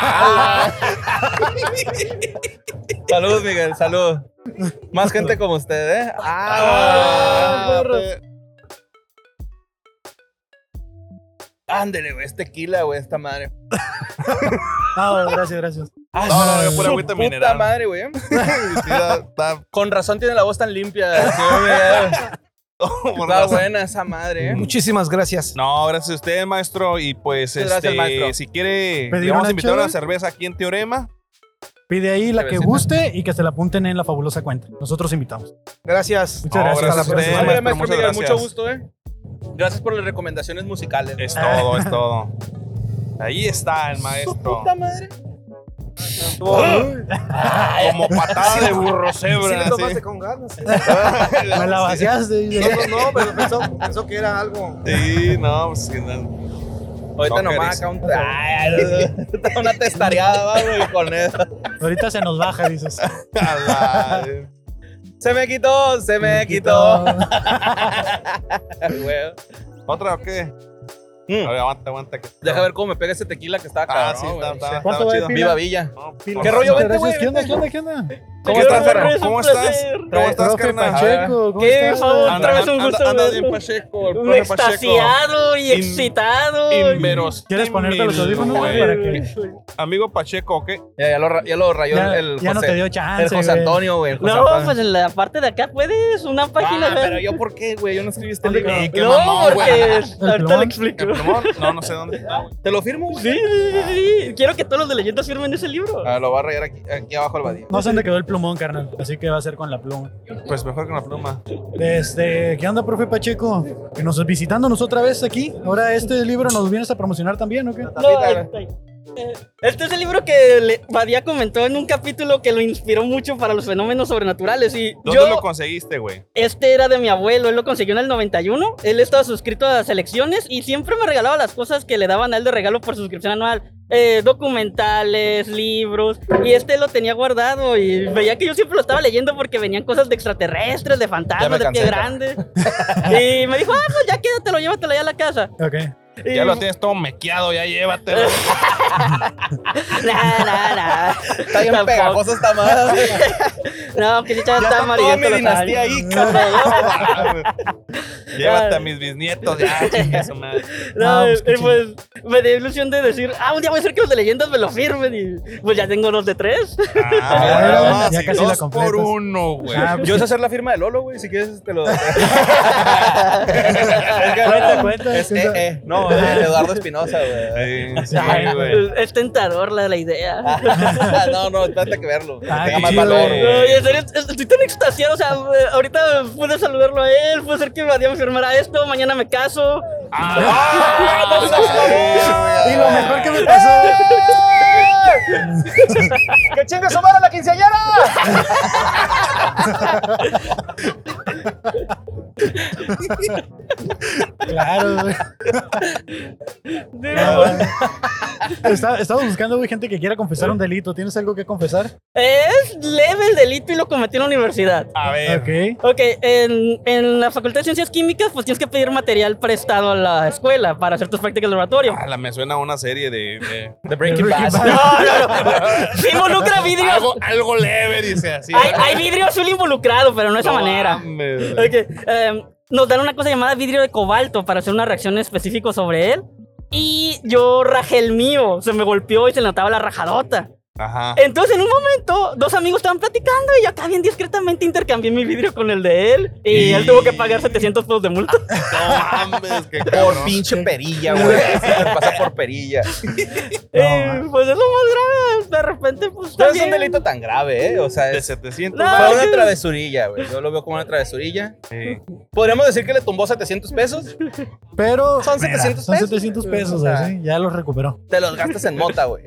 Salud, Miguel, salud. Más gente como usted, ¿eh? Ah, perro. pe- Ándele, güey, es tequila, güey, esta madre. No, gracias, gracias. Ah, No, no, no, su pura agüita puta mineral. madre, güey. Sí, da- da- Con razón tiene la voz tan limpia. Sí, güey. por Está razón. buena esa madre, ¿eh? Muchísimas gracias. No, gracias a usted, maestro. Y pues, Muchas gracias, este, maestro. si quiere, ¿Pedir le vamos una a invitar a una chela? cerveza aquí en Teorema. Pide ahí la que Cervecita. guste y que se la apunten en la fabulosa cuenta. Nosotros invitamos. Gracias. Muchas No, gracias. gracias a Hasta la usted, próxima. Ándele, maestro. maestro Muchas Miguel, gracias. mucho gusto, ¿eh? Gracias por las recomendaciones musicales. Es todo, es todo. Ahí está el maestro. Puta madre. Como patada de burro Sí, cebra. le así. tomaste con ganas. Me la vaciaste. dice. No, no, no, pero pensó, pensó que era algo. Sí, no, pues que no. Ahorita No, nomás Caris. acá un... Ay, está una testareada, va, güey, con eso. Ahorita se nos baja, dices. A la- Se me quitó, se me quitó. Güey. ¿Otra o qué? Mm. A ver, aguanta, aguanta. que- Deja ver cómo me pega ese tequila que está acá. Ah, sí, está, está, ¿Cuánto está va de chido. pila? Viva Villa. No, Pila. ¿Qué rollo? Muchas Vente, gracias. güey, ¿Qué onda? vente. ¿Qué onda? ¿Qué onda? ¿Cómo ¿Qué estás, onda, Carlos? es un ¿Cómo estás? placer. ¿Cómo estás, Profe carnal? Pacheco, ¿cómo ¿Qué estás? favor? Anda, Otra vez un anda, gusto anda verlo. bien Pacheco, el Un profe Pacheco. extasiado y In- excitado. Inverosímil, ¿Quieres ponerte los audífonos güey. para que Amigo Pacheco, ¿qué? Ya, ya, lo, ra- ya lo rayó ya, el José. ya no te dio chance? el José güey? Antonio, güey. el José No, Antonio. pues en la parte de acá puedes, una página. Ah, ¿verdad? pero yo, ¿por qué, güey? Yo no escribí este ¿Dónde libro. qué? Qué No, mamón, porque güey. ahorita plumón? le explico. ¿El plumón? No, no sé dónde está, güey. ¿Te lo firmo, güey? Sí, sí, sí, sí. Quiero que todos los de leyendas firmen ese libro. Ah, lo va a rayar aquí, aquí abajo el vadillo. No sé dónde quedó el plumón, carnal. Así que va a ser con la pluma. Pues mejor con la pluma. Este, ¿qué onda, profe Pacheco? ¿Que nos visitándonos otra vez aquí? ¿Ahora este libro nos vienes a promocionar también o qué? No, ahí está ahí. Eh, Este es el libro que le- Badía comentó en un capítulo que lo inspiró mucho para los fenómenos sobrenaturales. Y ¿Dónde yo, lo conseguiste, güey? este era de mi abuelo, él lo consiguió en el noventa y uno. Él estaba suscrito a selecciones y siempre me regalaba las cosas que le daban a él de regalo por suscripción anual. eh, documentales, libros, y este lo tenía guardado y veía que yo siempre lo estaba leyendo porque venían cosas de extraterrestres, de fantasmas, de pie grande. Y me dijo, ah, pues ya quédatelo, llévatelo ya a la casa. Ok. Y- Ya lo tienes todo mequeado, ya llévatelo. Nah, nah, nah. Está bien pegajoso esta madre. No, que si ya Ya está está toda mi amarillento los dinastía años. ahí, cabrón. Llévate a mis bisnietos, ya, chingue su madre. No, No, pues, qué y pues me dio ilusión de decir, ah, un día voy a hacer que los de leyendas me lo firmen y pues ya tengo los de tres. Ah, ya sí, casi la dos completas. por uno, güey. Ah, pues, Yo sé hacer la firma de Lolo, güey. Si quieres, te lo. Cuenta, cuenta, Es, cuenta. eh, eh. No, es Eduardo Espinosa, güey. Sí, sí, Ay, güey. es tentador la, la idea. No, no, trata que verlo. Ah, Tenga qué más chido, valor, güey. güey. Oye, en serio, estoy tan extasiado, o sea, eh, ahorita pude saludarlo a él, puede ser que Badía me firmara esto, mañana me caso. Y lo mejor que me pasó. ¡Que chingue su madre la quinceañera! Claro, güey. Está- Estamos buscando, güey, gente que quiera confesar un delito. ¿Tienes algo que confesar? Es leve el delito y lo cometí en la universidad. A ver. Ok. Ok, en, en la Facultad de Ciencias Químicas, pues tienes que pedir material prestado a la escuela para hacer tus prácticas de laboratorio. Ah, la- me suena a una serie de. de- The Breaking Breaking Bad. Bad. No, no, no. Sí involucra vidrio. algo, algo leve, dice así. Hay, hay vidrio azul involucrado, pero no de esa No manera. mames, güey. Ok, em, nos dan una cosa llamada vidrio de cobalto para hacer una reacción específica sobre él. Y yo rajé el mío, se me golpeó y se le notaba la rajadota. Ajá. Entonces, en un momento, dos amigos estaban platicando y yo acá bien discretamente intercambié mi vidrio con el de él. Y, Y- él tuvo que pagar setecientos pesos de multa. No mames, que Por cabrón. pinche perilla, güey. Pasa por perilla. Eh, pues es lo más grave. De repente, pues. No es también- un delito tan grave, ¿eh? O sea, De es, setecientos. No, fue varos. una que- travesurilla, güey. Yo lo veo como una travesurilla. Sí. Podríamos decir que le tumbó setecientos pesos. Pero. Son mira, setecientos Son pesos. setecientos pesos, O sea, güey, sí, ya los recuperó. Te los gastas en mota, güey.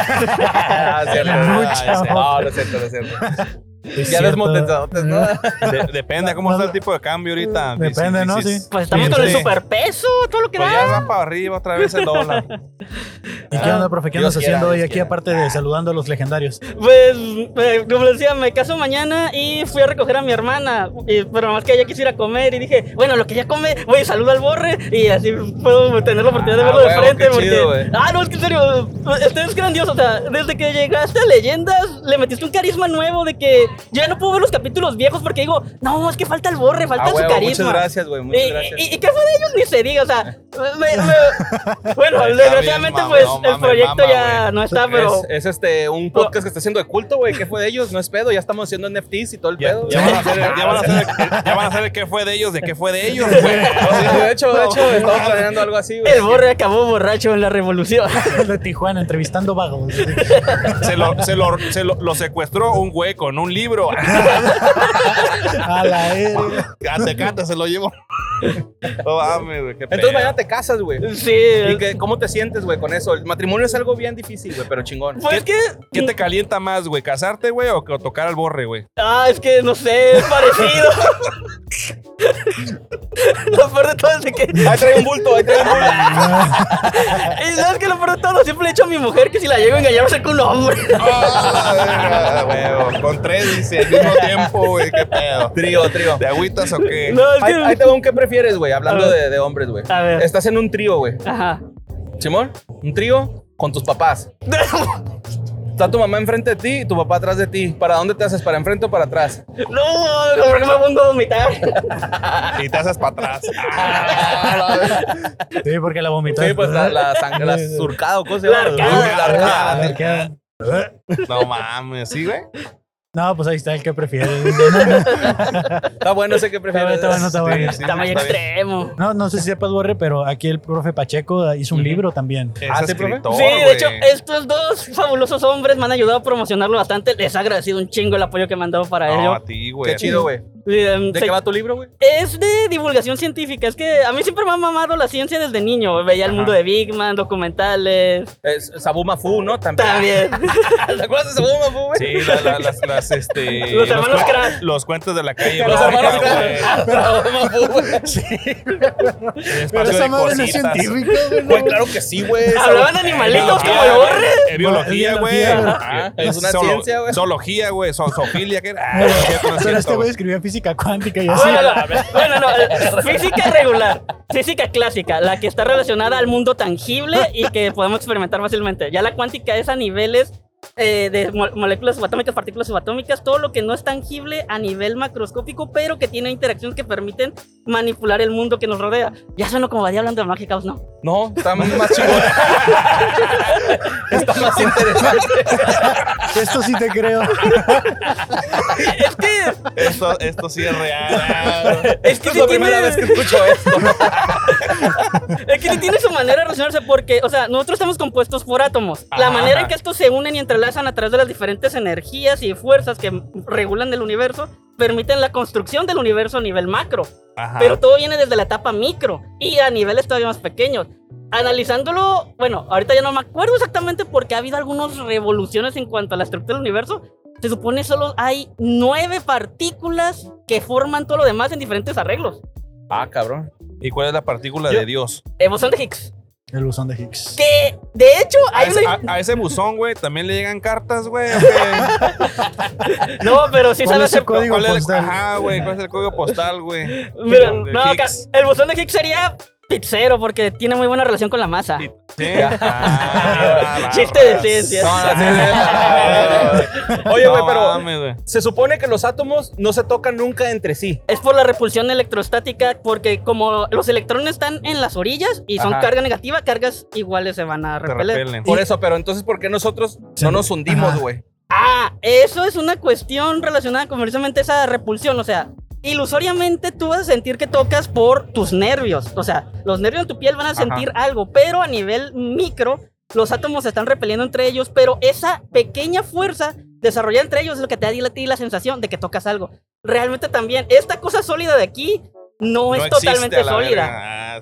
Ah, es cierto. Mucha Ah, es cierto. mota. No, no es cierto, no es cierto. Es Ya los cierto. motezotes, ¿no? De- depende de cómo está el tipo de cambio ahorita. Depende, Sí, ¿no? sí, Sí. Pues estamos con el Sí. superpeso, todo lo que Pues ya da. va para arriba otra vez el dólar. ¿Y qué onda, profe? ¿Qué Dios andas quiera, haciendo hoy Dios aquí, quiera. aparte de saludando a los legendarios? Pues, eh, como les decía, me caso mañana y fui a recoger a mi hermana. Y, pero más que ella quisiera comer y dije, bueno, lo que ella come, voy y saludo al Borre y así puedo tener la oportunidad de Ah, verlo de huevo, frente. qué Porque, chido, güey. ah, no, es que en serio, este es grandioso. O sea, desde que llegaste a Leyendas, le metiste un carisma nuevo de que yo ya no puedo ver los capítulos viejos porque digo, no, es que falta el Borre, falta Ah, su huevo, carisma. muchas gracias, güey. Muchas Y, gracias. y, y qué fue de ellos ni se diga, o sea, me- me- bueno, Está desgraciadamente bien, pues mame, no, el mame, proyecto mama, ya güey. no está, pero... Es, es este un podcast que está haciendo de culto, güey. ¿Qué fue de ellos? No es pedo. Ya estamos haciendo N F Ts y todo el Ya, pedo. ya van a hacer, ya van a hacer, ya van a hacer el qué fue de ellos, de qué fue de ellos, güey. Sí, de hecho, de hecho, estamos planeando algo así, güey. El Borre acabó borracho en la revolución. De Tijuana, entrevistando vagos. Se lo, se lo, se lo, lo secuestró un güey con un libro. A la E. A Tecate se lo llevó. No mames, güey, qué Entonces pedo. mañana te casas, güey. Sí. ¿Y qué, cómo te sientes, güey, con eso? El matrimonio es algo bien difícil, güey, pero chingón. Pues que... ¿Qué te calienta más, güey? ¿Casarte, güey, o, o tocar al Borre, güey? Ah, es que no sé, es parecido. Lo peor de todo es de que... Ahí trae un bulto, ahí trae un bulto. Y sabes que lo peor de todo, siempre le he dicho a mi mujer que si la llego a engañar va a ser con un hombre. Ah, güey, con tres, dice, al mismo tiempo, güey, qué pedo. Trío, trío. ¿Te agüitas o qué? No, es Ahí, que... ahí te va un qué prefieres, güey, hablando A ver. de, de hombres, güey. A ver. Estás en un trío, güey. Ajá. Simón, un trío con tus papás. Está tu mamá enfrente de ti y tu papá atrás de ti. ¿Para dónde te haces? ¿Para enfrente o para atrás? No, no, porque me pongo a vomitar. Y te haces para atrás. Sí, porque la vomitó. Sí, pues la, la sangre, la surcada o cosa. La arcada. La arcada. La arcada. No mames, ¿sí, güey? No, pues ahí está el que prefieres. Está bueno ese que prefieres. Está bueno, está bueno. Sí, sí, Está muy está bien. extremo. No, no sé si sepas, Borre, pero aquí el profe Pacheco hizo un libro también. Es Ah, ¿sí, profe? escritor, Sí, de güey. hecho, estos dos fabulosos hombres me han ayudado a promocionarlo bastante. Les ha agradecido un chingo el apoyo que me han dado para No, ello. a ti, güey. Qué chido, güey. ¿De qué va tu libro, güey? Es de divulgación científica. Es que a mí siempre me ha mamado la ciencia desde niño. Veía el mundo de Big Man, documentales. Es Sabuma Fu, ¿no? También. También. ¿Te acuerdas de Sabuma Fu, güey? Sí, la, la, las, las, este... Los hermanos cuen- Crash. Los cuentos de la calle. Los Blanca, hermanos güey. Crash. Sabuma Fu, güey. El Pero espacio esa de madre no es cositas. científica, güey. no. Güey, claro que sí, güey. Hablaban de animalitos como el Biología, borre. eh, Biología, güey. Biología. Ah, es una Zoolo- ciencia, güey. Zoología, güey. zo- Zoofilia, ¿qué era? Ah, Pero, no es cierto, no es pero este cierto, güey escribía física cuántica y así. Bueno, no, bueno, no, eh, física regular, física clásica, la que está relacionada al mundo tangible y que podemos experimentar fácilmente. Ya la cuántica es a niveles eh, de mo- moléculas subatómicas, partículas subatómicas, todo lo que no es tangible a nivel macroscópico, pero que tiene interacciones que permiten manipular el mundo que nos rodea. Ya sueno como Badía hablando de magia, caos, ¿no? No, está más chingón. Está más interesante. Esto sí te creo. Es que, Esto, esto sí es real. es que Es sí la tiene, primera vez que escucho esto. es que sí tiene su manera de relacionarse porque, o sea, nosotros estamos compuestos por átomos. La Ajá, manera en ajá. que estos se unen y entrelazan a través de las diferentes energías y fuerzas que regulan el universo permiten la construcción del universo a nivel macro. Ajá. Pero todo viene desde la etapa micro y a niveles todavía más pequeños. Analizándolo, bueno, ahorita ya no me acuerdo exactamente porque ha habido algunas revoluciones en cuanto a la estructura del universo. Se supone solo hay nueve partículas que forman todo lo demás en diferentes arreglos. Ah, cabrón. ¿Y cuál es la partícula Yo- de Dios? Eh, bosón de Higgs. El buzón de Higgs. Que, de hecho, A hay ese, una... a- a ese buzón, güey, también le llegan cartas, güey. ¿o qué? No, pero sí ¿Cuál sabe es el hacer... código ¿Cuál es el, postal? ajá, güey, ¿cuál es el código postal, güey? Mira, De no, acá, Higgs. el bosón de Higgs sería pizzero porque tiene muy buena relación con la masa. Sí. Ah, Chiste de ciencia. No, no, sí, sí. Oye, güey, No pero mames, güey. se supone que los átomos no se tocan nunca entre sí. Es por la repulsión electrostática, porque como los electrones están en las orillas y son Ajá. carga negativa, cargas iguales se van a Te repeler. repelen. Por eso, pero entonces, ¿por qué nosotros Sí. no nos hundimos, Ajá. güey? Ah, eso es una cuestión relacionada con precisamente esa repulsión. O sea, ilusoriamente tú vas a sentir que tocas por tus nervios. O sea, los nervios en tu piel van a sentir algo, pero a nivel micro, los átomos se están repeliendo entre ellos, pero esa pequeña fuerza desarrollada entre ellos es lo que te da a ti la sensación de que tocas algo. Realmente también, esta cosa sólida de aquí no, No es existe totalmente a la sólida. verga.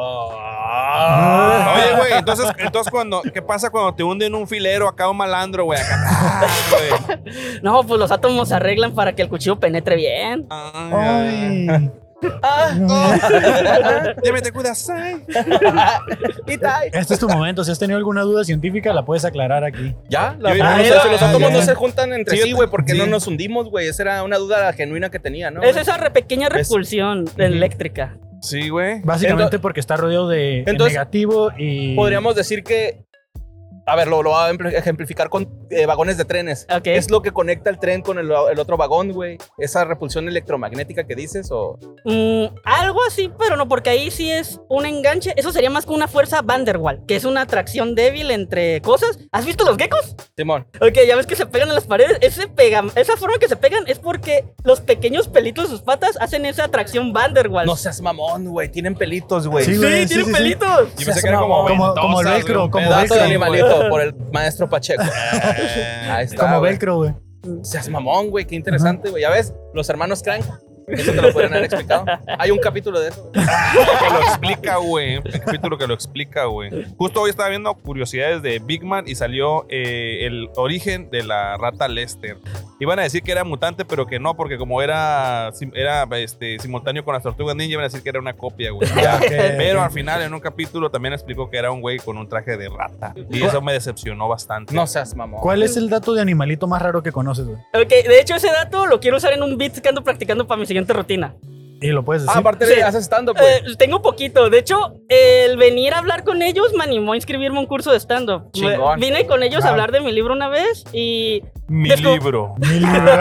Ah. Oye, güey, entonces, entonces cuando, ¿qué pasa cuando te hunden un filero acá un malandro, güey? Acá, ah, güey. No, pues los átomos se arreglan para que el cuchillo penetre bien. Ay, Ay. ya me te cuidas, ay. Este es tu momento. Si has tenido alguna duda científica, la puedes aclarar aquí. Ya, la Yo- verdad, Ah, o sea, ya, si los ya, átomos ya. no se juntan entre Sí, sí, güey, ¿por qué sí. no nos hundimos, güey? Esa era una duda genuina que tenía, ¿no? Es esa re- pequeña repulsión eléctrica. Sí, güey. Básicamente Ento- porque está rodeado de Entonces, negativo y... Podríamos decir que, a ver, lo, lo voy a ejempl- ejemplificar con eh, vagones de trenes. Ok. Es lo que conecta el tren con el, el otro vagón, güey. Esa repulsión electromagnética que dices, o... Mm, algo así, pero no, porque ahí sí es un enganche. Eso sería más que una fuerza Van der Waal, que es una atracción débil entre cosas. ¿Has visto los geckos? Simón. Ok, ya ves que se pegan en las paredes. Ese pega, esa forma que se pegan es porque los pequeños pelitos de sus patas hacen esa atracción Van der Waal. No seas mamón, güey. Tienen pelitos, güey. Sí, Sí, güey, tienen sí, sí, sí. pelitos. Yo pensé que era como Como- como el ventosas, velcro, güey, un como pedazo Pedazo de velcro, animalito por el maestro Pacheco. Ahí está, Como güey. velcro, güey. Seas mamón, güey. Qué interesante, güey. Ya ves, los hermanos Crank. Eso te lo podrían haber explicado. Hay un capítulo de eso. güey. que lo explica, güey. El capítulo que lo explica, güey. Justo hoy estaba viendo curiosidades de Big Man y salió eh, el origen de la rata Lester. Iban a decir que era mutante, pero que no, porque como era, sim- era este, simultáneo con las tortugas ninja, iban a decir que era una copia, güey. Ya. Pero al final, en un capítulo, también explicó que era un güey con un traje de rata. Y eso me decepcionó bastante. No seas mamón. ¿Cuál es el dato de animalito más raro que conoces, güey? Ok, de hecho ese dato lo quiero usar en un beat que ando practicando para mi siguiente rutina. Y lo puedes Ah, decir. aparte Sí. de haces stand-up, güey. Eh, tengo poquito. De hecho, el venir a hablar con ellos me animó a inscribirme a un curso de stand-up. Chingón. Vine con ellos a Ah. hablar de mi libro una vez y... Mi Descu- libro. Mi libro.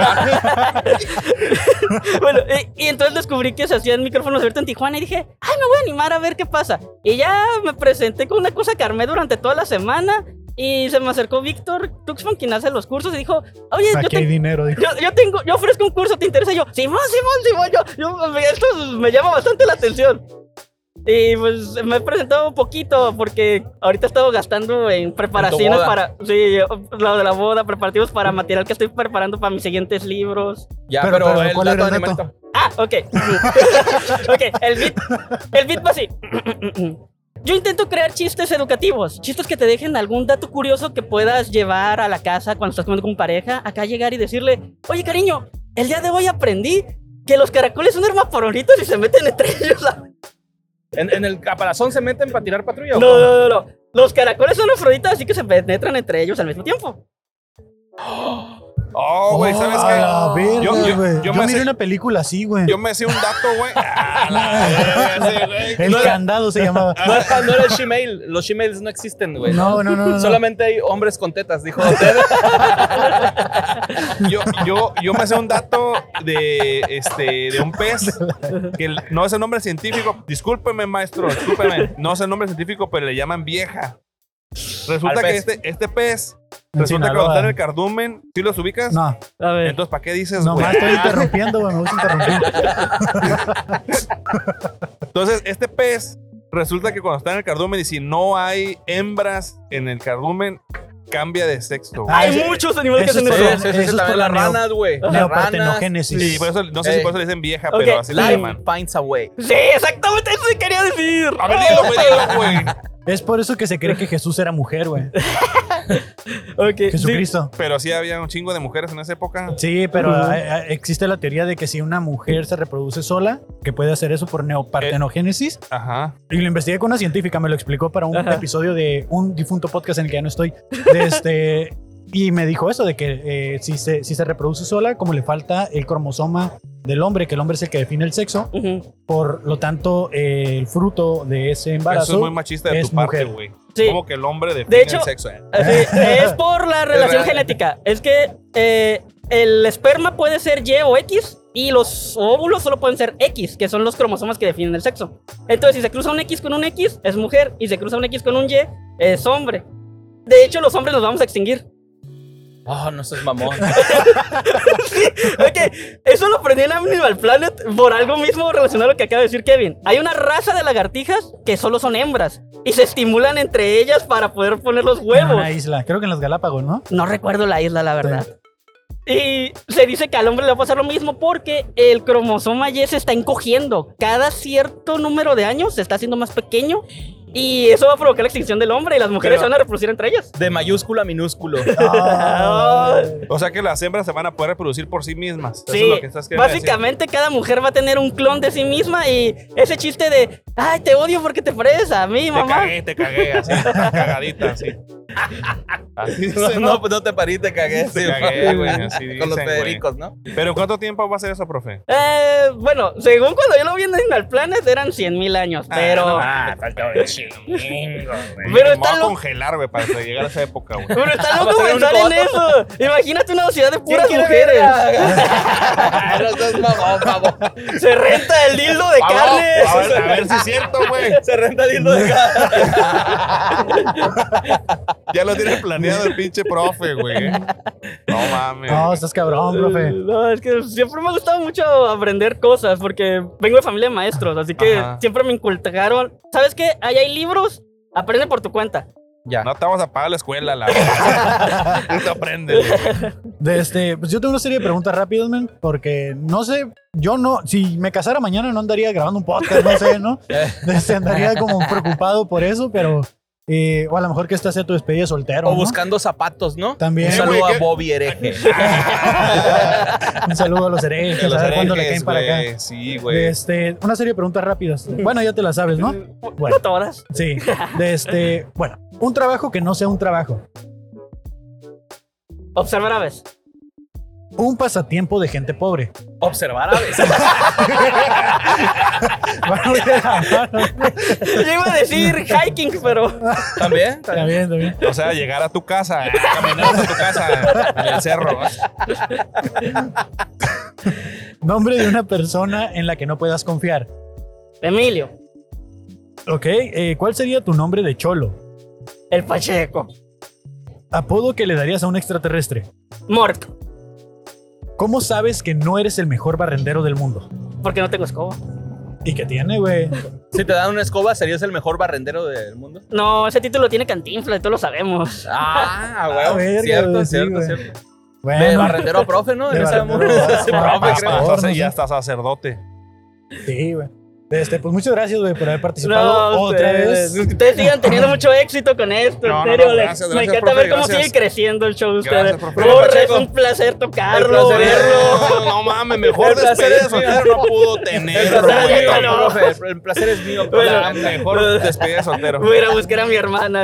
Bueno, y, y entonces descubrí que se hacían micrófonos abiertos en Tijuana y dije, ay, me voy a animar a ver qué pasa. Y ya me presenté con una cosa que armé durante toda la semana y se me acercó Víctor Tuxman, quien hace los cursos, y dijo, oye, yo, Aquí hay te- dinero, dijo. yo, yo tengo, yo ofrezco un curso, ¿te interesa? Y yo, Simón, Simón, Simón, yo, yo, me- esto me llama bastante la atención. Y pues me he presentado un poquito porque ahorita he estado gastando en preparaciones boda. para. Sí, lo de la boda, preparativos para material que estoy preparando para mis siguientes libros. Ya, Pero- pero, pero, el ¿cuál dato era el de dato? animalito. Ah, ok. Ok, el beat, el beat va así. Yo intento crear chistes educativos, chistes que te dejen algún dato curioso que puedas llevar a la casa cuando estás comiendo con pareja. Acá llegar y decirle, oye cariño, el día de hoy aprendí que los caracoles son hermafroditas y se meten entre ellos. ¿En, en el caparazón se meten para tirar patrulla? No, o cómo? no, no, no. Los caracoles son hermafroditas, así que se penetran entre ellos al mismo tiempo. Oh, güey, ¿sabes a qué? la verga, Yo- yo- güey. yo Yo, me miré sé- una película así, güey. Yo me sé un dato, güey. Ah, la verga, sí, güey. El no era- candado se llamaba. No era, no era el Shemale. Los Shemales no existen, güey. No, no, no, no. Solamente hay hombres con tetas, dijo. Yo, yo, yo me sé un dato de, este, de un pez que el- no es el nombre científico. Discúlpeme, maestro, discúlpeme. No es el nombre científico, pero le llaman vieja. Resulta Al que pez. este, este pez, En resulta que Sinaloa. cuando está en el cardumen, ¿sí los ubicas? No, A ver. Entonces, ¿para qué dices, no güey? más estoy interrumpiendo, güey. Me gusta interrumpir. Entonces, este pez, resulta que cuando está en el cardumen y si no hay hembras en el cardumen, cambia de sexo. güey. Ah, Hay ese- muchos animales que ese hacen es eso. por- Sí, sí, eso sí, es por también la las neo- ranas, güey. Las ranas. Neopartenogénesis. Sí, por eso, no sé si Eh, por eso le dicen vieja, ok, pero así le Life llaman. finds a way. Sí, exactamente eso que quería decir. A ver, dilo, güey, dilo, güey. Es por eso que se cree que Jesús era mujer, güey. Ok, sí. Jesucristo. Pero sí había un chingo de mujeres en esa época. Sí, pero Ujú. eh, eh, existe la teoría de que si una mujer se reproduce sola, que puede hacer eso por neopartenogénesis. Ajá. Y lo investigué con una científica, me lo explicó para un Ajá. episodio de un difunto podcast en el que ya no estoy. De este, y me dijo eso, de que eh, si, se, si se reproduce sola, como le falta el cromosoma del hombre, que el hombre es el que define el sexo, Ujú. por lo tanto, eh, el fruto de ese embarazo Eso es muy machista de es tu parte, mujer. güey. Sí. Como que el hombre define De hecho- el sexo. eh. Así, es por la relación real. genética. Es que eh, el esperma puede ser Y o X y los óvulos solo pueden ser X, que son los cromosomas que definen el sexo. Entonces, si se cruza un X con un X, es mujer, y se cruza un X con un Y, es hombre. De hecho, los hombres nos vamos a extinguir. Oh, no seas mamón. Ok, eso lo aprendí en Animal Planet por algo mismo relacionado a lo que acaba de decir Kevin. Hay una raza de lagartijas que solo son hembras y se estimulan entre ellas para poder poner los En huevos. una isla, creo que en los Galápagos, ¿no? No recuerdo la isla, la verdad. Y se dice que al hombre le va a pasar lo mismo porque el cromosoma Y se está encogiendo. Cada cierto número de años se está haciendo más pequeño. Y eso va a provocar la extinción del hombre y las mujeres Pero- se van a reproducir entre ellas. De mayúscula a minúsculo. Ah, O sea que las hembras se van a poder reproducir por sí mismas. Eso Sí, es lo que estás queriendo decir. básicamente cada mujer va a tener un clon de sí misma y ese chiste de, ay, te odio porque te pareces a mí, Te mamá. cagué, te cagué, así, cagadita, así. Así No, dicen, no, pues no te parí, te cagué. Te sí, cagué, güey, así Con los dicen, güey. Federicos, ¿no? Pero ¿cuánto tiempo va a ser eso, profe? Eh, bueno, según cuando yo lo vi en Animal Planet eran cien mil años, pero... Ah, falta un chingo, güey. Pero Me está voy a loco. congelar, güey, para llegar a esa época, güey. Pero está Va a loco ser el pensar en único eso. Imagínate una sociedad de puras quiere mujeres. verga? No seas mamón, mamón. Se renta el dildo de Vamos, carnes. a ver, a ver si es cierto, güey. Se renta el hilo de cada. Ya lo tiene planeado el pinche profe, güey. ¿eh? No mames. no, estás cabrón, profe. No, es que siempre me ha gustado mucho aprender cosas porque vengo de familia de maestros, así que Ajá. siempre me inculcaron. ¿Sabes qué? Ahí hay libros, aprende por tu cuenta. Ya. No te vamos a pagar la escuela, la verdad. No te aprendes, güey. De este, pues yo tengo una serie de preguntas rápidas, man, porque no sé, yo no, si me casara mañana no andaría grabando un podcast, no sé, ¿no? De este, andaría como preocupado por eso, pero, eh, o a lo mejor que esta sea tu despedida soltero, O ¿no? buscando zapatos, ¿no? También. Un Eh, saludo güey, a ¿qué? Bobby Hereje. Un saludo a los herejes, Los a ver cuándo le herejes, caen para acá. güey. Sí, De güey. este, una serie de preguntas rápidas. Bueno, ya te la sabes, ¿no? Bueno, No todas. sí. De este, bueno, un trabajo que no sea un trabajo. Observar aves. Un pasatiempo de gente pobre. Observar aves. Bueno, ya, Yo iba a decir hiking, pero ¿También? está bien, está bien. O sea, llegar a tu casa, caminar a tu casa en el cerro. Nombre de una persona en la que no puedas confiar. Emilio, Ok, eh, ¿cuál sería tu nombre de cholo? el Pacheco, Apodo que le darías a un extraterrestre. Mort, ¿Cómo sabes que no eres el mejor barrendero del mundo? porque no tengo escoba. ¿Y qué tiene, güey? Si te dan una escoba, ¿serías el mejor barrendero del mundo? No, ese título tiene Cantinflas, todos lo sabemos. Ah, güey. Ah, verga, cierto, güey, sí, cierto, güey. cierto. Bueno, De barrendero a profe, ¿no? de En ese amor. barrendero a- Ese a- profe, a- creo. a- Hasta- no ya sé. hasta sacerdote. sí, güey. Este, pues muchas gracias, güey, por haber participado No, otra ustedes, vez. ustedes sigan teniendo mucho éxito con esto, No, en no, serio. no, les- gracias, me gracias, encanta profe, ver cómo gracias. sigue creciendo el show de ustedes. Gracias, profe. Porra, es Pacheco. un placer tocarlo, El placer es verlo. No, no mames, mejor El placer despedida es mío. soltero no pudo El tener, placer es mío, güey. no. profe. El placer es mío. Bueno, La mejor despedida de soltero. Voy a ir a buscar a mi hermana.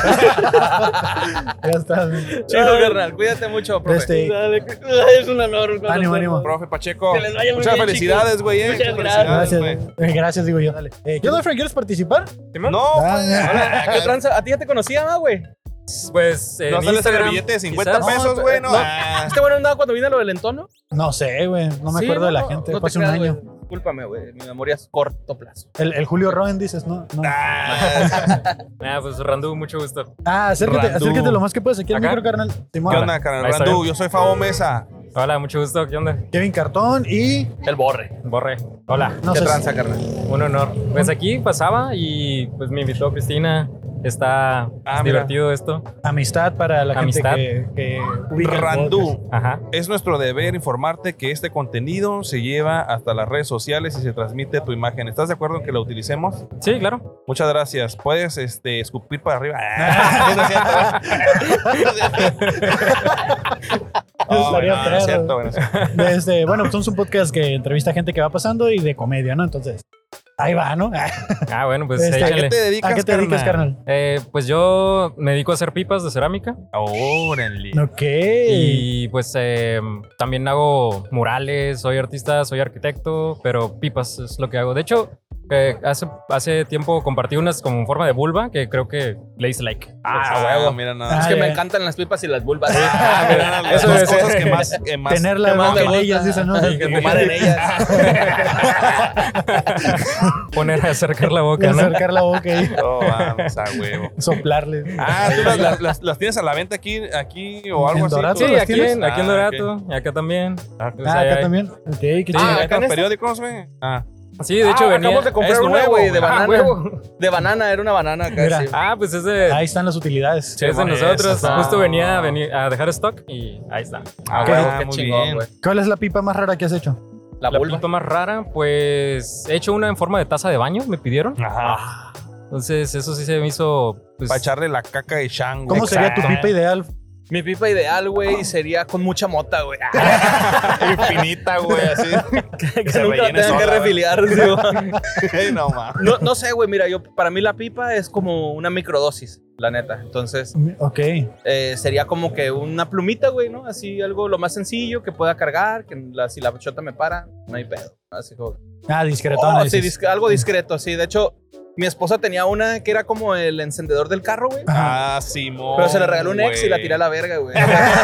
Ya está. güey. Chido, carnal. Cuídate mucho, profe. Este, Dale, es un honor. Ánimo, conocerlo. ánimo. Profe Pacheco, Que les vaya muy muchas bien, felicidades, chicos. güey. eh. Muchas Muchas gracias. felicidades, Gracias. Eh, gracias, digo yo. Dale. Eh, ¿Qué onda, Frank? ¿Quieres participar? güey. No, Ah, pues. ya. ¿Qué tranza? ¿A ti ya te conocía, ¿no, güey? Pues en No sales en el Instagram, billete de cincuenta quizás. pesos, güey. No, No. Ah. ¿Este bueno andaba cuando vino lo del entono? No sé, güey. No me Sí, acuerdo de la no, gente. no te Fue hace un creas, año. güey. Discúlpame, güey. Mi memoria es corto plazo. El, el Julio Roen, dices, ¿no? No. Ah, pues Randu, mucho gusto. Ah, acércate, Randu. acércate lo más que puedes aquí al ¿Acá? micro, carnal. Simón. ¿Qué onda, carnal? Ahí está Randú, bien. yo soy Fabo Mesa. Hola, mucho gusto. ¿Qué onda? Kevin Cartón y... El borre. Borre. Hola. No ¿Qué sé. tranza, carnal? Un honor. Pues aquí pasaba y pues me invitó Cristina. Está Ah, mira. divertido esto. Amistad para la Amistad. gente que, que ubica el podcast. Randú. Ajá. Es nuestro deber informarte que este contenido se lleva hasta las redes sociales y se transmite tu imagen. ¿Estás de acuerdo en que lo utilicemos? Sí, claro. Muchas gracias. Puedes este, escupir para arriba. Ah, no es cierto. Oh, Estaría bueno, no es perro. cierto, bueno, sí. Desde, bueno, somos un podcast que entrevista a gente que va pasando y de comedia, ¿no? Entonces, ahí va, ¿no? Ah, bueno, pues Este, ¿A échale. qué te dedicas, ¿A qué te dedicas, carnal? Eh, pues yo me dedico a hacer pipas de cerámica. Órale. Ok. Y pues eh, también hago murales, soy artista, soy arquitecto, pero pipas es lo que hago. De hecho, eh, hace, hace tiempo compartí unas como en forma de vulva que creo que le hice like. Ah, huevo, mira nada. Es Ah, que ya. me encantan las pipas y las vulvas. Ah, mira, las Eso dos debe ser. cosas que más, que más Tenerla ¿qué más boca me en gusta? ellas, dicen, ¿no? Y que fumar en ellas. Poner a acercar la Y boca, ¿no? acercar la boca y No, vamos a huevo. soplarle. Ah, ¿tú las, las- las- las tienes a la venta aquí, aquí o algo ¿En así? Dorato? ¿Tú Sí, las aquí tienes? en, aquí en Ah, Dorato, ok. y acá también. Ah, Pues Ah, ahí acá hay. también. Ok, qué Sí, chido. acá ¿acá en en los periódicos, güey. Ah. Sí, de hecho Ah, venía. acabamos de comprar es una, nuevo, güey, de güey. Ah, banana. huevo. De banana, era una banana acá. Mira. sí. Ah, pues es de, Ahí están las utilidades. es de bueno, nosotros. esas, Justo ah. venía a, venir a dejar stock y ahí está. Ah, Ok. bueno, Qué muy chingón, bien. güey. ¿Cuál es la pipa más rara que has hecho? La La vulva. pipa más rara, pues he hecho una en forma de taza de baño, me pidieron. Ajá. Entonces, eso sí se me hizo. Pues, Para echarle la caca de chango. ¿Cómo sería tu Exacto. pipa ideal? Mi pipa ideal, güey, sería con mucha mota, güey. Infinita, güey, así. que se nunca la rellene tengan que sola, güey. refiliar. digo. Ey, no, mames. No, no sé, güey, mira, yo, para mí la pipa es como una microdosis, la neta. Entonces, Ok. eh, sería como que una plumita, güey, ¿no? Así algo lo más sencillo que pueda cargar, que la- si la chota me para, no hay pedo. Así como... Ah, discretona. Oh, sí, dices. dis- algo discreto, sí. De hecho, mi esposa tenía una que era como el encendedor del carro, güey. Ah, Simón. Pero se le regaló un ex y la güey. tiré a la verga, güey.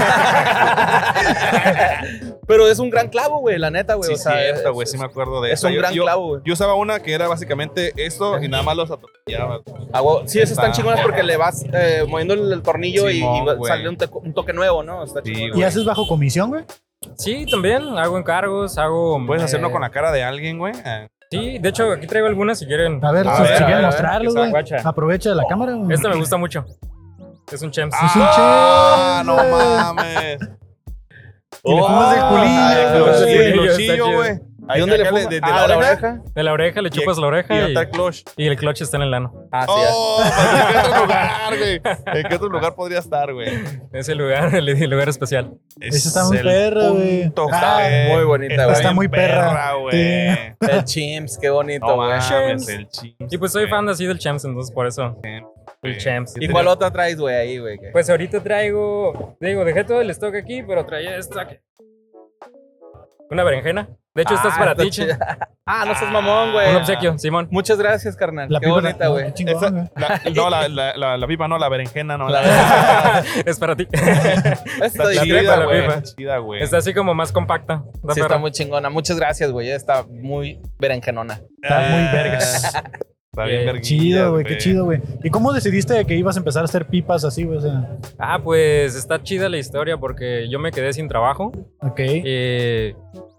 Pero es un gran clavo, güey, la neta, güey. Sí, o sea, cierto, güey, es- sí me acuerdo de es eso. un Yo- gran yo, clavo, güey. Yo usaba una que era básicamente esto y nada más los atropellaba. Ah, güey, sí, esas están Ah. chingonas porque le vas eh, moviendo el, el tornillo y- Simón, y, va- güey. sale un, teco- un toque nuevo, ¿no? Está Sí, chingón. ¿Y haces bajo comisión, güey? sí, también hago encargos, hago. Puedes eh, hacerlo con la cara de alguien, güey. Ah. Sí, de hecho, aquí traigo algunas si quieren. A ver, A si ver, si a quieren ver, mostrarlos, que güey. guacha. Aprovecha la cámara, güey. Esta me gusta mucho. Es un Chems. Es un Ah, Chems, no güey. mames. Y le fumas del culillo, Ah, el güey. clochillo, Sí, el está clochillo, chido. güey. ¿Y dónde le acá fumas? De, de Ah, la ¿de la oreja. oreja? De la oreja, le Y- chupas la Y oreja y, está el clutch. y el clutch está en el ano. Ah, sí. ya. Oh, pues, ¿en qué otro lugar, güey? ¿En qué otro lugar podría estar, güey? Ese lugar, el, el lugar especial. Esa está muy el perra, güey. punto, Ah, güey. muy bonita, Está güey. Está bien muy perra. güey. El chimps, qué bonito, No güey. mames, el ching. Y pues soy fan así del Chems, entonces por eso. El Chems. ¿Y cuál otra traes, güey, ahí, güey? ¿Qué? Pues ahorita traigo, digo, dejé todo el stock aquí, pero traía esta. que- Una berenjena. De hecho, esta es Ah, para está ti. Che. chida. Ah, no seas mamón, güey. Un obsequio, Simón. Muchas gracias, carnal. La qué pipa, bonita, no, güey. qué chingón, Esa- güey. la- no, la, la, la, la pipa no, la berenjena no. La, Es para ti. Está está la discreta, chida, la güey. güey. pipa. Está chida, güey. Está así como más compacta. Está Sí, perra. está muy chingona. Muchas gracias, güey. Está muy berenjenona. Está muy Ah, vergas. Está bien Qué verguilla, Chido, güey, qué chido, güey. ¿Y cómo decidiste que ibas a empezar a hacer pipas así, güey? O sea, Ah, pues está chida la historia porque yo me quedé sin trabajo. ok. Eh,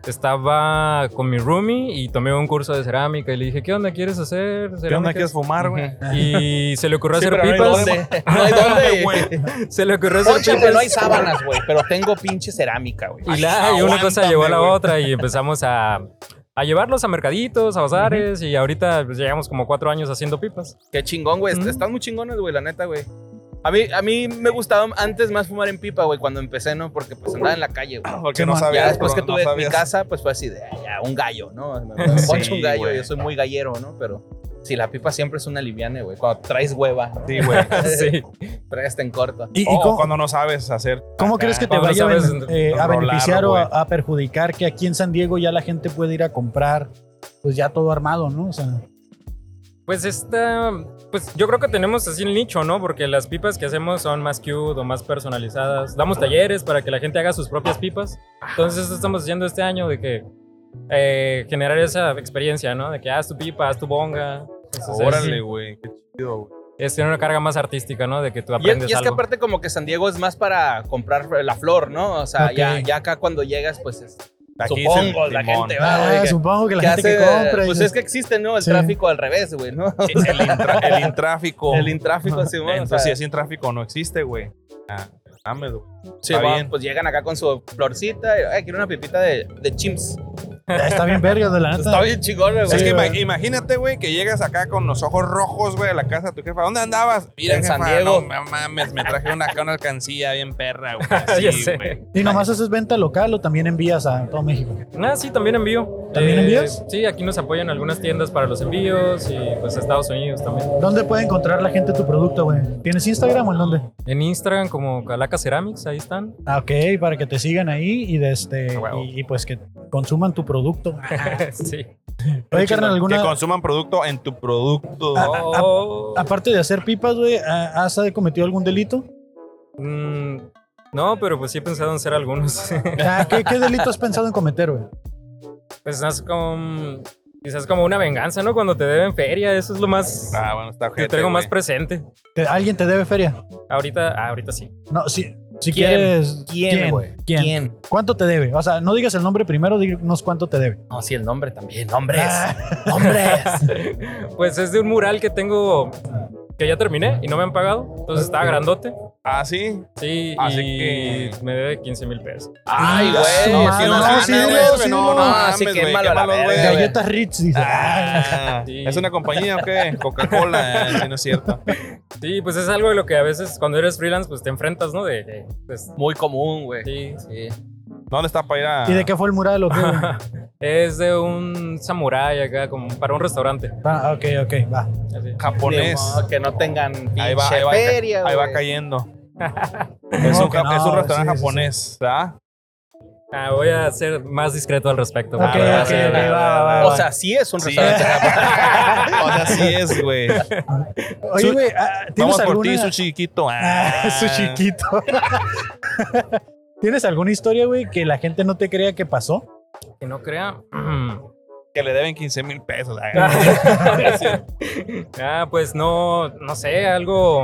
estaba con mi roomie y tomé un curso de cerámica y le dije, ¿qué onda quieres hacer? ¿Qué onda cerámica?" quieres fumar, güey? Y se le ocurrió Sí, hacer pero no hay pipas. dónde. No hay dónde, güey. Se le ocurrió hacer Poncho, pipas. que no hay sábanas, güey, pero tengo pinche cerámica, güey. Y, la, y una cosa llevó a la otra y empezamos a, a llevarlos a mercaditos, a bazares, y ahorita pues, llevamos como cuatro años haciendo pipas. Qué chingón, güey. Ujú. Están muy chingones, güey, la neta, güey. A mí, a mí me gustaba antes más fumar en pipa, güey, cuando empecé, ¿no? Porque pues andaba en la calle, güey. Porque no sabías. Ya después que no tuve mi sabías. casa, pues fue así de, "Ah, ya, un gallo, ¿no? Me, me Sí, poncho un gallo, güey. yo soy muy gallero, ¿no? Pero sí, la pipa siempre es una liviane, güey. Cuando traes hueva. Sí, güey. Sí. Traes este en corto. ¿Y, y O cómo, cuando no sabes hacer. cómo acá. crees que te Cuando vaya a, sabes ben- eh, a enrolarlo, beneficiar o a, güey. a perjudicar que aquí en San Diego ya la gente puede ir a comprar pues ya todo armado, ¿no? O sea, Pues esta, pues yo creo que tenemos así el nicho, ¿no? Porque las pipas que hacemos son más cute o más personalizadas. Damos talleres para que la gente haga sus propias pipas. Entonces eso estamos haciendo este año de que eh, generar esa experiencia, ¿no? De que haz tu pipa, haz tu bonga. Entonces, es- Órale, güey. Qué chido, güey. Es tener una carga más artística, ¿no? De que tú Y es, aprendes y es que algo. aparte como que San Diego es más para comprar la flor, ¿no? O sea, Ok. ya, ya acá cuando llegas, pues es, Aquí supongo, es el la limón. gente va, güey. ah, que- supongo que la que gente hace- que compra. y Pues dice, es que existe, ¿no? El Sí. tráfico al revés, güey, ¿no? El, intra- el intráfico. El intráfico, sí, bueno, Entonces, si es intráfico, no existe, güey. Ah, dámelo. Sí, Está va, bien. pues llegan acá con su florcita y, ay, quiero una pipita de, de chimps. Está bien verga de la neta. Está bien chingón, güey. es que güey. ima- imagínate, güey, que llegas acá con los ojos rojos, güey, a la casa de tu jefa. ¿Dónde andabas? Mira, En jefa, San Diego. No mames, me traje una, acá una alcancía bien perra, güey. Ya Sí, sé. güey. ¿Y nomás haces venta local o también envías a todo México? Ah, sí, también envío. ¿También envías? Sí, aquí nos apoyan algunas tiendas para los envíos y pues Estados Unidos también. ¿Dónde puede encontrar la gente tu producto, güey? ¿Tienes Instagram o en dónde? En Instagram como Calaca Ceramics, ahí están. Ah, ok, para que te sigan ahí y, de este, Ah, huevo. y, y pues que consuman tu producto. Sí. Oye, carnal, Que ¿alguna, consuman producto en tu producto. Ah, Oh. aparte de hacer pipas, güey, ¿has cometido algún delito? Mm, no, pero pues sí he pensado en hacer algunos. Ah, ¿qué, qué delito has pensado en cometer, güey? Pues es como, quizás como una venganza, ¿no? Cuando te deben feria, eso es lo más Ah, bueno, está que ojete, traigo más güey. presente. ¿Te- ¿Alguien te debe feria? Ahorita, ah, ahorita sí. No, si, si ¿Quién? quieres... ¿Quién, güey? ¿Quién? ¿Quién? ¿Cuánto te debe? O sea, no digas el nombre primero, dinos cuánto te debe. No, sí, el nombre también. Nombres. Ah. Nombres. Pues es de un mural que tengo que ya terminé y no me han pagado. Entonces estaba grandote. Ah, sí. Sí, Así y que- me debe quince mil pesos. Ay, Ah, su güey. madre, sí, no, no, sí, no, sí, güey, sí, no, no, no, mames, así güey, que malo a la quémalos, verga, güey. güey. Galletas Ritz, dice. Ah, Sí. ¿Es una compañía o qué? Coca-Cola, si no es cierto. Sí, pues es algo de lo que a veces cuando eres freelance pues te enfrentas, ¿no? De, de, pues, Muy común, güey. sí. Sí. ¿Dónde está para ir a...? ¿Y de qué fue el mural o qué, güey? Es de un samurái acá, como para un restaurante. Ah, ok, ok, va. Así. Japonés. No, que no tengan Ahí va, pinche ahí va, feria, ahí va güey. cayendo. Es No, un, que ja- no, es un restaurante sí, sí, japonés, ¿verdad? Ah, voy a ser más discreto al respecto. Ok, va, ok, va, ok, va, va, va, va, O va. sea, sí es un Sí. restaurante japonés. O sea, sí es, güey. Oye, Su- güey, ah, ¿tienes Vamos por ti, alguna...? su chiquito. Ah, su chiquito. ¿Tienes alguna historia, güey, que la gente no te crea que pasó? Que no crea. Que le deben quince mil pesos. Ah, pues no, no sé, algo.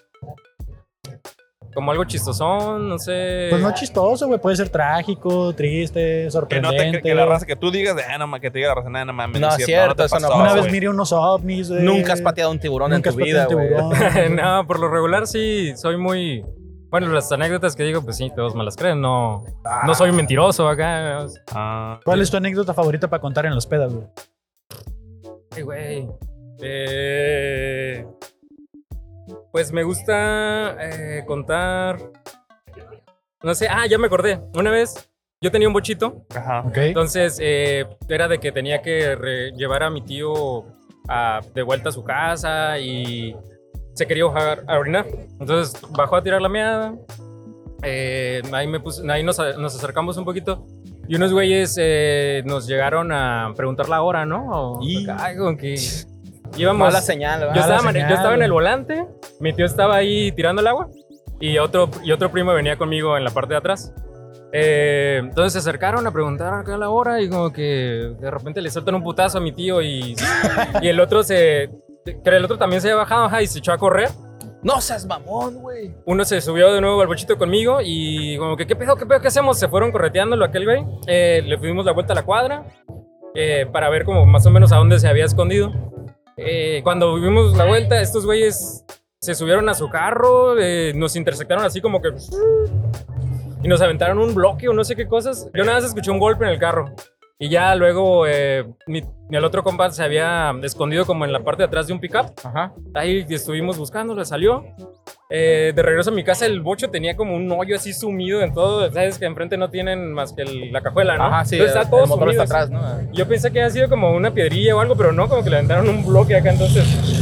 Como algo chistosón, no sé. Pues no chistoso, güey. Puede ser trágico, triste, Que no sorprendente. te, que, que la raza que tú digas, de, ah, no, ma, que te diga la raza, nada, no mames. No, es cierto, te eso no pasó, Una güey. vez miré unos ovnis, güey. Nunca has pateado un tiburón Nunca en tu has vida, pateado un güey. tiburón. No, por lo regular sí, soy muy. Bueno, las anécdotas que digo, pues sí, todos me las creen. No, no soy mentiroso acá. Ah, ¿Cuál es tu anécdota favorita para contar en los pedas, güey? Ay, güey. Eh, pues me gusta eh, contar. No sé, ah, ya me acordé. Una vez yo tenía un bochito. ajá. Ok. Entonces eh, era de que tenía que re- llevar a mi tío a- de vuelta a su casa y se quería bajar a orinar. Entonces bajó a tirar la meada. Eh, ahí me puse, ahí nos, nos acercamos un poquito. Y unos güeyes eh, nos llegaron a preguntar la hora, ¿no? O, Y- acá, como que íbamos. Mala señal, Yo ¿verdad? estaba, Mala mane- señal. yo estaba en el volante, mi tío estaba ahí tirando el agua y otro, y otro primo venía conmigo en la parte de atrás. Eh, entonces se acercaron a preguntar acá la hora y como que de repente le sueltan un putazo a mi tío y, y el otro se... Pero el otro también se había bajado, ajá, y se echó a correr. No seas mamón, güey. Uno se subió de nuevo al bochito conmigo y como que, ¿qué pedo, qué pedo, qué hacemos? Se fueron correteándolo aquel güey. Eh, le dimos la vuelta a la cuadra eh, para ver como más o menos a dónde se había escondido. Eh, cuando vimos la vuelta, estos güeyes se subieron a su carro, eh, nos intersectaron así como que... Y nos aventaron un bloque o no sé qué cosas. Yo nada más escuché un golpe en el carro. Y ya luego eh, mi, el otro compa se había escondido como en la parte de atrás de un pickup. Ajá. Ahí estuvimos buscándolo, salió. Eh, de regreso a mi casa, el bocho tenía como un hoyo así sumido en todo. Sabes que enfrente no tienen más que el, la cajuela, ¿no? Ajá, sí. Entonces el, está todo el motor sumido está así. atrás, ¿no? Yo pensé que había sido como una piedrilla o algo, pero no, como que le aventaron un bloque acá, entonces...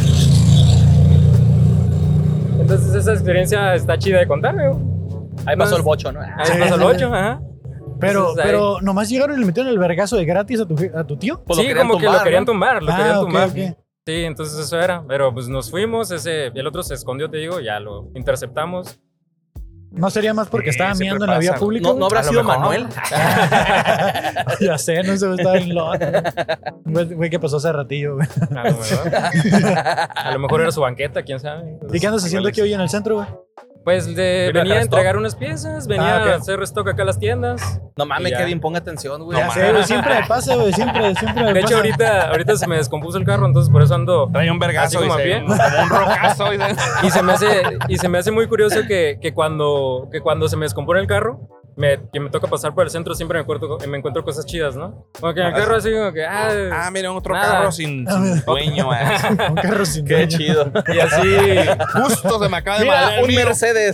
Entonces esa experiencia está chida de contar, güey. Ahí pasó el bocho, ¿no? Ahí sí, pasó el bocho, ajá. Pero, Entonces, pero nomás llegaron y le metieron el vergazo de gratis a tu, a tu tío. Pues sí, como tumbar, que lo querían ¿no? tumbar, lo ah, querían okay, tumbar. okay. Sí, entonces eso era. Pero pues nos fuimos, ese, el otro se escondió, te digo, ya lo interceptamos. ¿No sería más porque sí, estaba miando en la vía pública? ¿No, no habrá sido Manuel? Ya sé, no se estaba en lot. Güey, ¿qué pasó hace ratillo, güey? A lo mejor. A lo mejor era su banqueta, quién sabe. Entonces, ¿y qué andas haciendo aquí hoy en el centro, güey? Pues de, venía a entregar unas piezas, venía ah, okay. a hacer restock acá a las tiendas. No mames, Kevin, ponga atención, güey. Ya sé, güey, siempre me pasa, güey, siempre, siempre me De pasa. hecho, ahorita, ahorita se me descompuso el carro, entonces por eso ando... Trae un vergazo así como y a pie. se, como un rocazo. Y se... y, se me hace, y se me hace muy curioso que, que, cuando, que cuando se me descompone el carro, me, que me toca pasar por el centro, siempre me encuentro, me encuentro cosas chidas, ¿no? Como que en el carro así como que... Ah, ah mira, otro nada. carro sin, sin dueño. Un carro sin Qué dueño. Qué chido. Y así... Justo se me acaba de mira, madrear un Mercedes.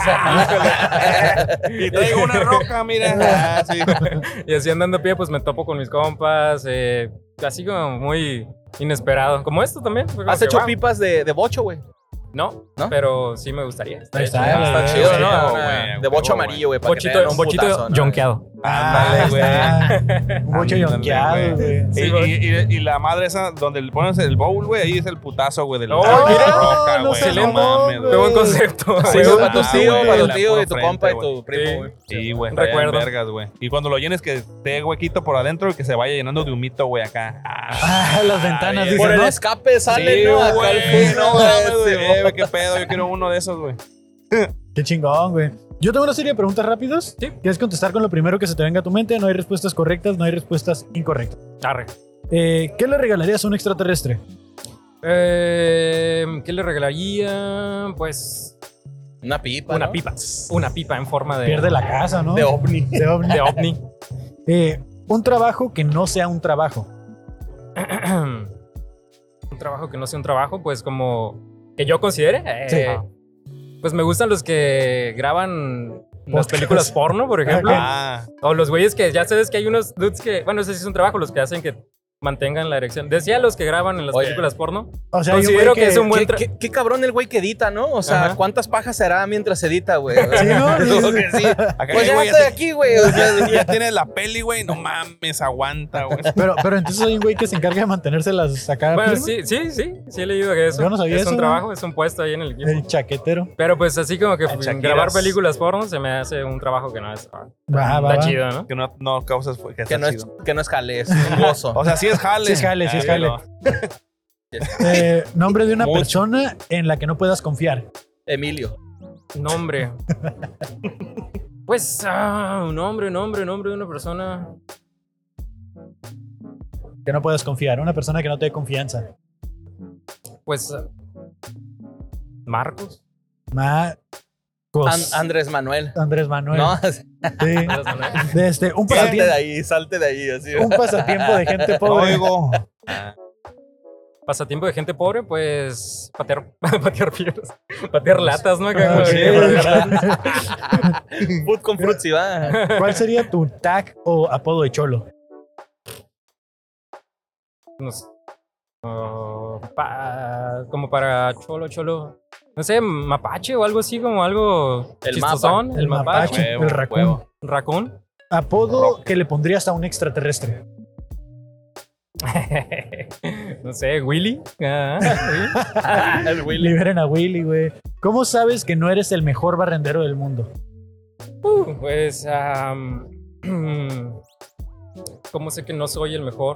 Y traigo una roca, mira. Ah, sí. Y así andando a pie, pues me topo con mis compas. Eh, así como muy inesperado. Como esto también. ¿Has hecho wow. pipas de, de bocho, güey? No, ¿no? Pero sí me gustaría. Está, está, está, está sí, chido, sí, ¿no? sí, güey, de bocho amarillo, güey. Bochito, un bochito yonkeado. Ándale, güey. Un bocho yonkeado, güey. Y, y, y, y la madre esa, donde le pones el bowl, güey, ahí es el putazo, güey, del... ¡Oh, mira! No sé, no mames, güey. Qué buen concepto. Sí, para tu tío, para tu tío y tu compa y tu primo, güey. Sí, güey. Recuerdo. Vergas, güey. Y cuando lo llenes, que esté huequito por adentro y que se vaya llenando de humito, güey, acá. Ah, las ventanas. Por el escape sale, ¿no? Acá el fuego. No mames, güey. Qué pedo, yo quiero uno de esos, güey. Qué chingón, güey. Yo tengo una serie de preguntas rápidas. Sí. Quieres contestar con lo primero que se te venga a tu mente. No hay respuestas correctas, no hay respuestas incorrectas. Arre. Eh, ¿Qué le regalarías a un extraterrestre? Eh, ¿Qué le regalaría? Pues... Una pipa, Una ¿no? pipa. Una pipa en forma de... Pierde la casa, ¿no? De ovni. De ovni. De ovni. Eh, un trabajo que no sea un trabajo. Un trabajo que no sea un trabajo, pues como... Que yo considere. Eh, Sí. Pues me gustan los que graban las películas porno, por ejemplo. Ah. O los güeyes que ya sabes que hay unos dudes que, bueno, ese sí es un trabajo, los que hacen que mantengan la erección. Decía los que graban en las Oye. películas porno. O sea, hay un Considero güey que, es un buen ¿Qué, tra- qué, qué cabrón el güey que edita, ¿no? O sea, Ajá. ¿cuántas pajas será mientras edita, güey? Sí, ¿no? Como que sí. Acá Pues el ya güey estoy así- aquí, güey. O sea, Ya tiene la peli, güey. No mames, aguanta, güey. Pero, pero entonces hay un güey que se encarga de mantenérselas acá. Bueno, firme. sí, sí, sí, sí he leído que eso. Yo no sabía es eso, un ¿no? trabajo, es un puesto ahí en el equipo. El chaquetero. Pero pues así como que Shakiras. grabar películas porno se me hace un trabajo que no es... Va, va, Está va. chido, ¿no? Que no, no causas que, que, está no es, chido. que no es jale, es un gozo. O sea, sí es jale. Sí es jale, sí es Ay, jale. no. Eh, nombre de una Mucho. persona en la que no puedas confiar. Emilio. Nombre. Pues, ah, un nombre, nombre, nombre de una persona. Que no puedas confiar. Una persona que no te dé confianza. Pues, ah, Marcos. Marcos. An- Andrés Manuel. Andrés Manuel. No, Sí. Andrés Manuel. De este, un salte de pasatiempo, ahí, salte de ahí. Así. un pasatiempo de gente pobre. Oigo. Pasatiempo de gente pobre, pues patear, patear piedras, patear latas, ¿no? Acá, Ah, como sí, que- ¿verdad? Food con fruits y va. ¿Cuál sería tu tag o apodo de cholo? no sé, oh, pa- como para cholo, cholo. No sé, mapache o algo así, como algo El chistosón. mapa. El, mapache. el raccoon. Raccoon. Apodo que le pondrías a un extraterrestre. No sé, Willy. Ah, sí. El Willy. Liberen a Willy, güey. ¿Cómo sabes que no eres el mejor barrendero del mundo? Uh, pues, am, ¿cómo sé que no soy el mejor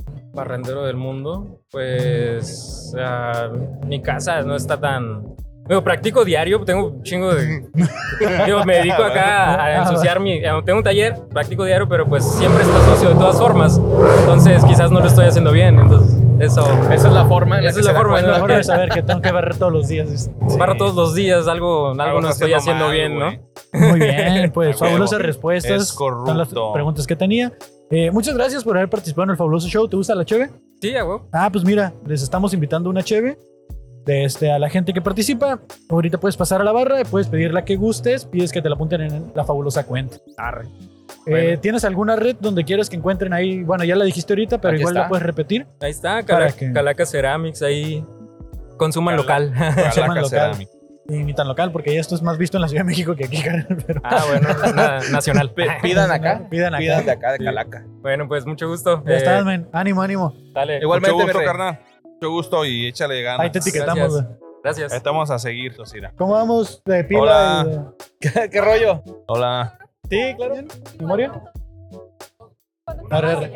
barrendero del mundo? Pues, ah, mi casa no está tan... Digo, practico diario, tengo un chingo de... Digo, me dedico acá a ensuciar mi... Tengo un taller, practico diario, pero pues siempre está sucio de todas formas. Entonces quizás no lo estoy haciendo bien, entonces eso... Esa es la forma en la Esa que es la se da forma, cuenta. La forma de saber que tengo que barrer todos los días. Sí. Barro todos los días, algo, algo, algo no estoy haciendo mal, bien, güey. ¿no? Muy bien, pues fabulosas Es respuestas. corrupto. Son las preguntas que tenía. Eh, muchas gracias por haber participado en el fabuloso show. ¿Te gusta la cheve? Sí, a huevo. Ah, pues mira, les estamos invitando una cheve de este, a la gente que participa. Ahorita puedes pasar a la barra, puedes pedir la que gustes, pides que te la apunten en la fabulosa cuenta. Arre. Eh, Bueno. ¿Tienes alguna red donde quieras que encuentren ahí? Bueno, ya la dijiste ahorita, pero Aquí igual está. la puedes repetir. Ahí está, Para Cala- que- Calaca Ceramics, ahí consuman local. Se llaman Calaca local. Cerámica. Y ni tan local, porque ya esto es más visto en la Ciudad de México que aquí, carnal, pero Ah, bueno, na- nacional. P- Pidan acá. pidan acá. Pidan de acá, de Sí. Calaca. Bueno, pues mucho gusto. Ya Eh, estás, men. Ánimo, ánimo. Dale. Igualmente, Mucho gusto, mi rey. carnal. Mucho gusto y échale ganas. Ahí te etiquetamos, Gracias. güey. Gracias. Ahí estamos a seguir, Tosira. ¿Cómo vamos de pila? Hola. y de- ¿Qué, qué rollo? Hola. Sí, claro. ¿Memoria? Arre, arre.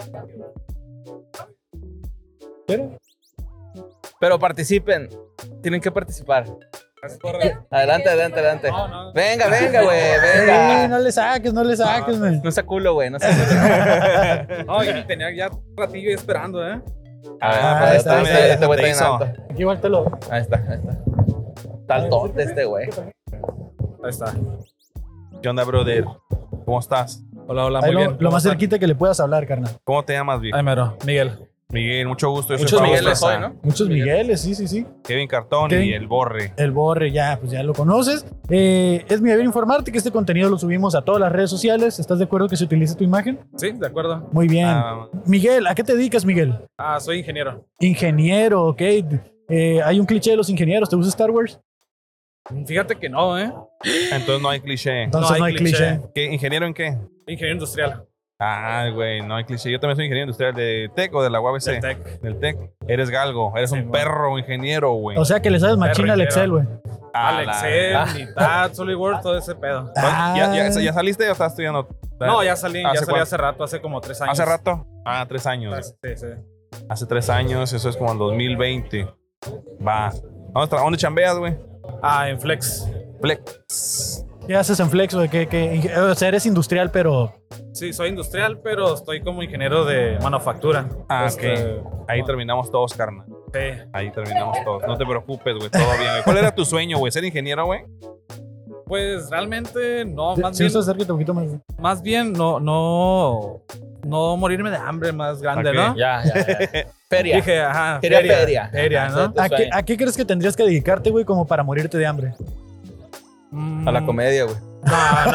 ¿Pero? Pero participen. Tienen que participar. Adelante, adelante, adelante. Venga, venga, güey, Sí, venga. no le saques, no le saques, men. No sea culo, güey. No sea culo. No, y tenía ya un ratillo ahí esperando, ¿eh? Ah, Ah, pues está, este, está, este güey te está en hizo. alto. Aquí igual te lo... Ahí está, ahí está. Taltote este güey. Ahí está. ¿Qué onda, brother? ¿Cómo estás? Hola, hola, Ahí muy lo, bien. lo ¿Cómo más están? cerquita que le puedas hablar, carnal. ¿Cómo te llamas, viejo? Ay, mero, Miguel. Miguel, mucho gusto. Yo soy Muchos Pablo Migueles Sosa, hoy, ¿no? Muchos Migueles, sí, sí, sí. Kevin Cartón Kevin. y el Borre. El Borre, ya, pues ya lo conoces. Eh, es mi deber informarte que este contenido lo subimos a todas las redes sociales. ¿Estás de acuerdo que se utilice tu imagen? Sí, de acuerdo. Muy bien. Ah, Miguel, ¿a qué te dedicas, Miguel? Ah, soy ingeniero. Ingeniero, ok. Eh, hay un cliché de los ingenieros. ¿Te gusta Star Wars? Fíjate que no, ¿eh? entonces no hay cliché. Entonces no No hay, hay cliché. cliché. ¿Qué, ¿Ingeniero en qué? Ingeniero industrial. Ah, güey, no hay cliché. Yo también soy ingeniero industrial de TEC o de la U A B C. Del TEC. Del TEC. Eres galgo. Eres Sí, un man. perro ingeniero, güey. O sea que le sabes machina al Perro Excel, güey. A Al la- Excel, Ah. Nitad, SolidWorks, todo ese pedo. Ah. ¿Ya, ya, ya saliste o estás estudiando? No, ya salí, ya ¿Hace salí cuánto? hace rato, hace como tres años. ¿Hace rato? Ah, tres años. Sí, sí. Hace tres años, eso es como el dos mil veinte. Va. ¿Dónde, tra- dónde chambeas, güey? Ah, en Flex. Flex. ¿Qué haces en Flex, güey? ¿Qué, qué, inge- o sea, eres industrial, pero... Sí, soy industrial, pero estoy como ingeniero de manufactura. Ah, Este, ok. Ahí terminamos todos, carnal. Sí. Ahí terminamos todos. No te preocupes, güey. Todo bien, güey. ¿Cuál era tu sueño, güey? ¿Ser ingeniero, güey? Pues realmente no, más Si bien, no estás cerquita un poquito más. más bien no, no, no morirme de hambre más grande, Ok. ¿no? Ya, ya, ya. Feria. Dije, ajá, Quería feria, feria. feria, Ajá, ¿no? tu ¿A qué, sueño. ¿A qué crees que tendrías que dedicarte, güey, como para morirte de hambre? Mm, A la comedia, güey. No,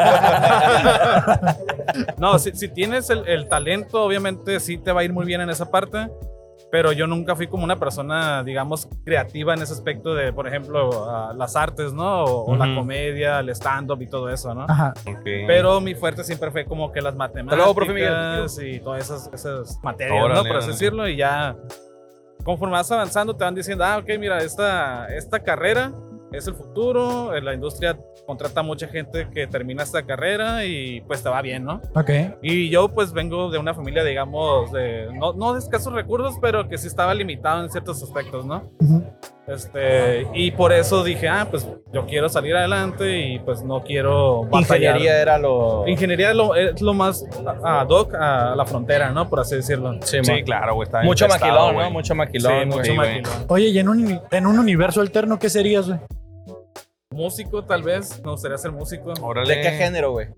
no. No, si, si tienes el, el talento, obviamente sí te va a ir muy bien en esa parte. Pero yo nunca fui como una persona, digamos, creativa en ese aspecto de, por ejemplo, ah, las artes, ¿no? O, o la Ujú. comedia, el stand-up y todo eso, ¿no? Ajá. Ok. Pero mi fuerte siempre fue como que las matemáticas luego, profe Miguel. y todas esas, esas materias, Órale, ¿no? Por así órale. decirlo. Y ya, conforme vas avanzando, te van diciendo, ah, ok, mira, esta, esta carrera es el futuro. eh, La industria contrata mucha gente que termina esta carrera y pues te va bien, ¿no? Ok. Y yo pues vengo de una familia, digamos, de, no, no de escasos recursos, pero que sí estaba limitado en ciertos aspectos, ¿no? Ujú. Este, y por eso dije, ah, pues yo quiero salir adelante y pues no quiero batallar. Ingeniería era lo. Ingeniería es lo, es lo más ad hoc a la frontera, ¿no? Por así decirlo. Sí, Sí, man. claro, güey. Está Mucho infestado, maquilón, güey. ¿no? Mucho Sí, maquilón, mucho güey. güey. maquilón. Oye, y en un, en un universo alterno, ¿qué serías, güey? Músico, tal vez. Me gustaría ser músico. Órale. ¿De qué género, güey?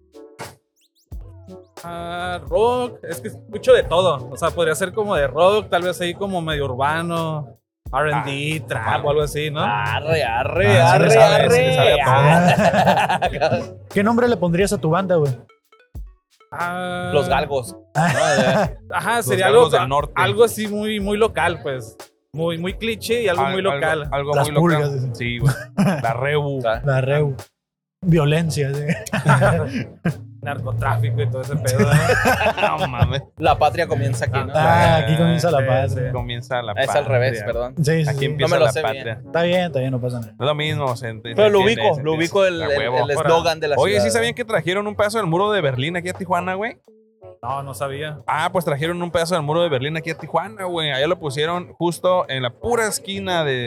Ah, rock. Es que escucho de todo. O sea, podría ser como de rock, tal vez ahí como medio urbano. R and D, trap o algo así, ¿no? Arre, arre, Ah, sí le arre, sabe, arre. sí le sabe Ah. ¿Qué nombre le pondrías a tu banda, güey? Ah, Los galgos. Ajá, sería galgos algo, del norte. algo así muy, muy local, pues. Muy, muy cliché y algo Al- muy local. Algo, algo Las muy local. pulgas, dicen. Sí, güey. La rebu. La reu. Violencia, sí. Narcotráfico y todo ese pedo. ¿eh? No mames. La patria comienza aquí, ¿no? Ah, aquí comienza la Sí, paz. sí. Comienza la Es al revés, patria. perdón. Sí, sí, Aquí sí. empieza No me lo la sé patria. bien. Está bien, está bien, no pasa nada. No es lo mismo. Se ent- Pero se lo entiende, ubico, se lo entiende. ubico el A el- huevo. el eslogan de la Oye, ciudad. ¿sí sabían que trajeron un pedazo del muro de Berlín aquí a Tijuana, güey? No, no sabía. Ah, pues trajeron un pedazo del muro de Berlín aquí a Tijuana, güey. Allá lo pusieron justo en la pura esquina de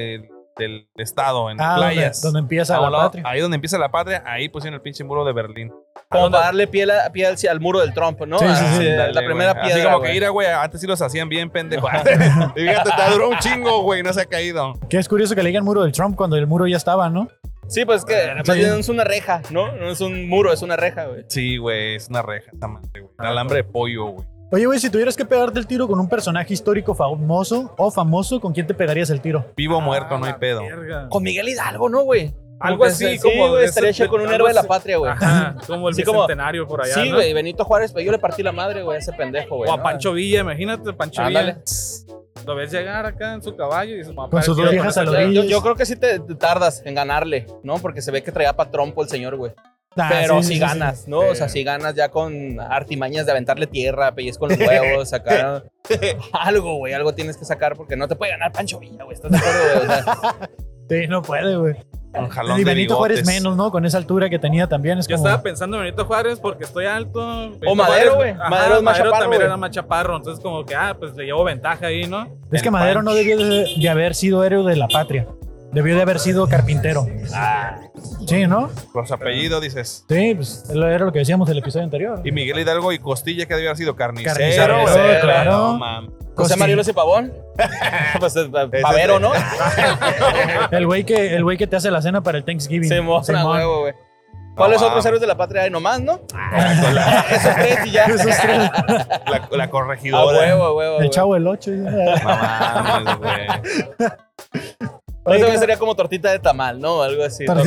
del estado, en Ah, playas. donde, donde empieza A la un lado- patria. Ahí donde empieza la patria, ahí pusieron el pinche muro de Berlín. Como para darle pie, a- pie al, al muro del Trump, ¿no? Sí, sí, sí. Así, Ándale, la primera güey. piedra, Así como güey. que ir, güey, antes sí los hacían bien pendejo. Y fíjate, te duró un chingo, güey, no se ha caído. Que es curioso que le digan muro del Trump cuando el muro ya estaba, ¿no? Sí, pues que Sí. más bien es una reja, ¿no? No es un muro, es una reja, güey. Sí, güey, es una reja esta madre, güey. Un alambre de pollo, güey. Oye, güey, si tuvieras que pegarte el tiro con un personaje histórico famoso o famoso, ¿con quién te pegarías el tiro? Vivo o muerto, no hay pedo. Con Miguel Hidalgo, ¿no, güey? Algo Como que así, se- como sí, güey, de estaría ese- chido con un algo héroe de la así. patria, güey. Ajá, como el Sí, como- bicentenario por allá, Sí, ¿no? güey, Benito Juárez, pero yo le partí la madre, güey, a ese pendejo, güey. O a ¿no? Pancho Villa, imagínate, Pancho Ándale. Villa. Lo ves llegar acá en su caballo y dices, Con sus dos viejas a los Yo, orillas. yo creo que sí te, te tardas en ganarle, ¿no? Porque se ve que traía pa' trompo el señor, güey. Ah, Pero sí, si sí, sí, ganas, sí. ¿no? O sea, si ganas ya con artimañas de aventarle tierra, pellizco con los huevos, sacar algo, güey. Algo tienes que sacar porque no te puede ganar Pancho Villa, güey. ¿Estás de acuerdo, güey? O sea, Sí, no puede, güey. Un jalón Y de Benito Juárez bigotes. menos, ¿no? Con esa altura que tenía también. Es Yo como... estaba pensando en Benito Juárez porque estoy alto. Benito Madero, Juárez- güey. Ajá, Madero es más chaparro, también güey. era más chaparro. Entonces, como que, ah, pues le llevo ventaja ahí, ¿no? Es que El Madero no punch. debió de, de haber sido héroe de la patria. Debió de haber sido carpintero. Sí, ¿no? Los apellidos, dices. Sí, pues era lo que decíamos del episodio anterior. Y Miguel Hidalgo y Costilla, que debió haber sido carnicero. Carnicero, güey. claro. No, mames. José Costi- Marielos y Pavón. Pues es Pavero, ¿no? El güey que, el güey que te hace la cena para el Thanksgiving. Se mona, Simón. huevo, güey. ¿Cuáles No, otros mames. héroes de la patria hay nomás, no? Esos tres y ya. Esos tres. La, la A corregidora. huevo, a huevo. El chavo del ocho. No mames, güey. Eso güey, sería como tortita de tamal, ¿no? Algo así. ¿no?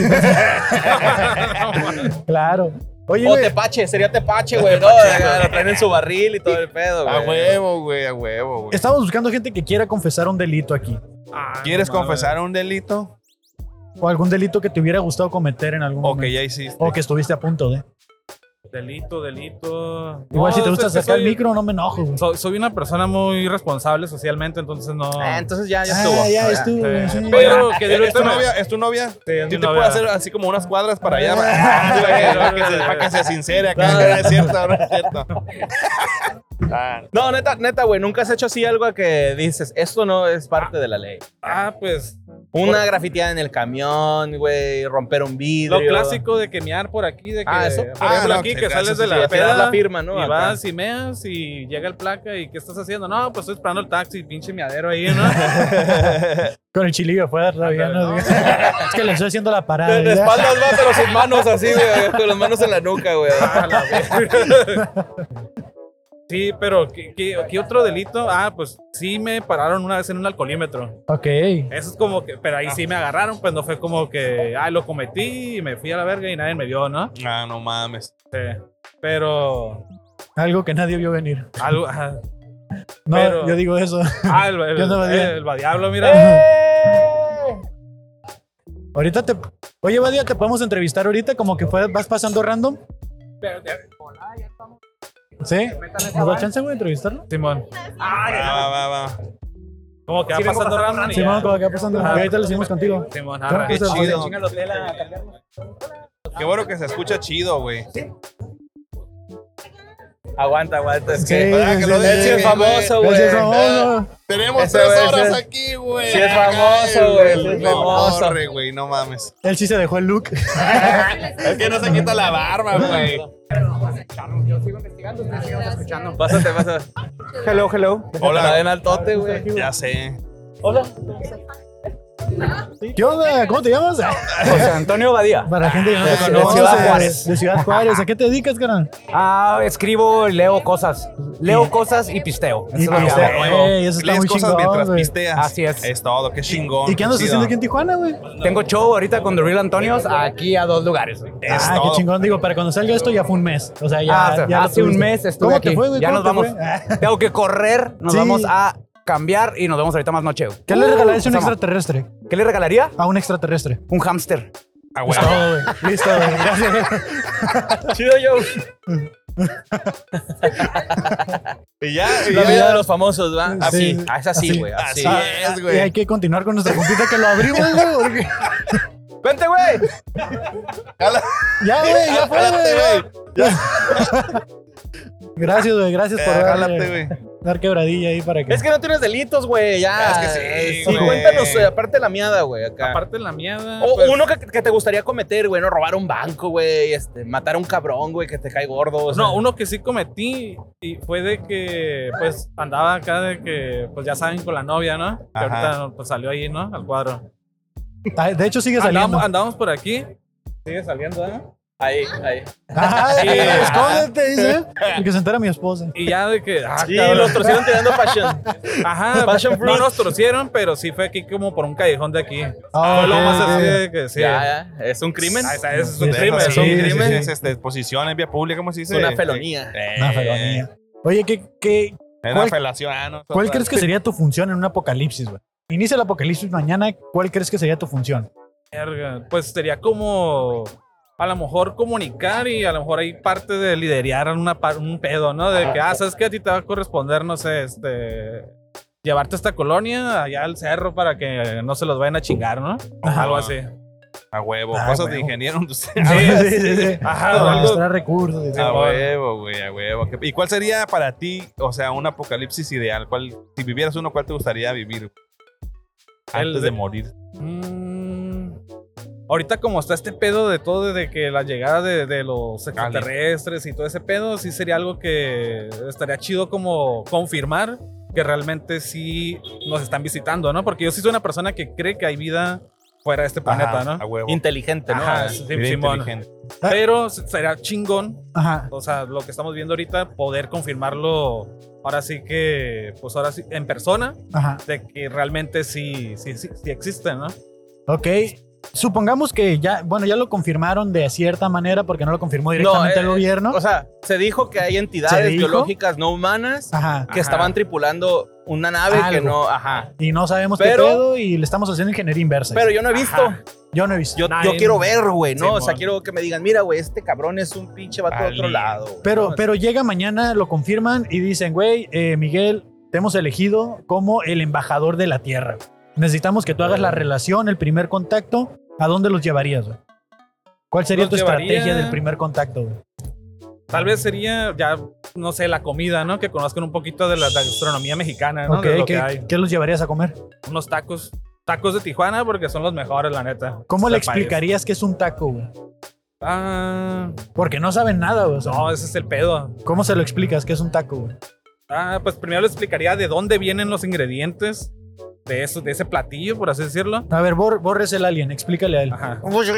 Claro. Oye, O güey. tepache, sería tepache, güey, ¿no? Lo traen en su barril y todo el pedo, güey. A huevo, güey, a huevo, güey. Estamos buscando gente que quiera confesar un delito aquí. Ah, ¿Quieres no mames. confesar un delito? O algún delito que te hubiera gustado cometer en algún O momento. que ya hiciste. O que estuviste a punto de. Delito, delito. Igual No, si te gusta es que sacar el soy- micro, no me enojo, güey. Soy, soy una persona muy responsable socialmente, entonces no. Ah, entonces ya, ya Ah, estuvo. ya estuvo, güey, sí. Pero que ¿Es directo tu me- novia? ¿Es tu novia? Sí, es Yo mi te novia. puedo hacer así como unas cuadras para allá. Para que, para que se, para que se sincere acá. No es cierto, no es cierto. Ah, No, neta, neta, güey, nunca has hecho así algo que dices, esto no es parte de la ley. Ah, pues. Una grafiteada en el camión, güey, romper un vidrio. Lo clásico de quemear por aquí, de que, Ah, ¿eso? por Ah, ejemplo, no, aquí que que te sales haces de así, la ya te das peda la firma, ¿no? y Acá. vas y meas y llega el placa y ¿qué estás haciendo? No, pues estoy esperando el taxi, pinche miadero ahí, ¿no? Con el chilillo afuera todavía, ¿no? Es que le estoy haciendo la parada. De, de ya. espaldas va, pero sus manos así, güey, con las manos en la nuca, güey. Ah, la verga. Sí, pero ¿qué, qué, qué otro delito? Ah, pues sí me pararon una vez en un alcoholímetro. Ok. Eso es como que, pero ahí sí me agarraron, pues no fue como que, ah, lo cometí y me fui a la verga y nadie me vio, ¿no? ah, no mames. Sí. Pero Algo que nadie vio venir. algo, ajá. No, Pero- yo digo eso. Ah, el, el, Yo no me el, diga. el Badiablo, mira. Ahorita te. Oye, Badia, ¿te podemos entrevistar ahorita? Como que fue, vas pasando random. ¿Sí? ¿Nos da chance, güey, de entrevistarlo? Simón. Va, va, va, va. Como que va pasando random. y Sí, ya. vamos, como que va pasando. Ajá. Y ahorita lo seguimos contigo. Simón, Claro, arra. Qué Eso, chido. pues, Qué bueno que se escucha chido, güey. Aguanta, aguanta. Es Sí, que, ¿verdad? Que sí, lo sí, de- sí es famoso, güey. Ese es famoso. Tenemos Ese tres güey, horas ese- aquí, güey. sí es famoso, güey, sí es famoso. Corre, güey, no mames. Él sí se dejó el look. Es que no se quita la barba, güey. Pásate, pásate. Hello, hello. Hola. La den al tote, güey. Ya sé. ¿Qué onda? ¿Cómo te llamas? José Antonio Badía. Para la gente que no te De conoce. Ciudad Juárez. De Ciudad Juárez. ¿A qué te dedicas, carnal? Ah, escribo, leo cosas. Leo cosas y pisteo. Eso Y es lo que pisteo. hago. Ey, eso está Lees muy cosas chingón, mientras güey. pisteas. Así es. Es todo, qué chingón. ¿Y qué andas chido. haciendo aquí en Tijuana, güey? Tengo show ahorita con The Real Antonios aquí a dos lugares. güey. Es Ah, qué todo. chingón. Digo, para cuando salga esto ya fue un mes. O sea, ya. Ah, o sea, ya lo hace un tuviste. mes estuve ¿Cómo aquí. te fue, güey? Ya ¿Cómo nos te vamos. fue? Tengo que correr. Nos Sí. vamos a cambiar y nos vemos ahorita más noche. güey. ¿Qué le regalarías a un Osama, extraterrestre? ¿Qué le regalaría? A un extraterrestre. Un hámster. Ah, Es güey. todo, güey. Listo, güey. Gracias. Chido, yo. Y ya, y La ya. vida de los famosos, ¿va? Sí. Así. Ah, es así, Así. güey. Así. Así es, Y güey. hay que continuar con nuestra compita que lo abrimos, güey. Porque... ¡Vente, güey! Jala- Ya, güey, ya fue, jálate, güey. güey. Gracias, güey. Gracias por Eh, dar, jálate, güey. dar quebradilla ahí para que. Es que no tienes delitos, güey. Ya. Es que sí, Sí, güey. cuéntanos, eh, aparte de la miada, güey. Acá. Aparte de la miada. O pues, uno que, que te gustaría cometer, güey, no robar un banco, güey, este, matar a un cabrón, güey, que te cae gordo. O sea. No, uno que sí cometí y fue de que, pues, andaba acá de que, pues, ya saben, con la novia, ¿no? Que Ajá. ahorita, pues, salió ahí, ¿no? Al cuadro. Ah, de hecho, sigue saliendo. Andamos, andamos por aquí. Sigue saliendo, ¿eh? Ahí, ahí. Ay, Sí. escóndete, dice. Porque se entera mi esposa. Y ya de que. Ah, Sí, cabrón. los torcieron tirando passion. Ajá, Passion fruit. no nos torcieron, pero sí fue aquí como por un callejón de aquí. Ah, Fue lo ok, más ok. así de que sí. Ya, ya. Es un crimen. Ahí está, es Sí, un sí, crimen, sí, es un sí, crimen. Es este, exposición en vía pública, ¿cómo se dice? Es una felonía. Eh, Una felonía. Oye, ¿qué, qué, Es una ¿Cuál- felación. ah, no, ¿cuál total. crees que sería tu función en un apocalipsis, güey? Inicia el apocalipsis mañana. ¿Cuál crees que sería tu función? Verga, pues sería como a lo mejor comunicar y a lo mejor hay parte de liderar una, par- un pedo, ¿no? De que, ah, ¿sabes qué? A ti te va a corresponder, no sé, este... llevarte a esta colonia allá al cerro para que no se los vayan a chingar, ¿no? Algo así. A huevo. Ah, Cosas huevo. de ingeniero industrial. Sí, sí, sí. Ajá, Para algo- administrar recursos. y A todo. huevo, güey, a huevo. ¿Y cuál sería para ti, o sea, un apocalipsis ideal? ¿Cuál, si vivieras uno, cuál te gustaría vivir antes El de de- morir? Mm, ahorita como está este pedo de todo, de que la llegada de, de los extraterrestres y todo ese pedo, sí sería algo que estaría chido como confirmar que realmente sí nos están visitando, ¿no? Porque yo sí soy una persona que cree que hay vida fuera de este planeta, Ajá, ¿no? a huevo. Inteligente, ¿no? Ajá, Ah, sí, Vida Simón. inteligente. Pero sería chingón, Ajá. o sea, lo que estamos viendo ahorita, poder confirmarlo ahora sí que, pues ahora sí, en persona, Ajá. de que realmente sí, sí, sí, sí existen, ¿no? Ok. Supongamos que ya, bueno, ya lo confirmaron de cierta manera porque no lo confirmó directamente No, el eh, gobierno. O sea, se dijo que hay ¿Se entidades dijo? biológicas no humanas Ajá. que Ajá. estaban tripulando una nave que Algo. no, ajá. Y no sabemos Pero- qué pedo y le estamos haciendo ingeniería inversa. Pero yo no he visto. Ajá. yo no he visto. Yo, Nadie- yo quiero ver, güey, ¿no? O sea, Simón. quiero que me digan, mira, güey, este cabrón es un pinche vato de otro Alien. lado. güey", Pero, ¿no? pero llega mañana, lo confirman y dicen, güey, eh, Miguel, te hemos elegido como el embajador de la Tierra. Necesitamos que tú hagas la relación, el primer contacto. ¿A dónde los llevarías, güey? ¿Cuál sería Los tu llevaría- estrategia del primer contacto, güey? Tal vez sería ya, no sé, la comida, ¿no? Que conozcan un poquito de la, la gastronomía mexicana, ¿no? Ok, De lo ¿qué, que hay. qué los llevarías a comer? Unos tacos. Tacos de Tijuana porque son los mejores, la neta. ¿Cómo le del país. explicarías que es un taco, güey? Ah, Porque no saben nada, güey. o sea, no, ese es el pedo. ¿Cómo se lo explicas que es un taco, güey? Ah, pues primero le explicaría de dónde vienen los ingredientes de, eso, de ese platillo, por así decirlo. A ver, bor- borres el alien, explícale a él. Ajá.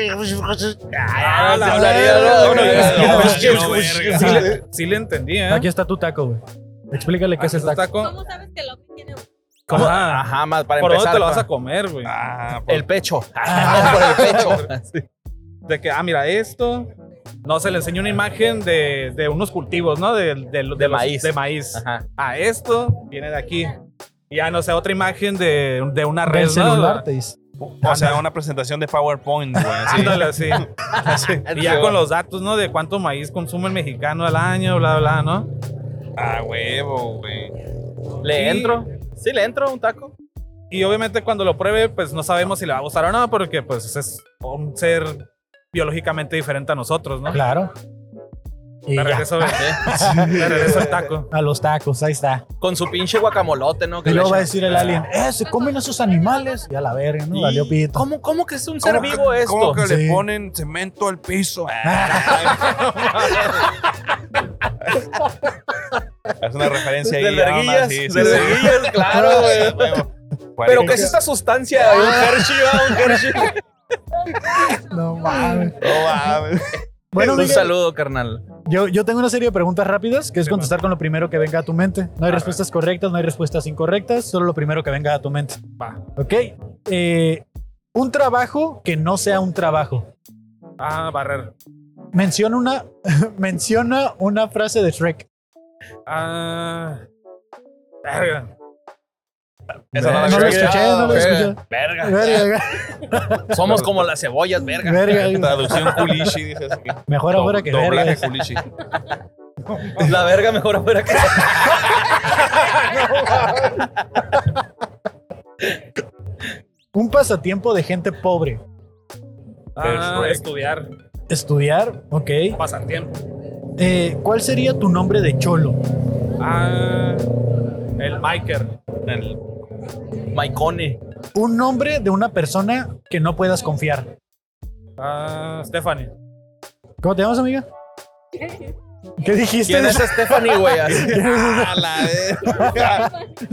Ah, la- hablaría, no, ¿no? no, Ya, no, ya, no, verga. Sí le, sí le entendí, ¿eh? Aquí está tu taco, güey. Explícale qué es el Aquí está taco. taco. ¿Cómo sabes que lo que tiene? ¿Cómo? Ajá. Ajá, más para ¿Por empezar. dónde te lo vas pa- a comer, güey? Ah, pues, El pecho. Por el pecho. Sí. De que, ah, mira, esto. No, se le enseña una imagen de, de unos cultivos, ¿no? De, de, de los- maíz. De maíz. Ajá. Ah, esto viene de aquí. Y ya, no sé, otra imagen de, de una red, Del ¿no? celular, te dice. o sea, una presentación de PowerPoint, güey. así. Ándale, así. Y ya con los datos, ¿no? De cuánto maíz consume el mexicano al año, bla, bla, ¿no? Ah, huevo, güey. ¿Le Y- entro? Sí, le entro un taco. Y obviamente cuando lo pruebe, pues no sabemos si le va a gustar o no, porque pues es un ser biológicamente diferente a nosotros, ¿no? Claro. Y Me ya. regreso, me regreso el taco. A los tacos, ahí está. Con su pinche guacamolote, ¿no? Que Y le luego va a echan. decir el alien, eh, se comen esos animales. Y a la verga, ¿no? Y- Valió pito. ¿Cómo, ¿Cómo que es un ¿Cómo ser que- vivo esto? ¿Cómo que Sí. le ponen cemento al piso? Es una referencia ahí. Del ya, verguillas, sí, sí, del sí. verguillas, claro, güey. Huevo. ¿Pero qué es esta sustancia? Un Hershey, ¿va? Un Hershey. No mames. No mames. Bueno, un Miguel, saludo, carnal. yo, yo tengo una serie de preguntas rápidas que es Sí, contestar con lo primero que venga a tu mente. No hay Arre. respuestas correctas, no hay respuestas incorrectas, solo lo primero que venga a tu mente. Va. ¿Ok? Eh, un trabajo que no sea un trabajo. Ah, barrer. Menciona una, menciona una frase de Shrek. Ah. Verga. Esa no la No lo escuché. escuché, no lo Ah, escuché. Verga. Verga, Somos como las cebollas, verga. verga. Traducción culichi, dices aquí. Mejor afuera que Doblaje verga. culichi. La verga mejor afuera que. Un pasatiempo de gente pobre. Ah, Shrek. estudiar. Estudiar, ok. Pasar tiempo. Eh, ¿Cuál sería tu nombre de cholo? Ah, el Miker. El Maicone. Un nombre de una persona que no puedas confiar. Ah, Stephanie. ¿Cómo te llamas, amiga? ¿Qué dijiste? ¿Quién es Stephanie, güey? Así. A la verga.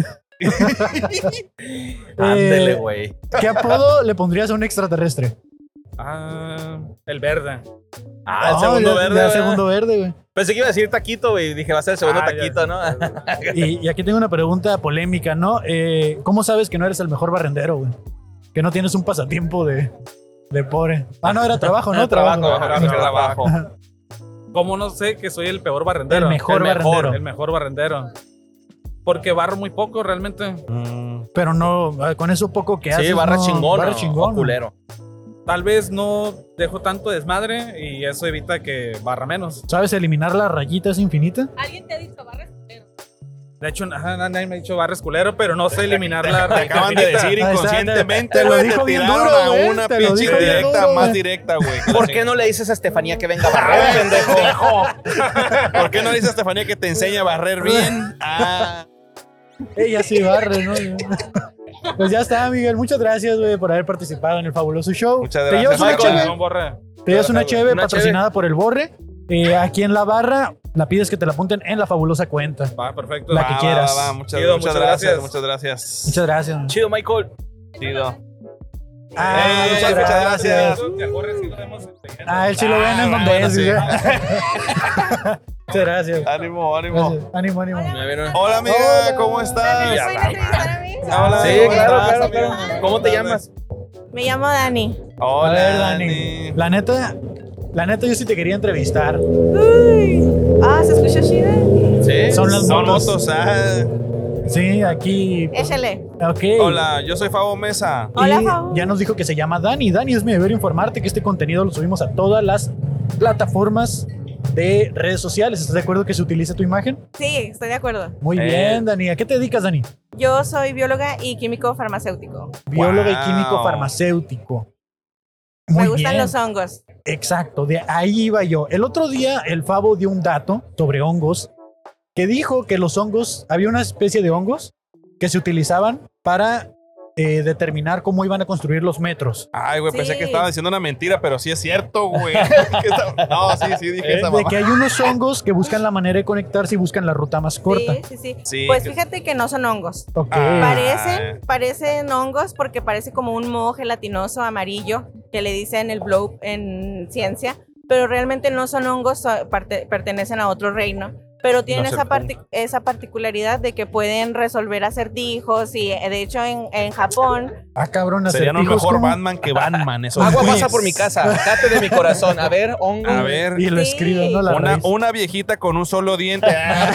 Ándele, Eh, güey. ¿Qué apodo le pondrías a un extraterrestre? Ah, el verde. Ah, el Oh, segundo ya- verde. ya ¿verdad? segundo verde, güey. Pensé que iba a decir taquito, güey. Dije, va a ser el segundo Ah, ya. taquito, ¿no? Y, y aquí tengo una pregunta polémica, ¿no? Eh, ¿Cómo sabes que no eres el mejor barrendero, güey? Que no tienes un pasatiempo de, de pobre. Ah, no, era trabajo, ¿no? Trabajo, Trabajo. trabajo. ¿Cómo no sé que soy el peor barrendero? El mejor el mejor, barrendero. el mejor barrendero. Porque barro muy poco realmente. Pero no, con eso poco que haces. Sí, barra no, chingón. barra ¿no? chingón. O culero. Tal vez no dejo tanto desmadre y eso evita que barra menos. ¿Sabes eliminar las rayitas infinitas? ¿Alguien te ha dicho barres? De hecho, ajá, nadie me ha dicho barra culero, pero no sé eliminar la Te rayita acaban de infinita. decir Ahí está, inconscientemente, te lo güey. Te, dijo bien tiraron duro, a güey, una te lo pinche dijo bien directa, duro, más güey. directa, güey. ¿Por qué no le dices a Estefanía que venga a barrer, pendejo? ¿Por qué no le dices a Estefanía que te enseña a barrer bien? Ah. Ella sí barre, ¿no? Pues ya está, Miguel. Muchas gracias, güey, por haber participado en el fabuloso show. Muchas Te llevas gracias, una Michael. cheve. No, borre. Te llevas una cheve Una patrocinada por el Borre. Eh, aquí en la barra, la pides que te la apunten en la fabulosa cuenta. Va, perfecto. La que Va, quieras. va, va. Muchas, Chido, muchas muchas gracias, gracias. muchas gracias. Muchas gracias. Chido, Michael. Chido. Ah, Eh, muchas muchas gracias. gracias. Que al borre sí lo vemos enseñando. Ah, él sí lo ven en Ah, donde bueno, es. sí. güey. Muchas gracias. Ánimo, ánimo. Gracias. Ánimo, ánimo. Ya vieron. Hola, amiga, Hola. ¿cómo estás? ¿Me pueden entrevistar a mí? Hola, Sí, ¿cómo claro, estás, claro, amiga? claro. ¿Cómo te llamas? Me llamo Dani. Hola, A ver, Dani. Dani. La neta, la neta, yo sí te quería entrevistar. Uy. Ah, ¿se escucha chida? Sí. Son las Son motos. motos, ah. Sí, aquí. Échale. Ok. Hola, yo soy Fabo Mesa. Y Hola, Fabo. ya nos dijo que se llama Dani. Dani, es mi deber informarte que este contenido lo subimos a todas las plataformas de redes sociales. ¿Estás de acuerdo que se utilice tu imagen? Sí, estoy de acuerdo. Muy Eh. bien, Dani. ¿A qué te dedicas, Dani? Yo soy bióloga y químico farmacéutico. Bióloga y Wow. químico farmacéutico. Me Muy gustan bien. los hongos. Exacto, de ahí iba yo. El otro día el Fabo dio un dato sobre hongos que dijo que los hongos, había una especie de hongos que se utilizaban para eh, determinar cómo iban a construir los metros. Ay, güey, pensé Sí. que estaba diciendo una mentira, pero sí es cierto, güey. Que está- No, sí, sí, dije esa De mamá. que hay unos hongos que buscan la manera de conectarse y buscan la ruta más corta. Sí, sí, sí. Sí, Pues que- fíjate que no son hongos. Ok. Ah. Parecen, parecen hongos porque parece como un moho gelatinoso amarillo que le dicen el blow en ciencia, pero realmente no son hongos, so- parte- pertenecen a otro reino. Pero tienen No se esa, parti- esa particularidad de que pueden resolver acertijos y eh, de hecho en, en Japón Ah, cabrón, Serían un acertijos mejor como- Batman que Batman. Esos Agua güeyes. pasa por mi casa. Date de mi corazón. A ver, hongo. A ver, Y lo Sí. escriben, ¿no? La una, raíz. una viejita con un solo diente.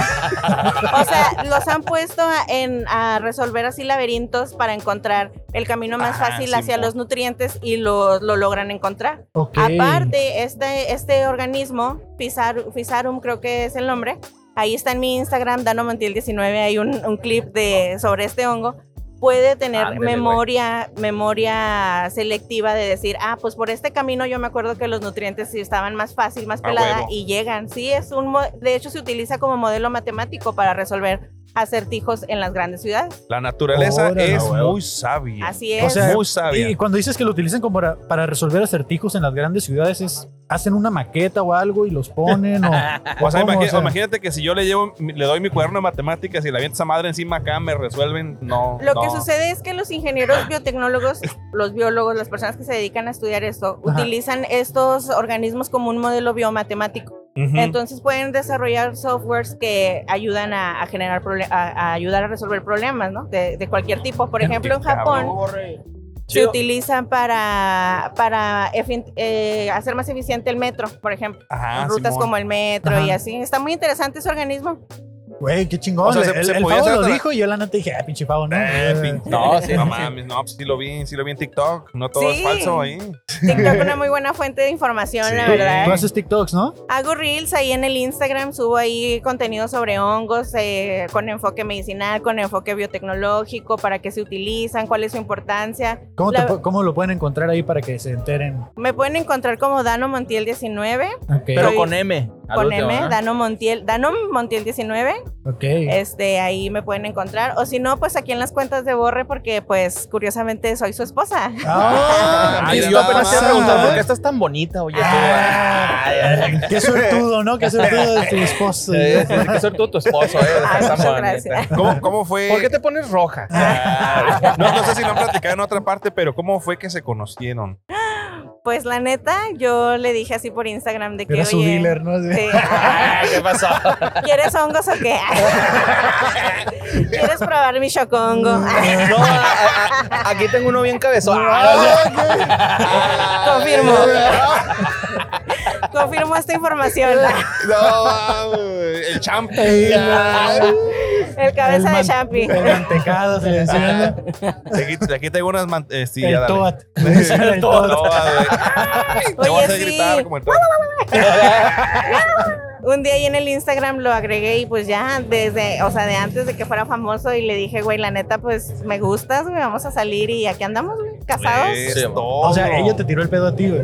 Ah, o sea, los han puesto a, en, a resolver así laberintos para encontrar el camino más Ah, fácil hacia Simón. los nutrientes y lo, lo logran encontrar. Ok. Aparte, este, este organismo, Physarum, Physarum creo que es el nombre, ahí está en mi Instagram, Dano Montiel diecinueve, hay un, un clip de, sobre este hongo. Puede tener Ándele, memoria, memoria selectiva de decir, ah, pues por este camino yo me acuerdo que los nutrientes sí estaban más fácil, más A pelada huevo. y llegan. Sí, es un, mo- de hecho se utiliza como modelo matemático para resolver acertijos en las grandes ciudades. La naturaleza Órale, es huevo. muy sabia. Así es. O sea, muy sabia. y cuando dices que lo utilizan como para, para resolver acertijos en las grandes ciudades, es hacen una maqueta o algo y los ponen o, O sea, cómo, imagi- o sea, imagínate que si yo le llevo, le doy mi cuaderno de matemáticas y le aviento esa madre encima acá, me resuelven. No. Lo no. que sucede es que los ingenieros biotecnólogos, los biólogos, las personas que se dedican a estudiar esto, Ajá. utilizan estos organismos como un modelo biomatemático. Ujú. Entonces pueden desarrollar softwares que ayudan a, a generar prole- a, a ayudar a resolver problemas, ¿no? De, de cualquier tipo. Por ejemplo, en Japón se Chido. utilizan para, para efi- eh, hacer más eficiente el metro, por ejemplo. Ajá, Rutas Simón. como el metro Ajá. y así. Está muy interesante ese organismo. güey, qué chingón. O sea, se- el se el podía Favo hacer lo otra- dijo y yo la neta dije, ah, pinche Favo, ¿no? Eh, Eh, pin- No, sí, no sí. mames, no, pues sí lo vi, sí lo vi en TikTok. No todo Sí. es falso ahí. TikTok es una muy buena fuente de información, Sí. la Tú verdad. haces TikToks, ¿no? Hago reels ahí en el Instagram, subo ahí contenido sobre hongos eh, con enfoque medicinal, con enfoque biotecnológico, para qué se utilizan, cuál es su importancia. ¿Cómo, te La- pu- ¿Cómo lo pueden encontrar ahí para que se enteren? Me pueden encontrar como Dano Montiel diecinueve. Ok. Pero Soy- con M. con último, M, ¿no? Dano Montiel, Dano Montiel diecinueve. Ok. Este, ahí me pueden encontrar. O si no, pues aquí en las cuentas de Borre, porque pues curiosamente soy su esposa. Ah, Ay, mira, yo apenas te iba a preguntar pasa. por qué estás tan bonita, oye. tú? Ah, qué suertudo, ¿no? Qué suertudo de tu esposo. Eh, sí, qué suertudo tu esposo, eh. de estar Ay, tan muchas bonita. gracias. ¿Cómo, cómo fue? ¿Por qué te pones roja? No, no sé si lo han platicado en otra parte, pero ¿cómo fue que se conocieron? Pues la neta, yo le dije así por Instagram de que, Era su oye, dealer, ¿no? Sí. sí, ¿Qué pasó? ¿quieres hongos o qué? ¿Quieres probar mi chocongo? No, a- a- aquí tengo uno bien cabezón. Confirmo. Confirmo esta información. No, el champi. El cabeza El de man- champi. El mantecado se le decía. Aquí, aquí tengo unas. man- eh, sí, El ya, dale. toat. El toat, güey. Te Oye, vas a sí. gritar como el toat. Un día ahí en el Instagram lo agregué y pues ya desde, o sea, de antes de que fuera famoso y le dije, güey, la neta, pues me gustas, güey, vamos a salir y aquí andamos, güey, casados. Es Sí, todo. O sea, ella te tiró el pedo a ti, güey.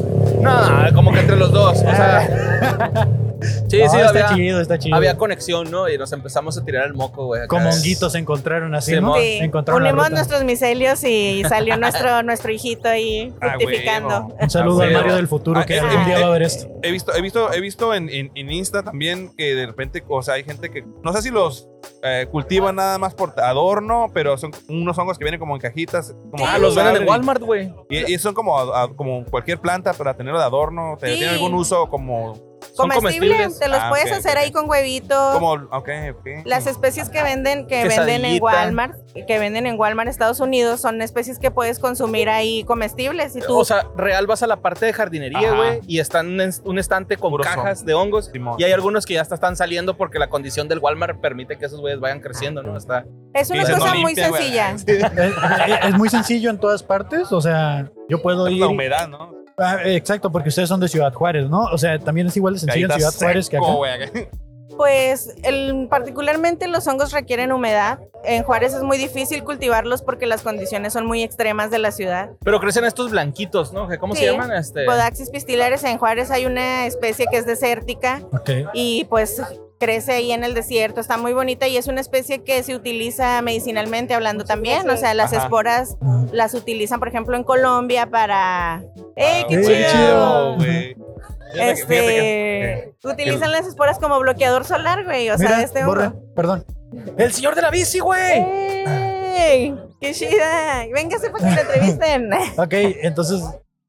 No, como que entre los dos. O sea. Sí, No, sí, está había, chido, está chido. había conexión, ¿no? Y nos empezamos a tirar el moco, güey. acá. Como honguitos se encontraron así, Sí, ¿no? mon. Sí, Encontraron la unimos ruta. nuestros micelios y salió nuestro, nuestro hijito ahí Ah, fructificando. huevo. Un saludo Ah, al huevo. Mario del futuro Ah, que eh, algún eh, día eh, va a ver esto. He visto, he visto, he visto en, en, en Insta también que de repente, o sea, hay gente que, no sé si los eh, cultivan nada más por adorno, pero son unos hongos que vienen como en cajitas. Como Ah, que los venden abren en Walmart, güey. Y, y son como, a- a- como cualquier planta para tenerlo de adorno. ¿Te- Sí. ¿Tiene algún uso como, Son Comestible, comestibles. te los Ah, puedes ok, hacer ok. ahí con huevito. como, ok, ok. Las especies que venden, que venden en Quesadillita. Walmart, que venden en Walmart Estados Unidos, son especies que puedes consumir ahí comestibles. Y tú, O sea, real vas a la parte de jardinería, Ajá. güey, y están en un estante con Puros cajas hongos. de hongos. Simón. Y hay algunos que ya hasta están saliendo porque la condición del Walmart permite que esos güeyes vayan creciendo, ¿no? Está. es una dices, no cosa muy limpia, güey. sencilla. Es, es- es muy sencillo en todas partes, o sea, yo puedo Es ir... la humedad, ¿no? Ah, exacto, porque ustedes son de Ciudad Juárez, ¿no? O sea, también es igual de sencillo en Ahí está Ciudad Juárez que acá. seco, güey, acá. Pues el- particularmente los hongos requieren humedad. En Juárez es muy difícil cultivarlos porque las condiciones son muy extremas de la ciudad. Pero crecen estos blanquitos, ¿no? ¿Cómo Sí. se llaman? Este. Podaxis pistilares, en Juárez hay una especie que es desértica Ok. y pues crece ahí en el desierto, está muy bonita y es una especie que se utiliza medicinalmente hablando también, o sea, las Ajá. esporas las utilizan, por ejemplo, en Colombia para... ¡Eh, qué Qué chido! chido. güey. Fíjate que- fíjate que- Este, utilizan las esporas como bloqueador solar, güey, o sea, Mira, de este hongo. borra, perdón. ¡El señor de la bici, güey! ¡Ey! ¡Qué chida! Véngase para que lo entrevisten. Ok, entonces,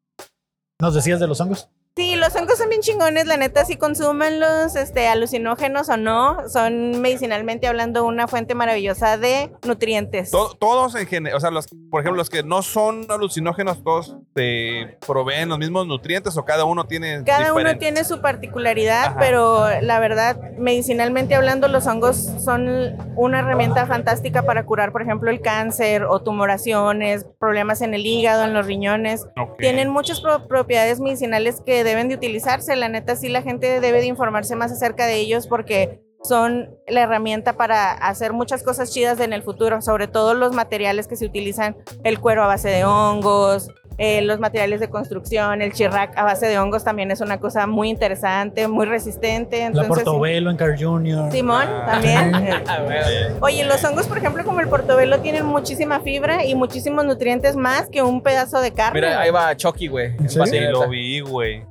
¿nos decías de los hongos? Sí, los hongos son bien chingones, la neta, sí consúmanlos, este, alucinógenos o no, son medicinalmente hablando una fuente maravillosa de nutrientes. To- todos en general, o sea, los, por ejemplo, los que no son alucinógenos, todos te proveen los mismos nutrientes o cada uno tiene Cada uno diferentes? tiene su particularidad, Ajá. pero la verdad, medicinalmente hablando, los hongos son una herramienta fantástica para curar, por ejemplo, el cáncer o tumoraciones, problemas en el hígado, en los riñones. Ok. Tienen muchas pro- propiedades medicinales que deben de utilizarse. La neta, sí, la gente debe de informarse más acerca de ellos porque son la herramienta para hacer muchas cosas chidas en el futuro, sobre todo los materiales que se utilizan, el cuero a base de hongos, eh, los materiales de construcción, el chirrac a base de hongos también es una cosa muy interesante, muy resistente. La Entonces, Portobelo en Carl junior Simón, Ah. también. Ah, güey. Oye, los hongos, por ejemplo, como el portobelo, tienen muchísima fibra y muchísimos nutrientes más que un pedazo de carne. Mira, ahí va Chucky, güey. ¿En serio? Sí, patineta. lo vi, güey.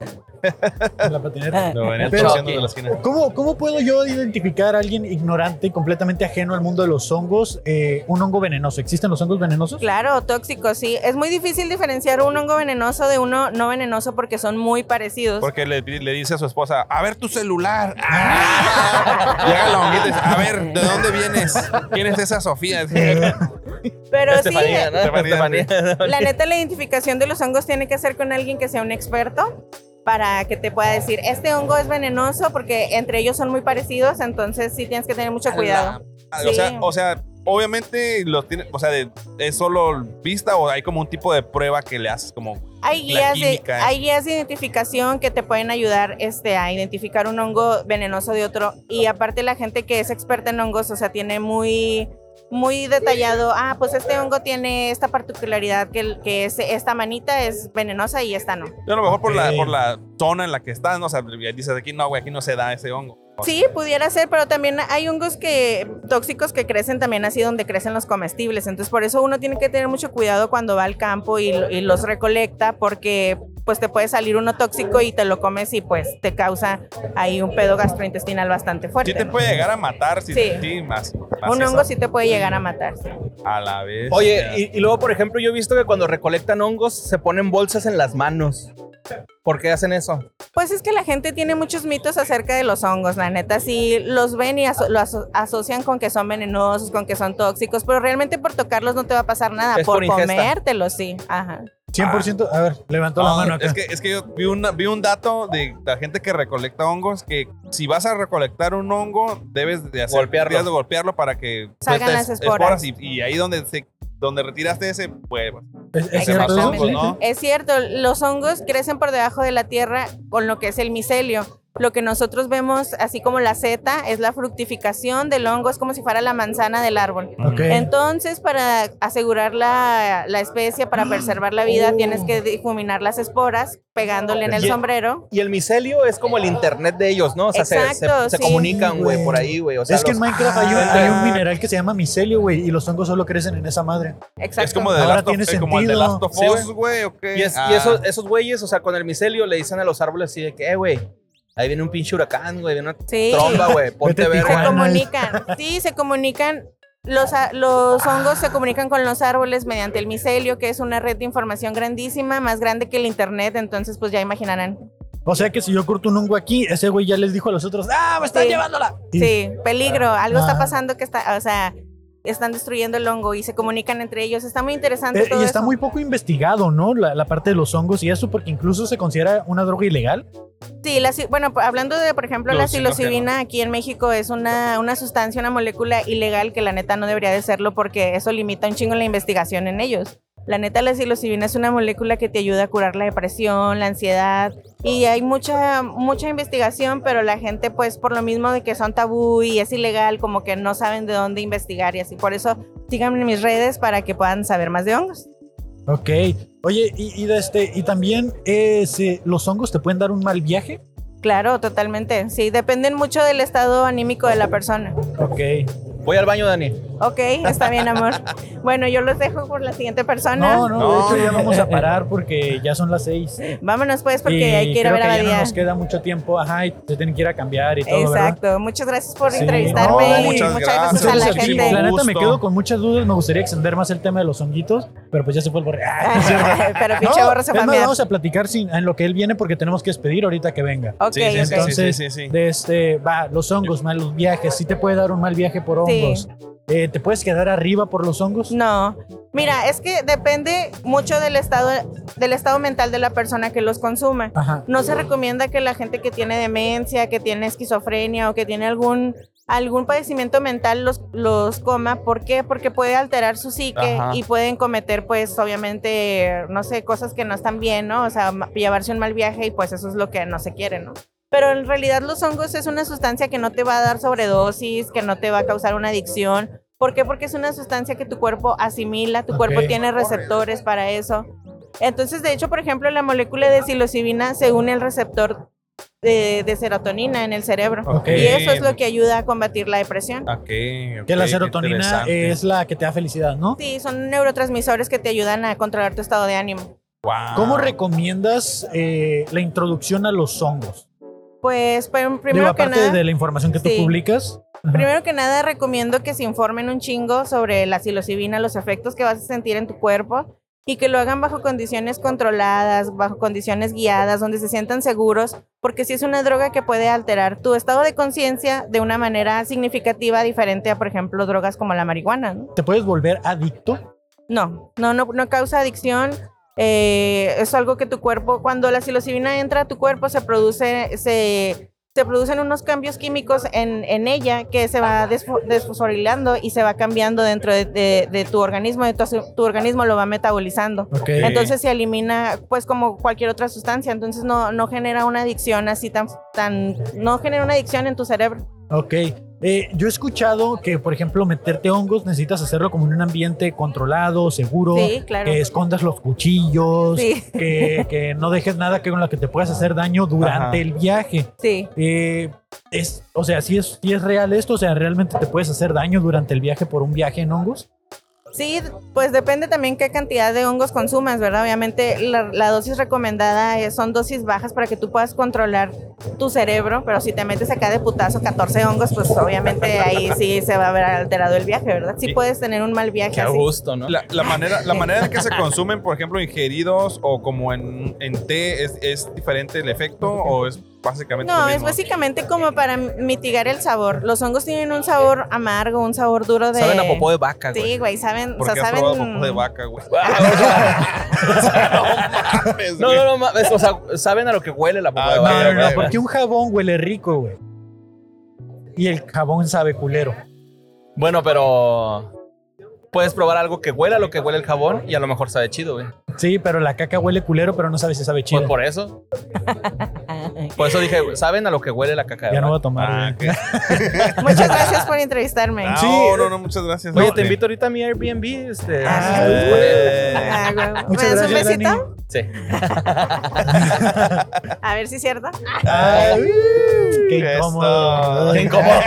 en la patineta. Lo venía Pero- torciendo de la esquina. ¿Cómo, ¿Cómo puedo yo identificar a alguien ignorante, completamente ajeno al mundo de los hongos, eh, un hongo venenoso? ¿Existen los hongos venenosos? Claro, tóxicos, sí. Es muy difícil diferenciar un hongo venenoso de uno no venenoso porque son muy parecidos. Porque le, le dice a su esposa, a ver tu celular. Ah. Llega la honguita y dice, a ver, ¿de dónde vienes? ¿Quién es esa Sofía? Pero sí, Estefanía, ¿no? Estefanía, Estefanía. la neta, la identificación de los hongos tiene que ser con alguien que sea un experto para que te pueda decir, este hongo es venenoso porque entre ellos son muy parecidos, entonces sí tienes que tener mucho cuidado. O sea, Sí. o sea, obviamente los tiene, o sea, de- es solo vista o hay como un tipo de prueba que le haces como Hay la guías, de, química. hay guías de identificación que te pueden ayudar este, a identificar un hongo venenoso de otro. Y aparte la gente que es experta en hongos, o sea, tiene muy muy detallado. Ah, pues este hongo tiene esta particularidad que, que es, esta manita es venenosa y esta no. Yo a lo mejor por, la, Ok. por la zona en la que estás, ¿no? O sea, dices aquí, no, güey, aquí no se da ese hongo. Sí, pudiera ser, pero también hay hongos que tóxicos que crecen también así donde crecen los comestibles. Entonces, por eso uno tiene que tener mucho cuidado cuando va al campo y, y los recolecta, porque pues te puede salir uno tóxico y te lo comes y pues te causa ahí un pedo gastrointestinal bastante fuerte. Sí te puede llegar a matar, si Sí. sí, más, más Un eso. hongo sí te puede llegar a matar. Sí. A la vez. Oye, y, y luego, por ejemplo, yo he visto que cuando recolectan hongos se ponen bolsas en las manos. ¿Por qué hacen eso? Pues es que la gente tiene muchos mitos acerca de los hongos, la neta, sí los ven y aso- lo aso- asocian con que son venenosos, con que son tóxicos, pero realmente por tocarlos no te va a pasar nada, Es por por ingesta. comértelos, sí, ajá. cien por ciento. A ver, levantó la No, mano acá. Es que, es que yo vi, una- vi un dato de la gente que recolecta hongos, que si vas a recolectar un hongo, debes de hacer Golpearlo. debes de golpearlo para que Salgan sueltes las esporas. y, y ahí donde se, donde retiraste ese, pues, ¿Es, es ese más cierto eso? hongos, ¿no? Es cierto, los hongos crecen por debajo de la tierra con lo que es el micelio. Lo que nosotros vemos, así como la seta, es la fructificación del hongo, es como si fuera la manzana del árbol. Ok. Entonces, para asegurar la, la especie, para preservar la vida, tienes que difuminar las esporas pegándole en el Y- sombrero. Y el micelio es como el internet de ellos, ¿no? O sea, se- Exacto, se, se sí. comunican, güey, güey. por ahí, güey. O sea, Es que en los- Minecraft hay un, Ah. hay un mineral que se llama micelio, güey, y los hongos solo crecen en esa madre. Exacto. Es como, de Ahora Last of- tiene eh, como el de sentido. Last of Sí, Us, güey, ¿o qué? Y, es- y Ah. esos, esos güeyes, o sea, con el micelio le dicen a los árboles así de que, eh, güey, ahí viene un pinche huracán, güey, viene una Sí. tromba, güey, ponte Vete a verga. Se Tijuana. comunican, sí, se comunican. Los, a- los hongos se comunican con los árboles mediante el micelio, que es una red de información grandísima, más grande que el internet, entonces pues ya imaginarán. O sea que si yo corto un hongo aquí, ese güey ya les dijo a los otros, ¡ah, me están Sí. llevándola! Y- Sí, peligro, algo Ah. está pasando que está, o sea, están destruyendo el hongo y se comunican entre ellos. Está muy interesante Eh, todo y está eso. muy poco investigado, ¿no? La, la parte de los hongos y eso, porque incluso se considera una droga ilegal. Sí, la, ci- bueno, pues, hablando de, por ejemplo, Yo la siento que psilocibina aquí en México es una, una sustancia, una molécula ilegal que la neta no debería de serlo porque eso limita un chingo la investigación en ellos. La neta, la psilocibina es una molécula que te ayuda a curar la depresión, la ansiedad y hay mucha, mucha investigación, pero la gente pues por lo mismo de que son tabú y es ilegal, como que no saben de dónde investigar y así. Por eso síganme en mis redes para que puedan saber más de hongos. Ok. Oye, y, y, de este, y también eh, se- los hongos te pueden dar un mal viaje. Claro, totalmente. Sí, dependen mucho del estado anímico de la persona. Ok. Voy al baño, Dani. Ok, está bien, amor. Bueno, yo los dejo por la siguiente persona. No, no, de hecho ya vamos a parar porque ya son las seis. Vámonos pues porque Y hay que ir a creo ver a que ya no Badía. nos queda mucho tiempo, ajá, y se tienen que ir a cambiar y todo, Exacto. ¿verdad? Muchas gracias por Sí. entrevistarme. No, y muchas muchas gracias. gracias a la Muchas gente. gracias. La neta me Gusto. quedo con muchas dudas, me gustaría extender más el tema de los honguitos, pero pues ya se fue el borre. Ah, no es cierto. Pero pinche borro se es fue a más, mear. vamos a platicar sin, en lo que él viene porque tenemos que despedir ahorita que venga. Ok, Sí, sí, ok. sí, Entonces, sí, sí, sí. de este, va, los hongos, malos viajes, sí te puede dar un mal viaje por Sí. hongos. Eh, ¿Te puedes quedar arriba por los hongos? No. Mira, es que depende mucho del estado, del estado mental de la persona que los consuma. Ajá. No se recomienda que la gente que tiene demencia, que tiene esquizofrenia o que tiene algún, algún padecimiento mental los, los coma. ¿Por qué? Porque puede alterar su psique Ajá. y pueden cometer, pues, obviamente, no sé, cosas que no están bien, ¿no? O sea, ma- llevarse un mal viaje y pues eso es lo que no se quiere, ¿no? Pero en realidad los hongos es una sustancia que no te va a dar sobredosis, que no te va a causar una adicción. ¿Por qué? Porque es una sustancia que tu cuerpo asimila, tu Ok. cuerpo tiene receptores para eso. Entonces, de hecho, por ejemplo, la molécula de psilocibina se une al receptor de, de serotonina en el cerebro. Ok. Y eso es lo que ayuda a combatir la depresión. Ok, ok, Que la qué serotonina interesante. es la que te da felicidad, ¿no? Sí, son neurotransmisores que te ayudan a controlar tu estado de ánimo. Wow. ¿Cómo recomiendas eh, la introducción a los hongos? Pues, prim- Digo, primero que aparte nada... de la información que tú Sí. publicas. Ajá. Primero que nada, recomiendo que se informen un chingo sobre la psilocibina, los efectos que vas a sentir en tu cuerpo y que lo hagan bajo condiciones controladas, bajo condiciones guiadas, donde se sientan seguros, porque sí es una droga que puede alterar tu estado de conciencia de una manera significativa, diferente a, por ejemplo, drogas como la marihuana, ¿no? ¿Te puedes volver adicto? No, no, no, no causa adicción. Eh, es algo que tu cuerpo, cuando la psilocibina entra a tu cuerpo, se produce, se, se producen unos cambios químicos en, en ella que se va desfo- desfosforilando y se va cambiando dentro de, de- de tu organismo, de tu, tu organismo lo va metabolizando. Ok. Entonces se elimina, pues como cualquier otra sustancia, entonces no, no genera una adicción así tan, tan, no genera una adicción en tu cerebro. Ok. Eh, yo he escuchado que, por ejemplo, meterte hongos necesitas hacerlo como en un ambiente controlado, seguro, Sí, claro. que escondas los cuchillos, Sí. que, que no dejes nada que con lo que te puedas hacer daño durante Ajá. el viaje. Sí. Eh, es, o sea, si es, si es real esto, o sea, realmente te puedes hacer daño durante el viaje por un viaje en hongos. Sí, pues depende también qué cantidad de hongos consumas, ¿verdad? Obviamente la, la dosis recomendada es- son dosis bajas para que tú puedas controlar tu cerebro, pero si te metes acá de putazo catorce hongos, pues obviamente ahí sí se va a ver alterado el viaje, ¿verdad? Sí, Sí. puedes tener un mal viaje Qué a así. gusto, ¿no? La, la manera, la manera en que se consumen, por ejemplo, ingeridos o como en, en té, ¿es, ¿es diferente el efecto o es básicamente lo No, es mismo? básicamente como para mitigar el sabor. Los hongos tienen un sabor amargo, un sabor duro de... Saben a popó de vaca, güey. Sí, güey, saben, o Porque sea, has saben... probado popó de vaca, güey. No, no, no, mames, o sea, saben a lo que huele la popó de No, vaca. no, no, güey. porque un jabón huele rico, güey. Y el jabón sabe culero. Bueno, pero puedes probar algo que huela a lo que huele el jabón y a lo mejor sabe chido, güey. Sí, pero la caca huele culero, pero no sabes si sabe chido. Pues por eso. Por eso dije, saben a lo que huele la caca. Ya no voy a ¿verdad? tomar, Ah, güey. Muchas gracias por entrevistarme. No, Sí. no, no, muchas gracias. Oye, No, te eh, invito ahorita a mi Airbnb. Este, Ah, si quieres poner- Ah, güey. ¿Me Muchas das un gracias, besito? Dani. Sí. A ver si es cierto. Ay, qué Eso. incómodo. Qué incómodo.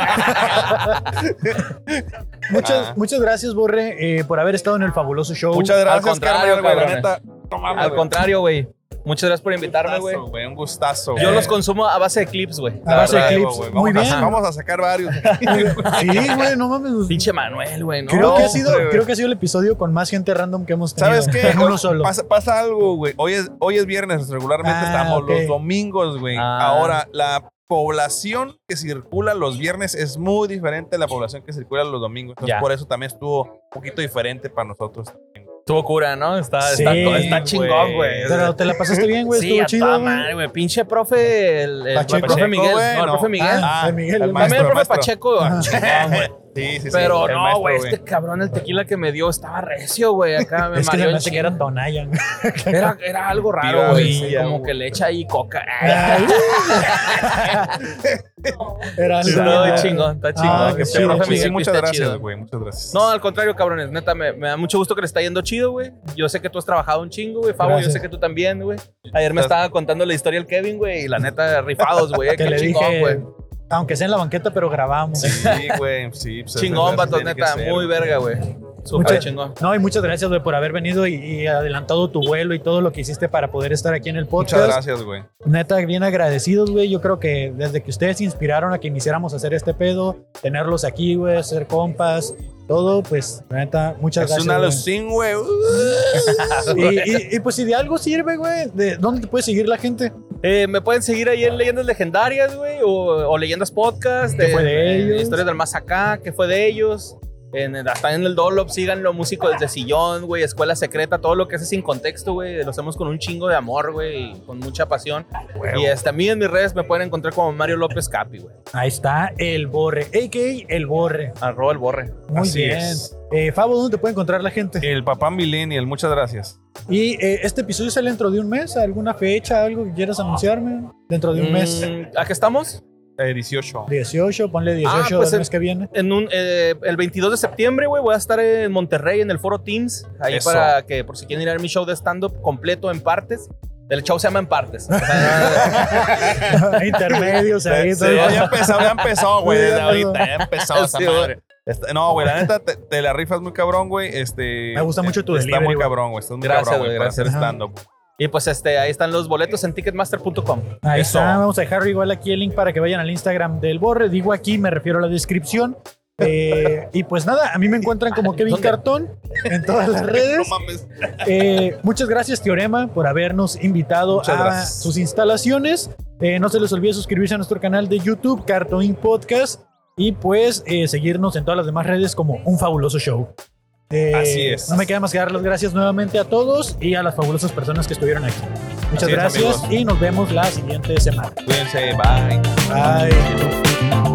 Muchas, Ah. muchas gracias, Borre, eh, por haber estado en el fabuloso show. Muchas gracias, contrario, carnal, güey. La cabrones. neta, no mames, Al güey. contrario, güey. Muchas gracias por invitarme, güey. Gustazo, güey. Un gustazo. Yo güey. los consumo a base de clips, güey. A base de La verdad. clips. Güey, Muy vamos a- bien. Vamos a sacar varios. Sí, güey, no mames. Pinche Manuel, güey. ¿no? Creo, que ha sido, hombre, güey. creo que ha sido el episodio con más gente random que hemos tenido. ¿Sabes qué? En uno solo. Pasa, pasa algo, güey. Hoy es, hoy es viernes, regularmente Ah, estamos ok. los domingos, güey. Ah. Ahora, la población que circula los viernes es muy diferente a la población que circula los domingos. Entonces, Ya. por eso también estuvo un poquito diferente para nosotros. Estuvo cura, ¿no? Está, Sí, está, está chingón, güey. Pero te la pasaste bien, güey. Sí, Estuvo a chido. toda güey. madre, güey. Pinche profe, el, el Pacheco. profe Miguel. güey, no, el no. profe Miguel. Ah, el Miguel, el el También el profe maestro. Pacheco, Ajá. chingón, güey. Sí, sí, sí. Pero el no, maestro, güey, este cabrón, el tequila que me dio estaba recio, güey. Acá me Es que se mareó me el hace que chingo. era Tonayan. Era, era algo raro, Tira güey. avilla, Como güey. que le echa ahí coca. Ay. Era algo. Está chingón, está chingón. Ah, que qué este chido, profe Sí, Miguel sí, muchas piste gracias, chido. güey. Muchas gracias. No, al contrario, cabrones. Neta, me, me da mucho gusto que le está yendo chido, güey. Yo sé que tú has trabajado un chingo, güey. Fabo, Gracias. yo sé que tú también, güey. Ayer me estaba contando la historia del Kevin, güey. Y la neta, rifados, güey. Que Qué le chingón, dije, güey. aunque sea en la banqueta, pero grabamos. Sí, güey. Sí, pues, Chingón, así vatos, tiene que neta. ser, Muy güey. verga, güey. Súper Muchas- chingón. No, y muchas gracias, güey, por haber venido y, y adelantado tu vuelo y todo lo que hiciste para poder estar aquí en el podcast. Muchas gracias, güey. Neta, bien agradecidos, güey. Yo creo que desde que ustedes se inspiraron a que iniciáramos a hacer este pedo, tenerlos aquí, güey, ser compas, todo, pues, neta, muchas Es gracias. una güey. alucin, güey. y, y- y, pues si de algo sirve, güey, ¿de dónde te puede seguir la gente? Eh, me pueden seguir ahí en Leyendas Legendarias, güey, o, o Leyendas Podcast. ¿Qué fue de en ellos? Historias del Más Acá, ¿qué fue de ellos? En, el- hasta en el Dolop, síganlo, músicos desde Sillón, güey, Escuela Secreta, todo lo que hace sin contexto, güey, lo hacemos con un chingo de amor, güey, y con mucha pasión. Y este, a mí en mis redes me pueden encontrar como Mario López Capi, güey. Ahí está el Borre, a k a el Borre. Arroba el Borre. Muy Así bien. es. Eh, Fabo, ¿dónde te puede encontrar la gente? El papá millennial, muchas gracias. Y eh, este episodio sale dentro de un mes, ¿alguna fecha, algo que quieras anunciarme? Dentro de un mes. Mm, ¿A qué estamos? Eh, dieciocho. dieciocho, ponle dieciocho Ah, pues del el- mes que viene. En un, eh, el veintidós de septiembre, güey, voy a estar en Monterrey en el Foro Teams. Ahí Eso. para que, por si quieren ir a ver mi show de stand-up completo en partes. El show se llama En Partes. O sea, Intermedios ahí. Sí, todo. ya empezó, ya empezó, güey. Desde Sí, ahorita, ya empezó esa Sí, güey. madre. Este, no, güey, la neta, te, te la rifas muy cabrón, güey. Este, Me gusta mucho tu Está delivery, muy güey. cabrón, güey. Estás muy Gracias, cabrón, güey, güey, para gracias. hacer stand-up. y pues este, ahí están los boletos en ticketmaster punto com. Ahí Eso. está, vamos a dejar igual aquí el link para que vayan al Instagram del Borre. Digo aquí, me refiero a la descripción. Eh, y pues nada, a mí me encuentran como Kevin ¿Dónde? Cartón en todas las redes. No mames. Eh, muchas gracias, Teorema, por habernos invitado Muchas a gracias. sus instalaciones. Eh, no se les olvide suscribirse a nuestro canal de YouTube, Cartoon Podcast, y pues eh, seguirnos en todas las demás redes como Un Fabuloso Show. Eh, Así es. No me queda más que dar las gracias nuevamente a todos y a las fabulosas personas que estuvieron aquí. Muchas Así es, gracias amigos. y nos vemos la siguiente semana. Cuídense, bye. Bye.